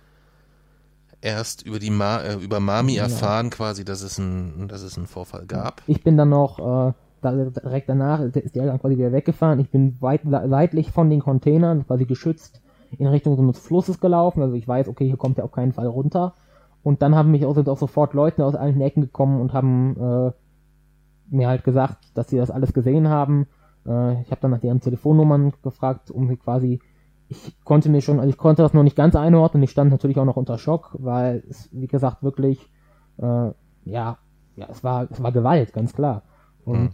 erst über Mami erfahren, quasi, dass es einen Vorfall gab. Ich bin dann noch direkt danach, ist der dann quasi wieder weggefahren. Ich bin seitlich von den Containern quasi geschützt in Richtung so eines Flusses gelaufen. Also ich weiß, okay, hier kommt er auf keinen Fall runter. Und dann sind auch sofort Leute aus allen Ecken gekommen und haben mir halt gesagt, dass sie das alles gesehen haben. Ich habe dann nach deren Telefonnummern gefragt, um sie quasi, ich konnte das noch nicht ganz einordnen, ich stand natürlich auch noch unter Schock, weil es, wie gesagt, wirklich, es war Gewalt, ganz klar. Und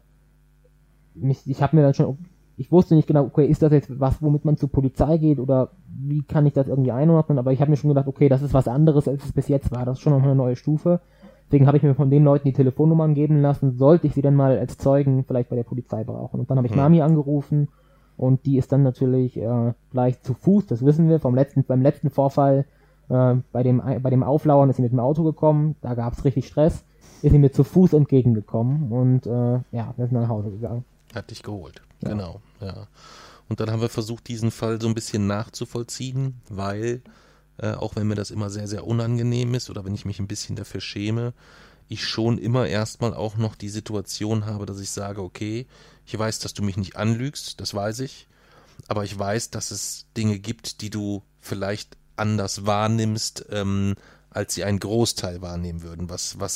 ich wusste nicht genau, okay, ist das jetzt was, womit man zur Polizei geht oder wie kann ich das irgendwie einordnen, aber ich habe mir schon gedacht, okay, das ist was anderes, als es bis jetzt war, das ist schon noch eine neue Stufe. Deswegen habe ich mir von den Leuten die Telefonnummern geben lassen, sollte ich sie dann mal als Zeugen vielleicht bei der Polizei brauchen. Und dann habe ich Mami angerufen und die ist dann natürlich gleich zu Fuß, das wissen wir, beim letzten Vorfall, bei dem Auflauern ist sie mit dem Auto gekommen, da gab es richtig Stress, ist sie mir zu Fuß entgegengekommen und wir sind nach Hause gegangen. Hat dich geholt, genau, ja. Und dann haben wir versucht, diesen Fall so ein bisschen nachzuvollziehen, weil auch wenn mir das immer sehr, sehr unangenehm ist oder wenn ich mich ein bisschen dafür schäme, ich schon immer erstmal auch noch die Situation habe, dass ich sage, okay, ich weiß, dass du mich nicht anlügst, das weiß ich, aber ich weiß, dass es Dinge gibt, die du vielleicht anders wahrnimmst, als sie einen Großteil wahrnehmen würden,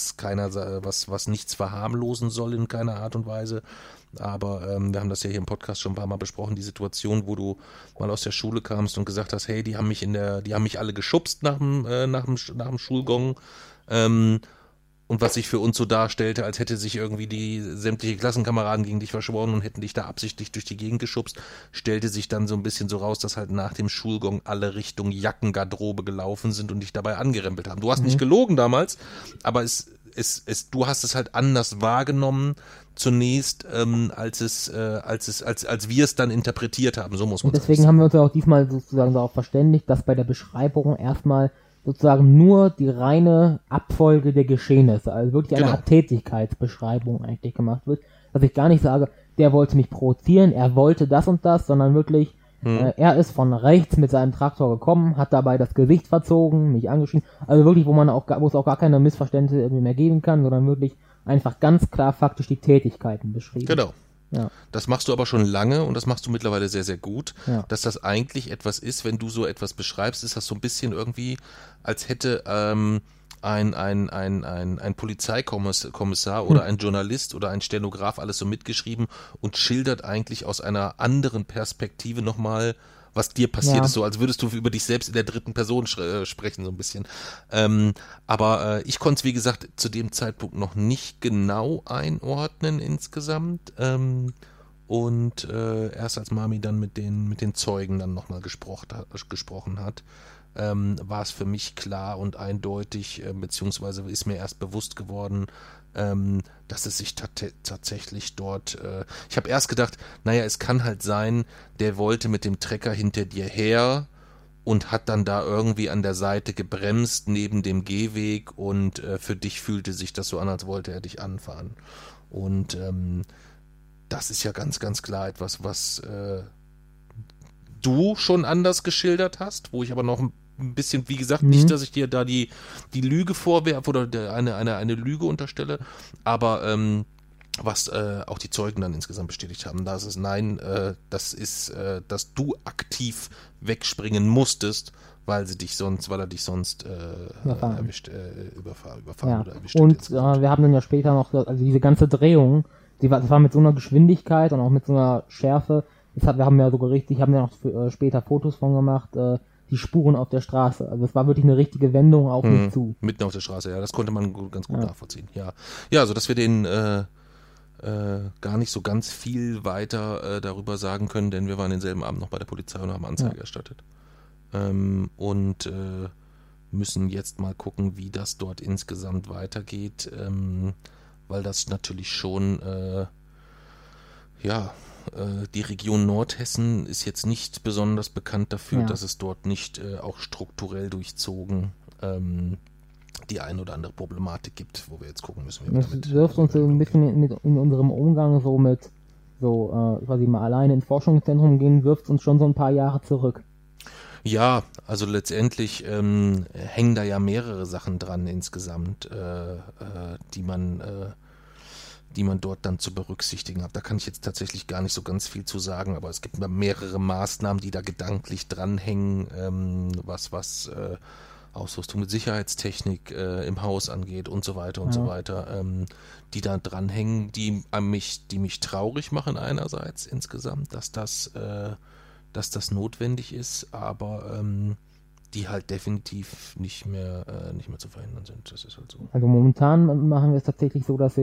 was nichts verharmlosen soll in keiner Art und Weise. Aber wir haben das ja hier im Podcast schon ein paar Mal besprochen, die Situation, wo du mal aus der Schule kamst und gesagt hast, hey, die haben mich alle geschubst nach dem Schulgong, und was sich für uns so darstellte, als hätte sich irgendwie die sämtliche Klassenkameraden gegen dich verschworen und hätten dich da absichtlich durch die Gegend geschubst, stellte sich dann so ein bisschen so raus, dass halt nach dem Schulgong alle Richtung Jackengarderobe gelaufen sind und dich dabei angerempelt haben. Du hast nicht gelogen damals, aber du hast es halt anders wahrgenommen zunächst, als wir es dann interpretiert haben, so muss man sagen. Und deswegen haben wir uns ja auch diesmal sozusagen darauf verständigt, dass bei der Beschreibung erstmal sozusagen nur die reine Abfolge der Geschehnisse, also wirklich eine Art Tätigkeitsbeschreibung eigentlich gemacht wird, dass ich gar nicht sage, der wollte mich provozieren, er wollte das und das, sondern wirklich, er ist von rechts mit seinem Traktor gekommen, hat dabei das Gesicht verzogen, mich angeschrien, also wirklich, wo es auch gar keine Missverständnisse irgendwie mehr geben kann, sondern wirklich einfach ganz klar faktisch die Tätigkeiten beschrieben. Genau. Ja. Das machst du aber schon lange und das machst du mittlerweile sehr, sehr gut, ja. Dass das eigentlich etwas ist, wenn du so etwas beschreibst, ist das so ein bisschen irgendwie, als hätte ein Polizeikommissar oder ein Journalist oder ein Stenograf alles so mitgeschrieben und schildert eigentlich aus einer anderen Perspektive nochmal, was dir passiert ist, so als würdest du über dich selbst in der dritten Person sprechen, so ein bisschen. Aber ich konnte es, wie gesagt, zu dem Zeitpunkt noch nicht genau einordnen insgesamt. Und erst als Mami dann mit den Zeugen dann nochmal gesprochen hat, war es für mich klar und eindeutig, beziehungsweise ist mir erst bewusst geworden, dass es sich tatsächlich dort, ich habe erst gedacht, naja, es kann halt sein, der wollte mit dem Trecker hinter dir her und hat dann da irgendwie an der Seite gebremst neben dem Gehweg und für dich fühlte sich das so an, als wollte er dich anfahren. Und das ist ja ganz, ganz klar etwas, was du schon anders geschildert hast, wo ich aber noch ein bisschen, wie gesagt, nicht, dass ich dir da die Lüge vorwerfe oder eine Lüge unterstelle, aber was auch die Zeugen dann insgesamt bestätigt haben, dass du aktiv wegspringen musstest, weil er dich sonst überfahren oder erwischt hätte. Und wir haben dann ja später noch, also diese ganze Drehung, das war mit so einer Geschwindigkeit und auch mit so einer Schärfe. Wir haben ja sogar haben ja noch später Fotos von gemacht, die Spuren auf der Straße. Also es war wirklich eine richtige Wendung auf mich zu. Mitten auf der Straße, ja, das konnte man ganz gut nachvollziehen. Ja, so dass wir den gar nicht so ganz viel weiter darüber sagen können, denn wir waren denselben Abend noch bei der Polizei und haben Anzeige erstattet. Und müssen jetzt mal gucken, wie das dort insgesamt weitergeht, weil das natürlich schon, die Region Nordhessen ist jetzt nicht besonders bekannt dafür, dass es dort nicht auch strukturell durchzogen die ein oder andere Problematik gibt, wo wir jetzt gucken müssen, wie wir damit. Das wirft uns so ein bisschen in unserem Umgang so mit quasi mal alleine ins Forschungszentrum gehen, wirft uns schon so ein paar Jahre zurück. Ja, also letztendlich hängen da ja mehrere Sachen dran insgesamt, die man dort dann zu berücksichtigen hat. Da kann ich jetzt tatsächlich gar nicht so ganz viel zu sagen, aber es gibt mehrere Maßnahmen, die da gedanklich dranhängen, was Ausrüstung mit Sicherheitstechnik im Haus angeht und so weiter und so weiter, die da dranhängen, die mich traurig machen einerseits insgesamt, dass das notwendig ist, aber die halt definitiv nicht mehr zu verhindern sind. Das ist halt so. Also momentan machen wir es tatsächlich so, dass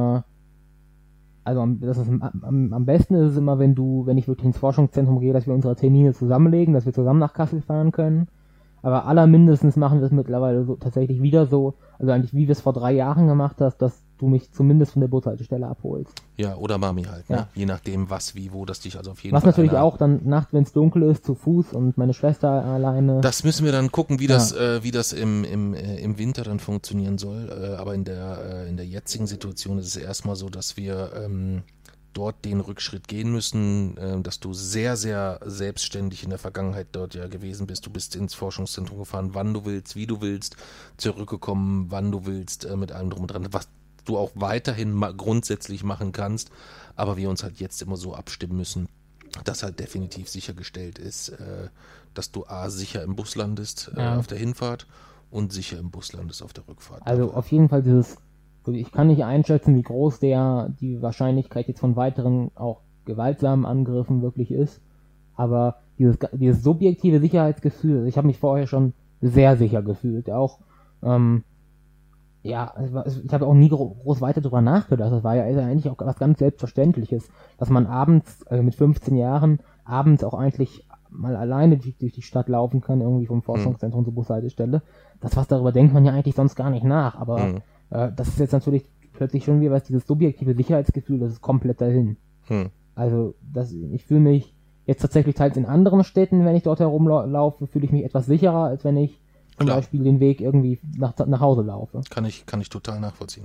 am besten ist es immer, wenn ich wirklich ins Forschungszentrum gehe, dass wir unsere Termine zusammenlegen, dass wir zusammen nach Kassel fahren können. Aber allermindestens machen wir es mittlerweile so tatsächlich wieder so, also eigentlich wie wir es vor 3 Jahren gemacht hast, dass du mich zumindest von der Bushaltestelle abholst. Ja, oder Mami halt, ne? Je nachdem was, wie, wo, das dich also auf jeden Was Fall... Was natürlich auch dann nachts, wenn es dunkel ist, zu Fuß und meine Schwester alleine... Das müssen wir dann gucken, wie das im Winter dann funktionieren soll. Aber in der jetzigen Situation ist es erstmal so, dass wir dort den Rückschritt gehen müssen, dass du sehr, sehr selbstständig in der Vergangenheit dort ja gewesen bist. Du bist ins Forschungszentrum gefahren, wann du willst, wie du willst, zurückgekommen, wann du willst, mit allem drum und dran, was du auch weiterhin grundsätzlich machen kannst, aber wir uns halt jetzt immer so abstimmen müssen, dass halt definitiv sichergestellt ist, dass du sicher im Bus landest auf der Hinfahrt und sicher im Bus landest auf der Rückfahrt. Also auf jeden Fall ich kann nicht einschätzen, wie groß die Wahrscheinlichkeit jetzt von weiteren auch gewaltsamen Angriffen wirklich ist, aber dieses subjektive Sicherheitsgefühl, ich habe mich vorher schon sehr sicher gefühlt, auch ich habe auch nie groß weiter drüber nachgedacht, das war ja eigentlich auch was ganz Selbstverständliches, dass man abends, mit 15 Jahren, abends auch eigentlich mal alleine durch die Stadt laufen kann, irgendwie vom Forschungszentrum zur Bushaltestelle. Darüber denkt man ja eigentlich sonst gar nicht nach, aber das ist jetzt natürlich plötzlich schon wieder dieses subjektive Sicherheitsgefühl, das ist komplett dahin. Also ich fühle mich jetzt tatsächlich teils in anderen Städten, wenn ich dort herumlaufe, fühle ich mich etwas sicherer, als wenn ich zum Beispiel den Weg irgendwie nach Hause laufe. Kann ich total nachvollziehen.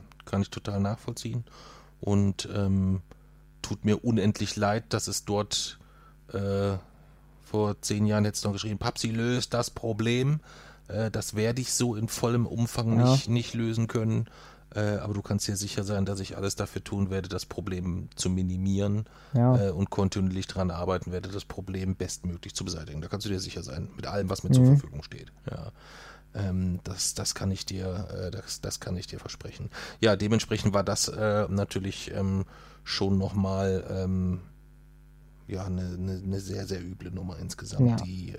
Und tut mir unendlich leid, dass es dort vor 10 Jahren jetzt noch geschrieben, Papsi löst das Problem. Das werde ich so in vollem Umfang nicht lösen können. Aber du kannst dir sicher sein, dass ich alles dafür tun werde, das Problem zu minimieren und kontinuierlich daran arbeiten werde, das Problem bestmöglich zu beseitigen. Da kannst du dir sicher sein, mit allem, was mir zur Verfügung steht. Ja. Das kann ich dir versprechen. Ja, dementsprechend war das natürlich schon nochmal eine sehr, sehr üble Nummer insgesamt, die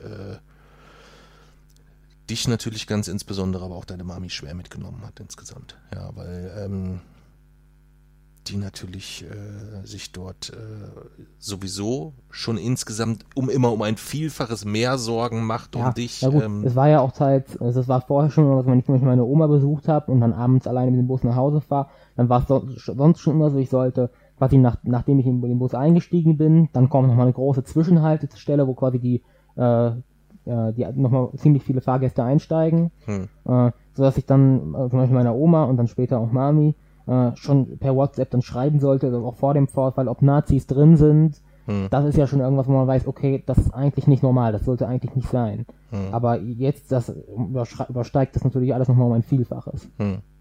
dich natürlich ganz insbesondere, aber auch deine Mami schwer mitgenommen hat insgesamt. Ja, weil die natürlich sich dort sowieso schon insgesamt um ein Vielfaches mehr Sorgen macht um dich. Ja gut, es war ja auch teils, es war vorher schon, dass wenn ich meine Oma besucht habe und dann abends alleine mit dem Bus nach Hause fahre, dann war es sonst schon immer so, ich sollte quasi nachdem ich in den Bus eingestiegen bin, dann kommt nochmal eine große Zwischenhaltestelle, wo quasi die nochmal ziemlich viele Fahrgäste einsteigen, sodass ich dann zum Beispiel meiner Oma und dann später auch Mami schon per WhatsApp dann schreiben sollte, also auch vor dem Vorfall, ob Nazis drin sind. Das ist ja schon irgendwas, wo man weiß, okay, das ist eigentlich nicht normal, das sollte eigentlich nicht sein. Aber jetzt, das übersteigt das natürlich alles nochmal um ein Vielfaches.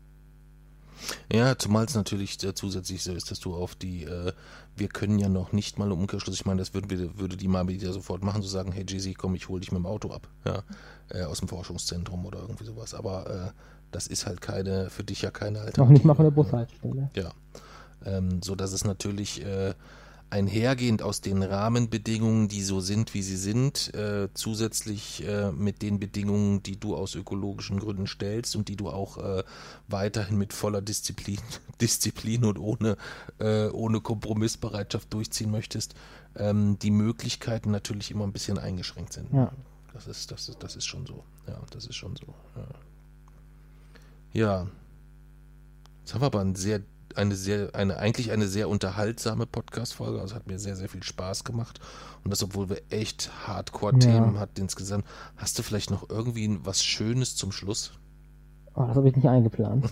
Ja, zumal es natürlich zusätzlich so ist, dass du auf wir können ja noch nicht mal im Umkehrschluss, ich meine, das würde die Mami ja sofort machen, zu sagen, hey Jay-Z, komm, ich hole dich mit dem Auto ab, aus dem Forschungszentrum oder irgendwie sowas, aber das ist halt für dich ja keine Alternative. Noch nicht mal von der Bushaltestelle. Ja, So dass es natürlich einhergehend aus den Rahmenbedingungen, die so sind, wie sie sind, zusätzlich mit den Bedingungen, die du aus ökologischen Gründen stellst und die du auch weiterhin mit voller Disziplin und ohne Kompromissbereitschaft durchziehen möchtest, die Möglichkeiten natürlich immer ein bisschen eingeschränkt sind. Ja. Das ist schon so. Ja, das ist schon so. Ja. Jetzt haben wir aber eigentlich eine sehr unterhaltsame Podcast-Folge. Also hat mir sehr, sehr viel Spaß gemacht. Und das, obwohl wir echt Hardcore-Themen hatten insgesamt. Hast du vielleicht noch irgendwie was Schönes zum Schluss? Oh, das habe ich nicht eingeplant.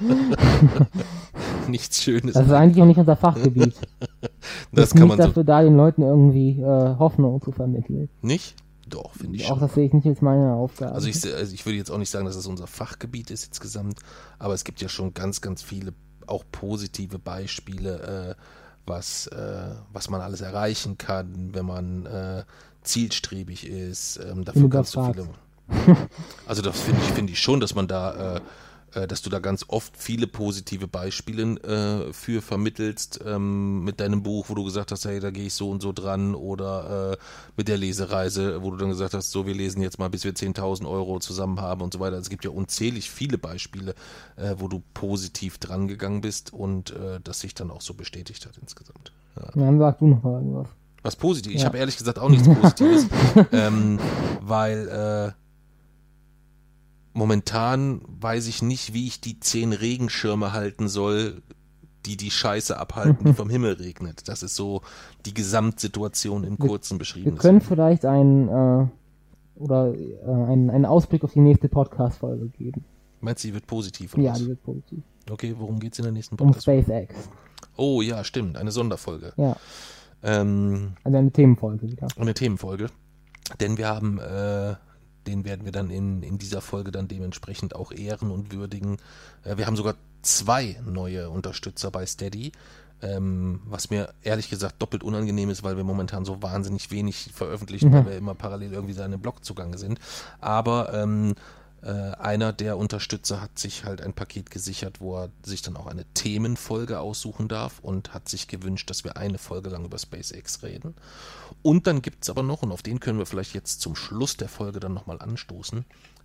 Nichts Schönes. Das ist eigentlich auch nicht unser Fachgebiet. Das kann man nicht dafür da, den Leuten irgendwie Hoffnung zu vermitteln. Nicht? Doch, finde ich schon. Auch das sehe ich nicht als meine Aufgabe. Also ich würde jetzt auch nicht sagen, dass das unser Fachgebiet ist insgesamt, aber es gibt ja schon ganz, ganz viele auch positive Beispiele, was man alles erreichen kann, wenn man zielstrebig ist. Dafür kannst du viele. Also das finde ich schon, dass man da dass du da ganz oft viele positive Beispiele für vermittelst mit deinem Buch, wo du gesagt hast, hey, da gehe ich so und so dran, oder mit der Lesereise, wo du dann gesagt hast, so, wir lesen jetzt mal, bis wir 10.000 Euro zusammen haben und so weiter. Es gibt ja unzählig viele Beispiele, wo du positiv dran gegangen bist und das sich dann auch so bestätigt hat insgesamt. Ja. Dann sag du noch mal irgendwas. Was positiv? Ich habe ehrlich gesagt auch nichts Positives, weil momentan weiß ich nicht, wie ich die 10 Regenschirme halten soll, die Scheiße abhalten, die vom Himmel regnet. Das ist so die Gesamtsituation im Kurzen beschrieben. Wir können vielleicht einen Ausblick auf die nächste Podcast-Folge geben. Meinst du, die wird positiv? Oder was? Die wird positiv. Okay, worum geht's in der nächsten Podcast? Um SpaceX. Oh ja, stimmt, eine Sonderfolge. Ja. Also eine Themenfolge wieder. Eine Themenfolge. Denn wir haben den werden wir dann in dieser Folge dann dementsprechend auch ehren und würdigen. Wir haben sogar 2 neue Unterstützer bei Steady, was mir ehrlich gesagt doppelt unangenehm ist, weil wir momentan so wahnsinnig wenig veröffentlichen, weil wir immer parallel irgendwie seinen Blog zugange sind. Aber einer der Unterstützer hat sich halt ein Paket gesichert, wo er sich dann auch eine Themenfolge aussuchen darf und hat sich gewünscht, dass wir eine Folge lang über SpaceX reden. Und dann gibt es aber noch, und auf den können wir vielleicht jetzt zum Schluss der Folge dann nochmal anstoßen,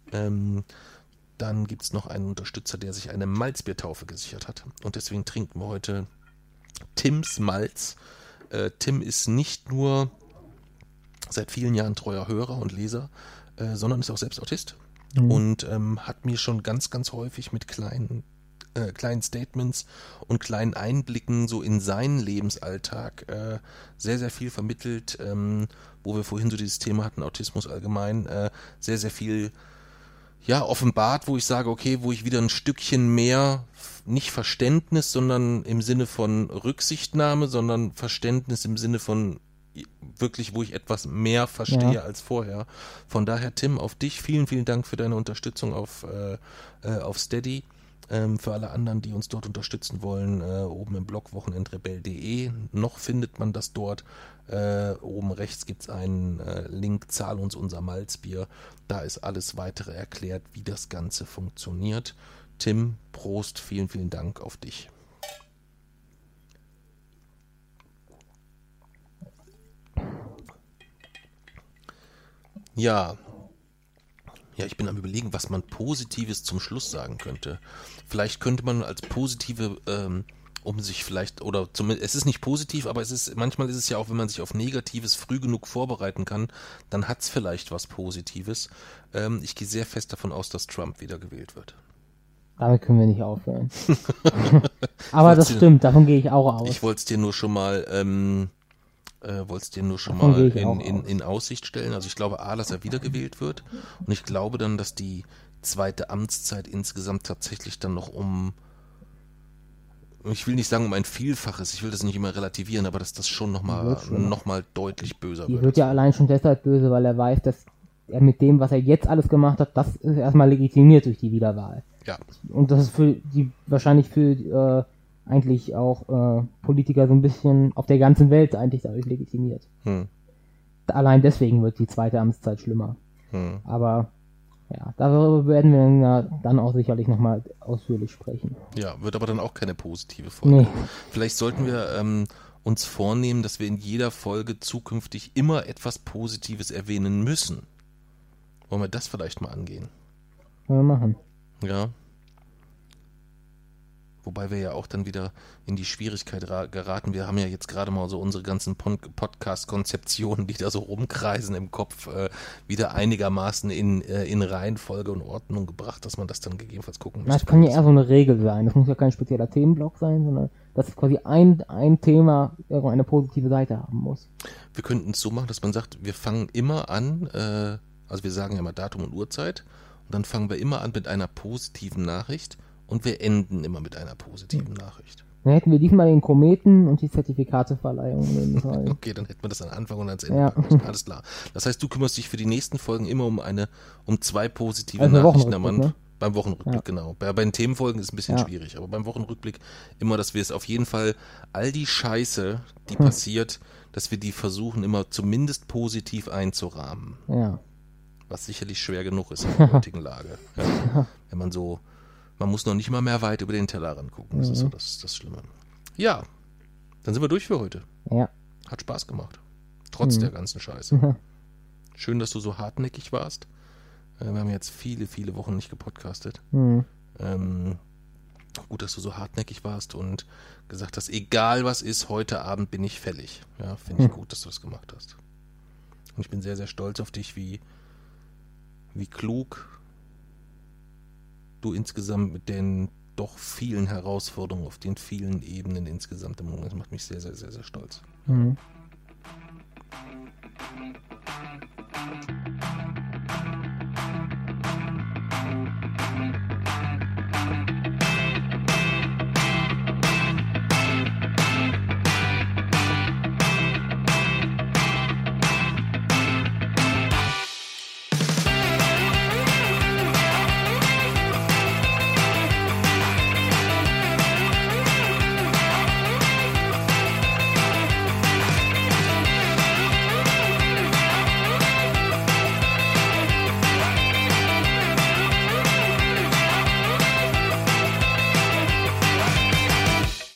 dann gibt es noch einen Unterstützer, der sich eine Malzbiertaufe gesichert hat. Und deswegen trinken wir heute Tims Malz. Tim ist nicht nur seit vielen Jahren treuer Hörer und Leser, sondern ist auch selbst Autist. Und hat mir schon ganz, ganz häufig mit kleinen Statements und kleinen Einblicken so in seinen Lebensalltag sehr, sehr viel vermittelt, wo wir vorhin so dieses Thema hatten, Autismus allgemein, sehr, sehr viel offenbart, wo ich sage, okay, wo ich wieder ein Stückchen mehr, nicht Verständnis, sondern im Sinne von Rücksichtnahme, sondern Verständnis im Sinne von wirklich, wo ich etwas mehr verstehe als vorher. Von daher, Tim, auf dich, vielen, vielen Dank für deine Unterstützung auf Steady. Für alle anderen, die uns dort unterstützen wollen, oben im Blog wochenendrebell.de. Noch findet man das dort. Oben rechts gibt es einen Link, zahl uns unser Malzbier. Da ist alles weitere erklärt, wie das Ganze funktioniert. Tim, Prost, vielen, vielen Dank auf dich. Ja, ich bin am Überlegen, was man Positives zum Schluss sagen könnte. Vielleicht könnte man als positive, um sich vielleicht, oder zumindest, es ist nicht positiv, aber manchmal ist es ja auch, wenn man sich auf Negatives früh genug vorbereiten kann, dann hat es vielleicht was Positives. Ich gehe sehr fest davon aus, dass Trump wiedergewählt wird. Damit können wir nicht aufhören. Aber das stimmt, davon gehe ich auch aus. Ich wollte es dir nur schon mal in Aussicht stellen. Also ich glaube dass er wiedergewählt wird. Und ich glaube dann, dass die zweite Amtszeit insgesamt tatsächlich dann noch ich will nicht sagen um ein Vielfaches, ich will das nicht immer relativieren, aber dass das schon nochmal deutlich böser wird. Die wird ja allein schon deshalb böse, weil er weiß, dass er mit dem, was er jetzt alles gemacht hat, das ist erstmal legitimiert durch die Wiederwahl. Ja. Und das ist wahrscheinlich für eigentlich auch Politiker so ein bisschen auf der ganzen Welt eigentlich dadurch legitimiert. Allein deswegen wird die zweite Amtszeit schlimmer. Aber Ja, darüber werden wir dann auch sicherlich nochmal ausführlich sprechen. Ja, wird aber dann auch keine positive Folge. Nee. Vielleicht sollten wir uns vornehmen, dass wir in jeder Folge zukünftig immer etwas Positives erwähnen müssen. Wollen wir das vielleicht mal angehen? Können wir machen. Ja. Wobei wir ja auch dann wieder in die Schwierigkeit geraten. Wir haben ja jetzt gerade mal so unsere ganzen Podcast-Konzeptionen, die da so rumkreisen im Kopf, wieder einigermaßen in Reihenfolge und Ordnung gebracht, dass man das dann gegebenenfalls gucken muss. Das kann ja eher so eine Regel sein. Das muss ja kein spezieller Themenblock sein, sondern dass quasi ein Thema eine positive Seite haben muss. Wir könnten es so machen, dass man sagt, wir fangen immer an, also wir sagen ja mal Datum und Uhrzeit, und dann fangen wir immer an mit einer positiven Nachricht. Und wir enden immer mit einer positiven Nachricht. Dann hätten wir diesmal den Kometen und die Zertifikateverleihung nehmen sollen. Okay, dann hätten wir das am Anfang und ans Ende. Ja. Alles klar. Das heißt, du kümmerst dich für die nächsten Folgen immer um zwei positive Also Nachrichten am Wochenrückblick, Anfang. ne? Beim Wochenrückblick, Ja. genau. Bei den Themenfolgen ist es ein bisschen Ja. schwierig, aber beim Wochenrückblick immer, dass wir es auf jeden Fall, all die Scheiße, die passiert, dass wir die versuchen immer zumindest positiv einzurahmen. Ja. Was sicherlich schwer genug ist in der heutigen Lage. Ja. Wenn man muss noch nicht mal mehr weit über den Tellerrand gucken. Das ist so das Schlimme. Ja, dann sind wir durch für heute. Ja. Hat Spaß gemacht. Trotz der ganzen Scheiße. Schön, dass du so hartnäckig warst. Wir haben jetzt viele, viele Wochen nicht gepodcastet. Mhm. Gut, dass du so hartnäckig warst und gesagt hast, egal was ist, heute Abend bin ich fällig. Ja, finde ich gut, dass du das gemacht hast. Und ich bin sehr, sehr stolz auf dich, wie klug du insgesamt mit den doch vielen Herausforderungen auf den vielen Ebenen insgesamt im Moment. Das macht mich sehr, sehr, sehr, sehr stolz. Mhm.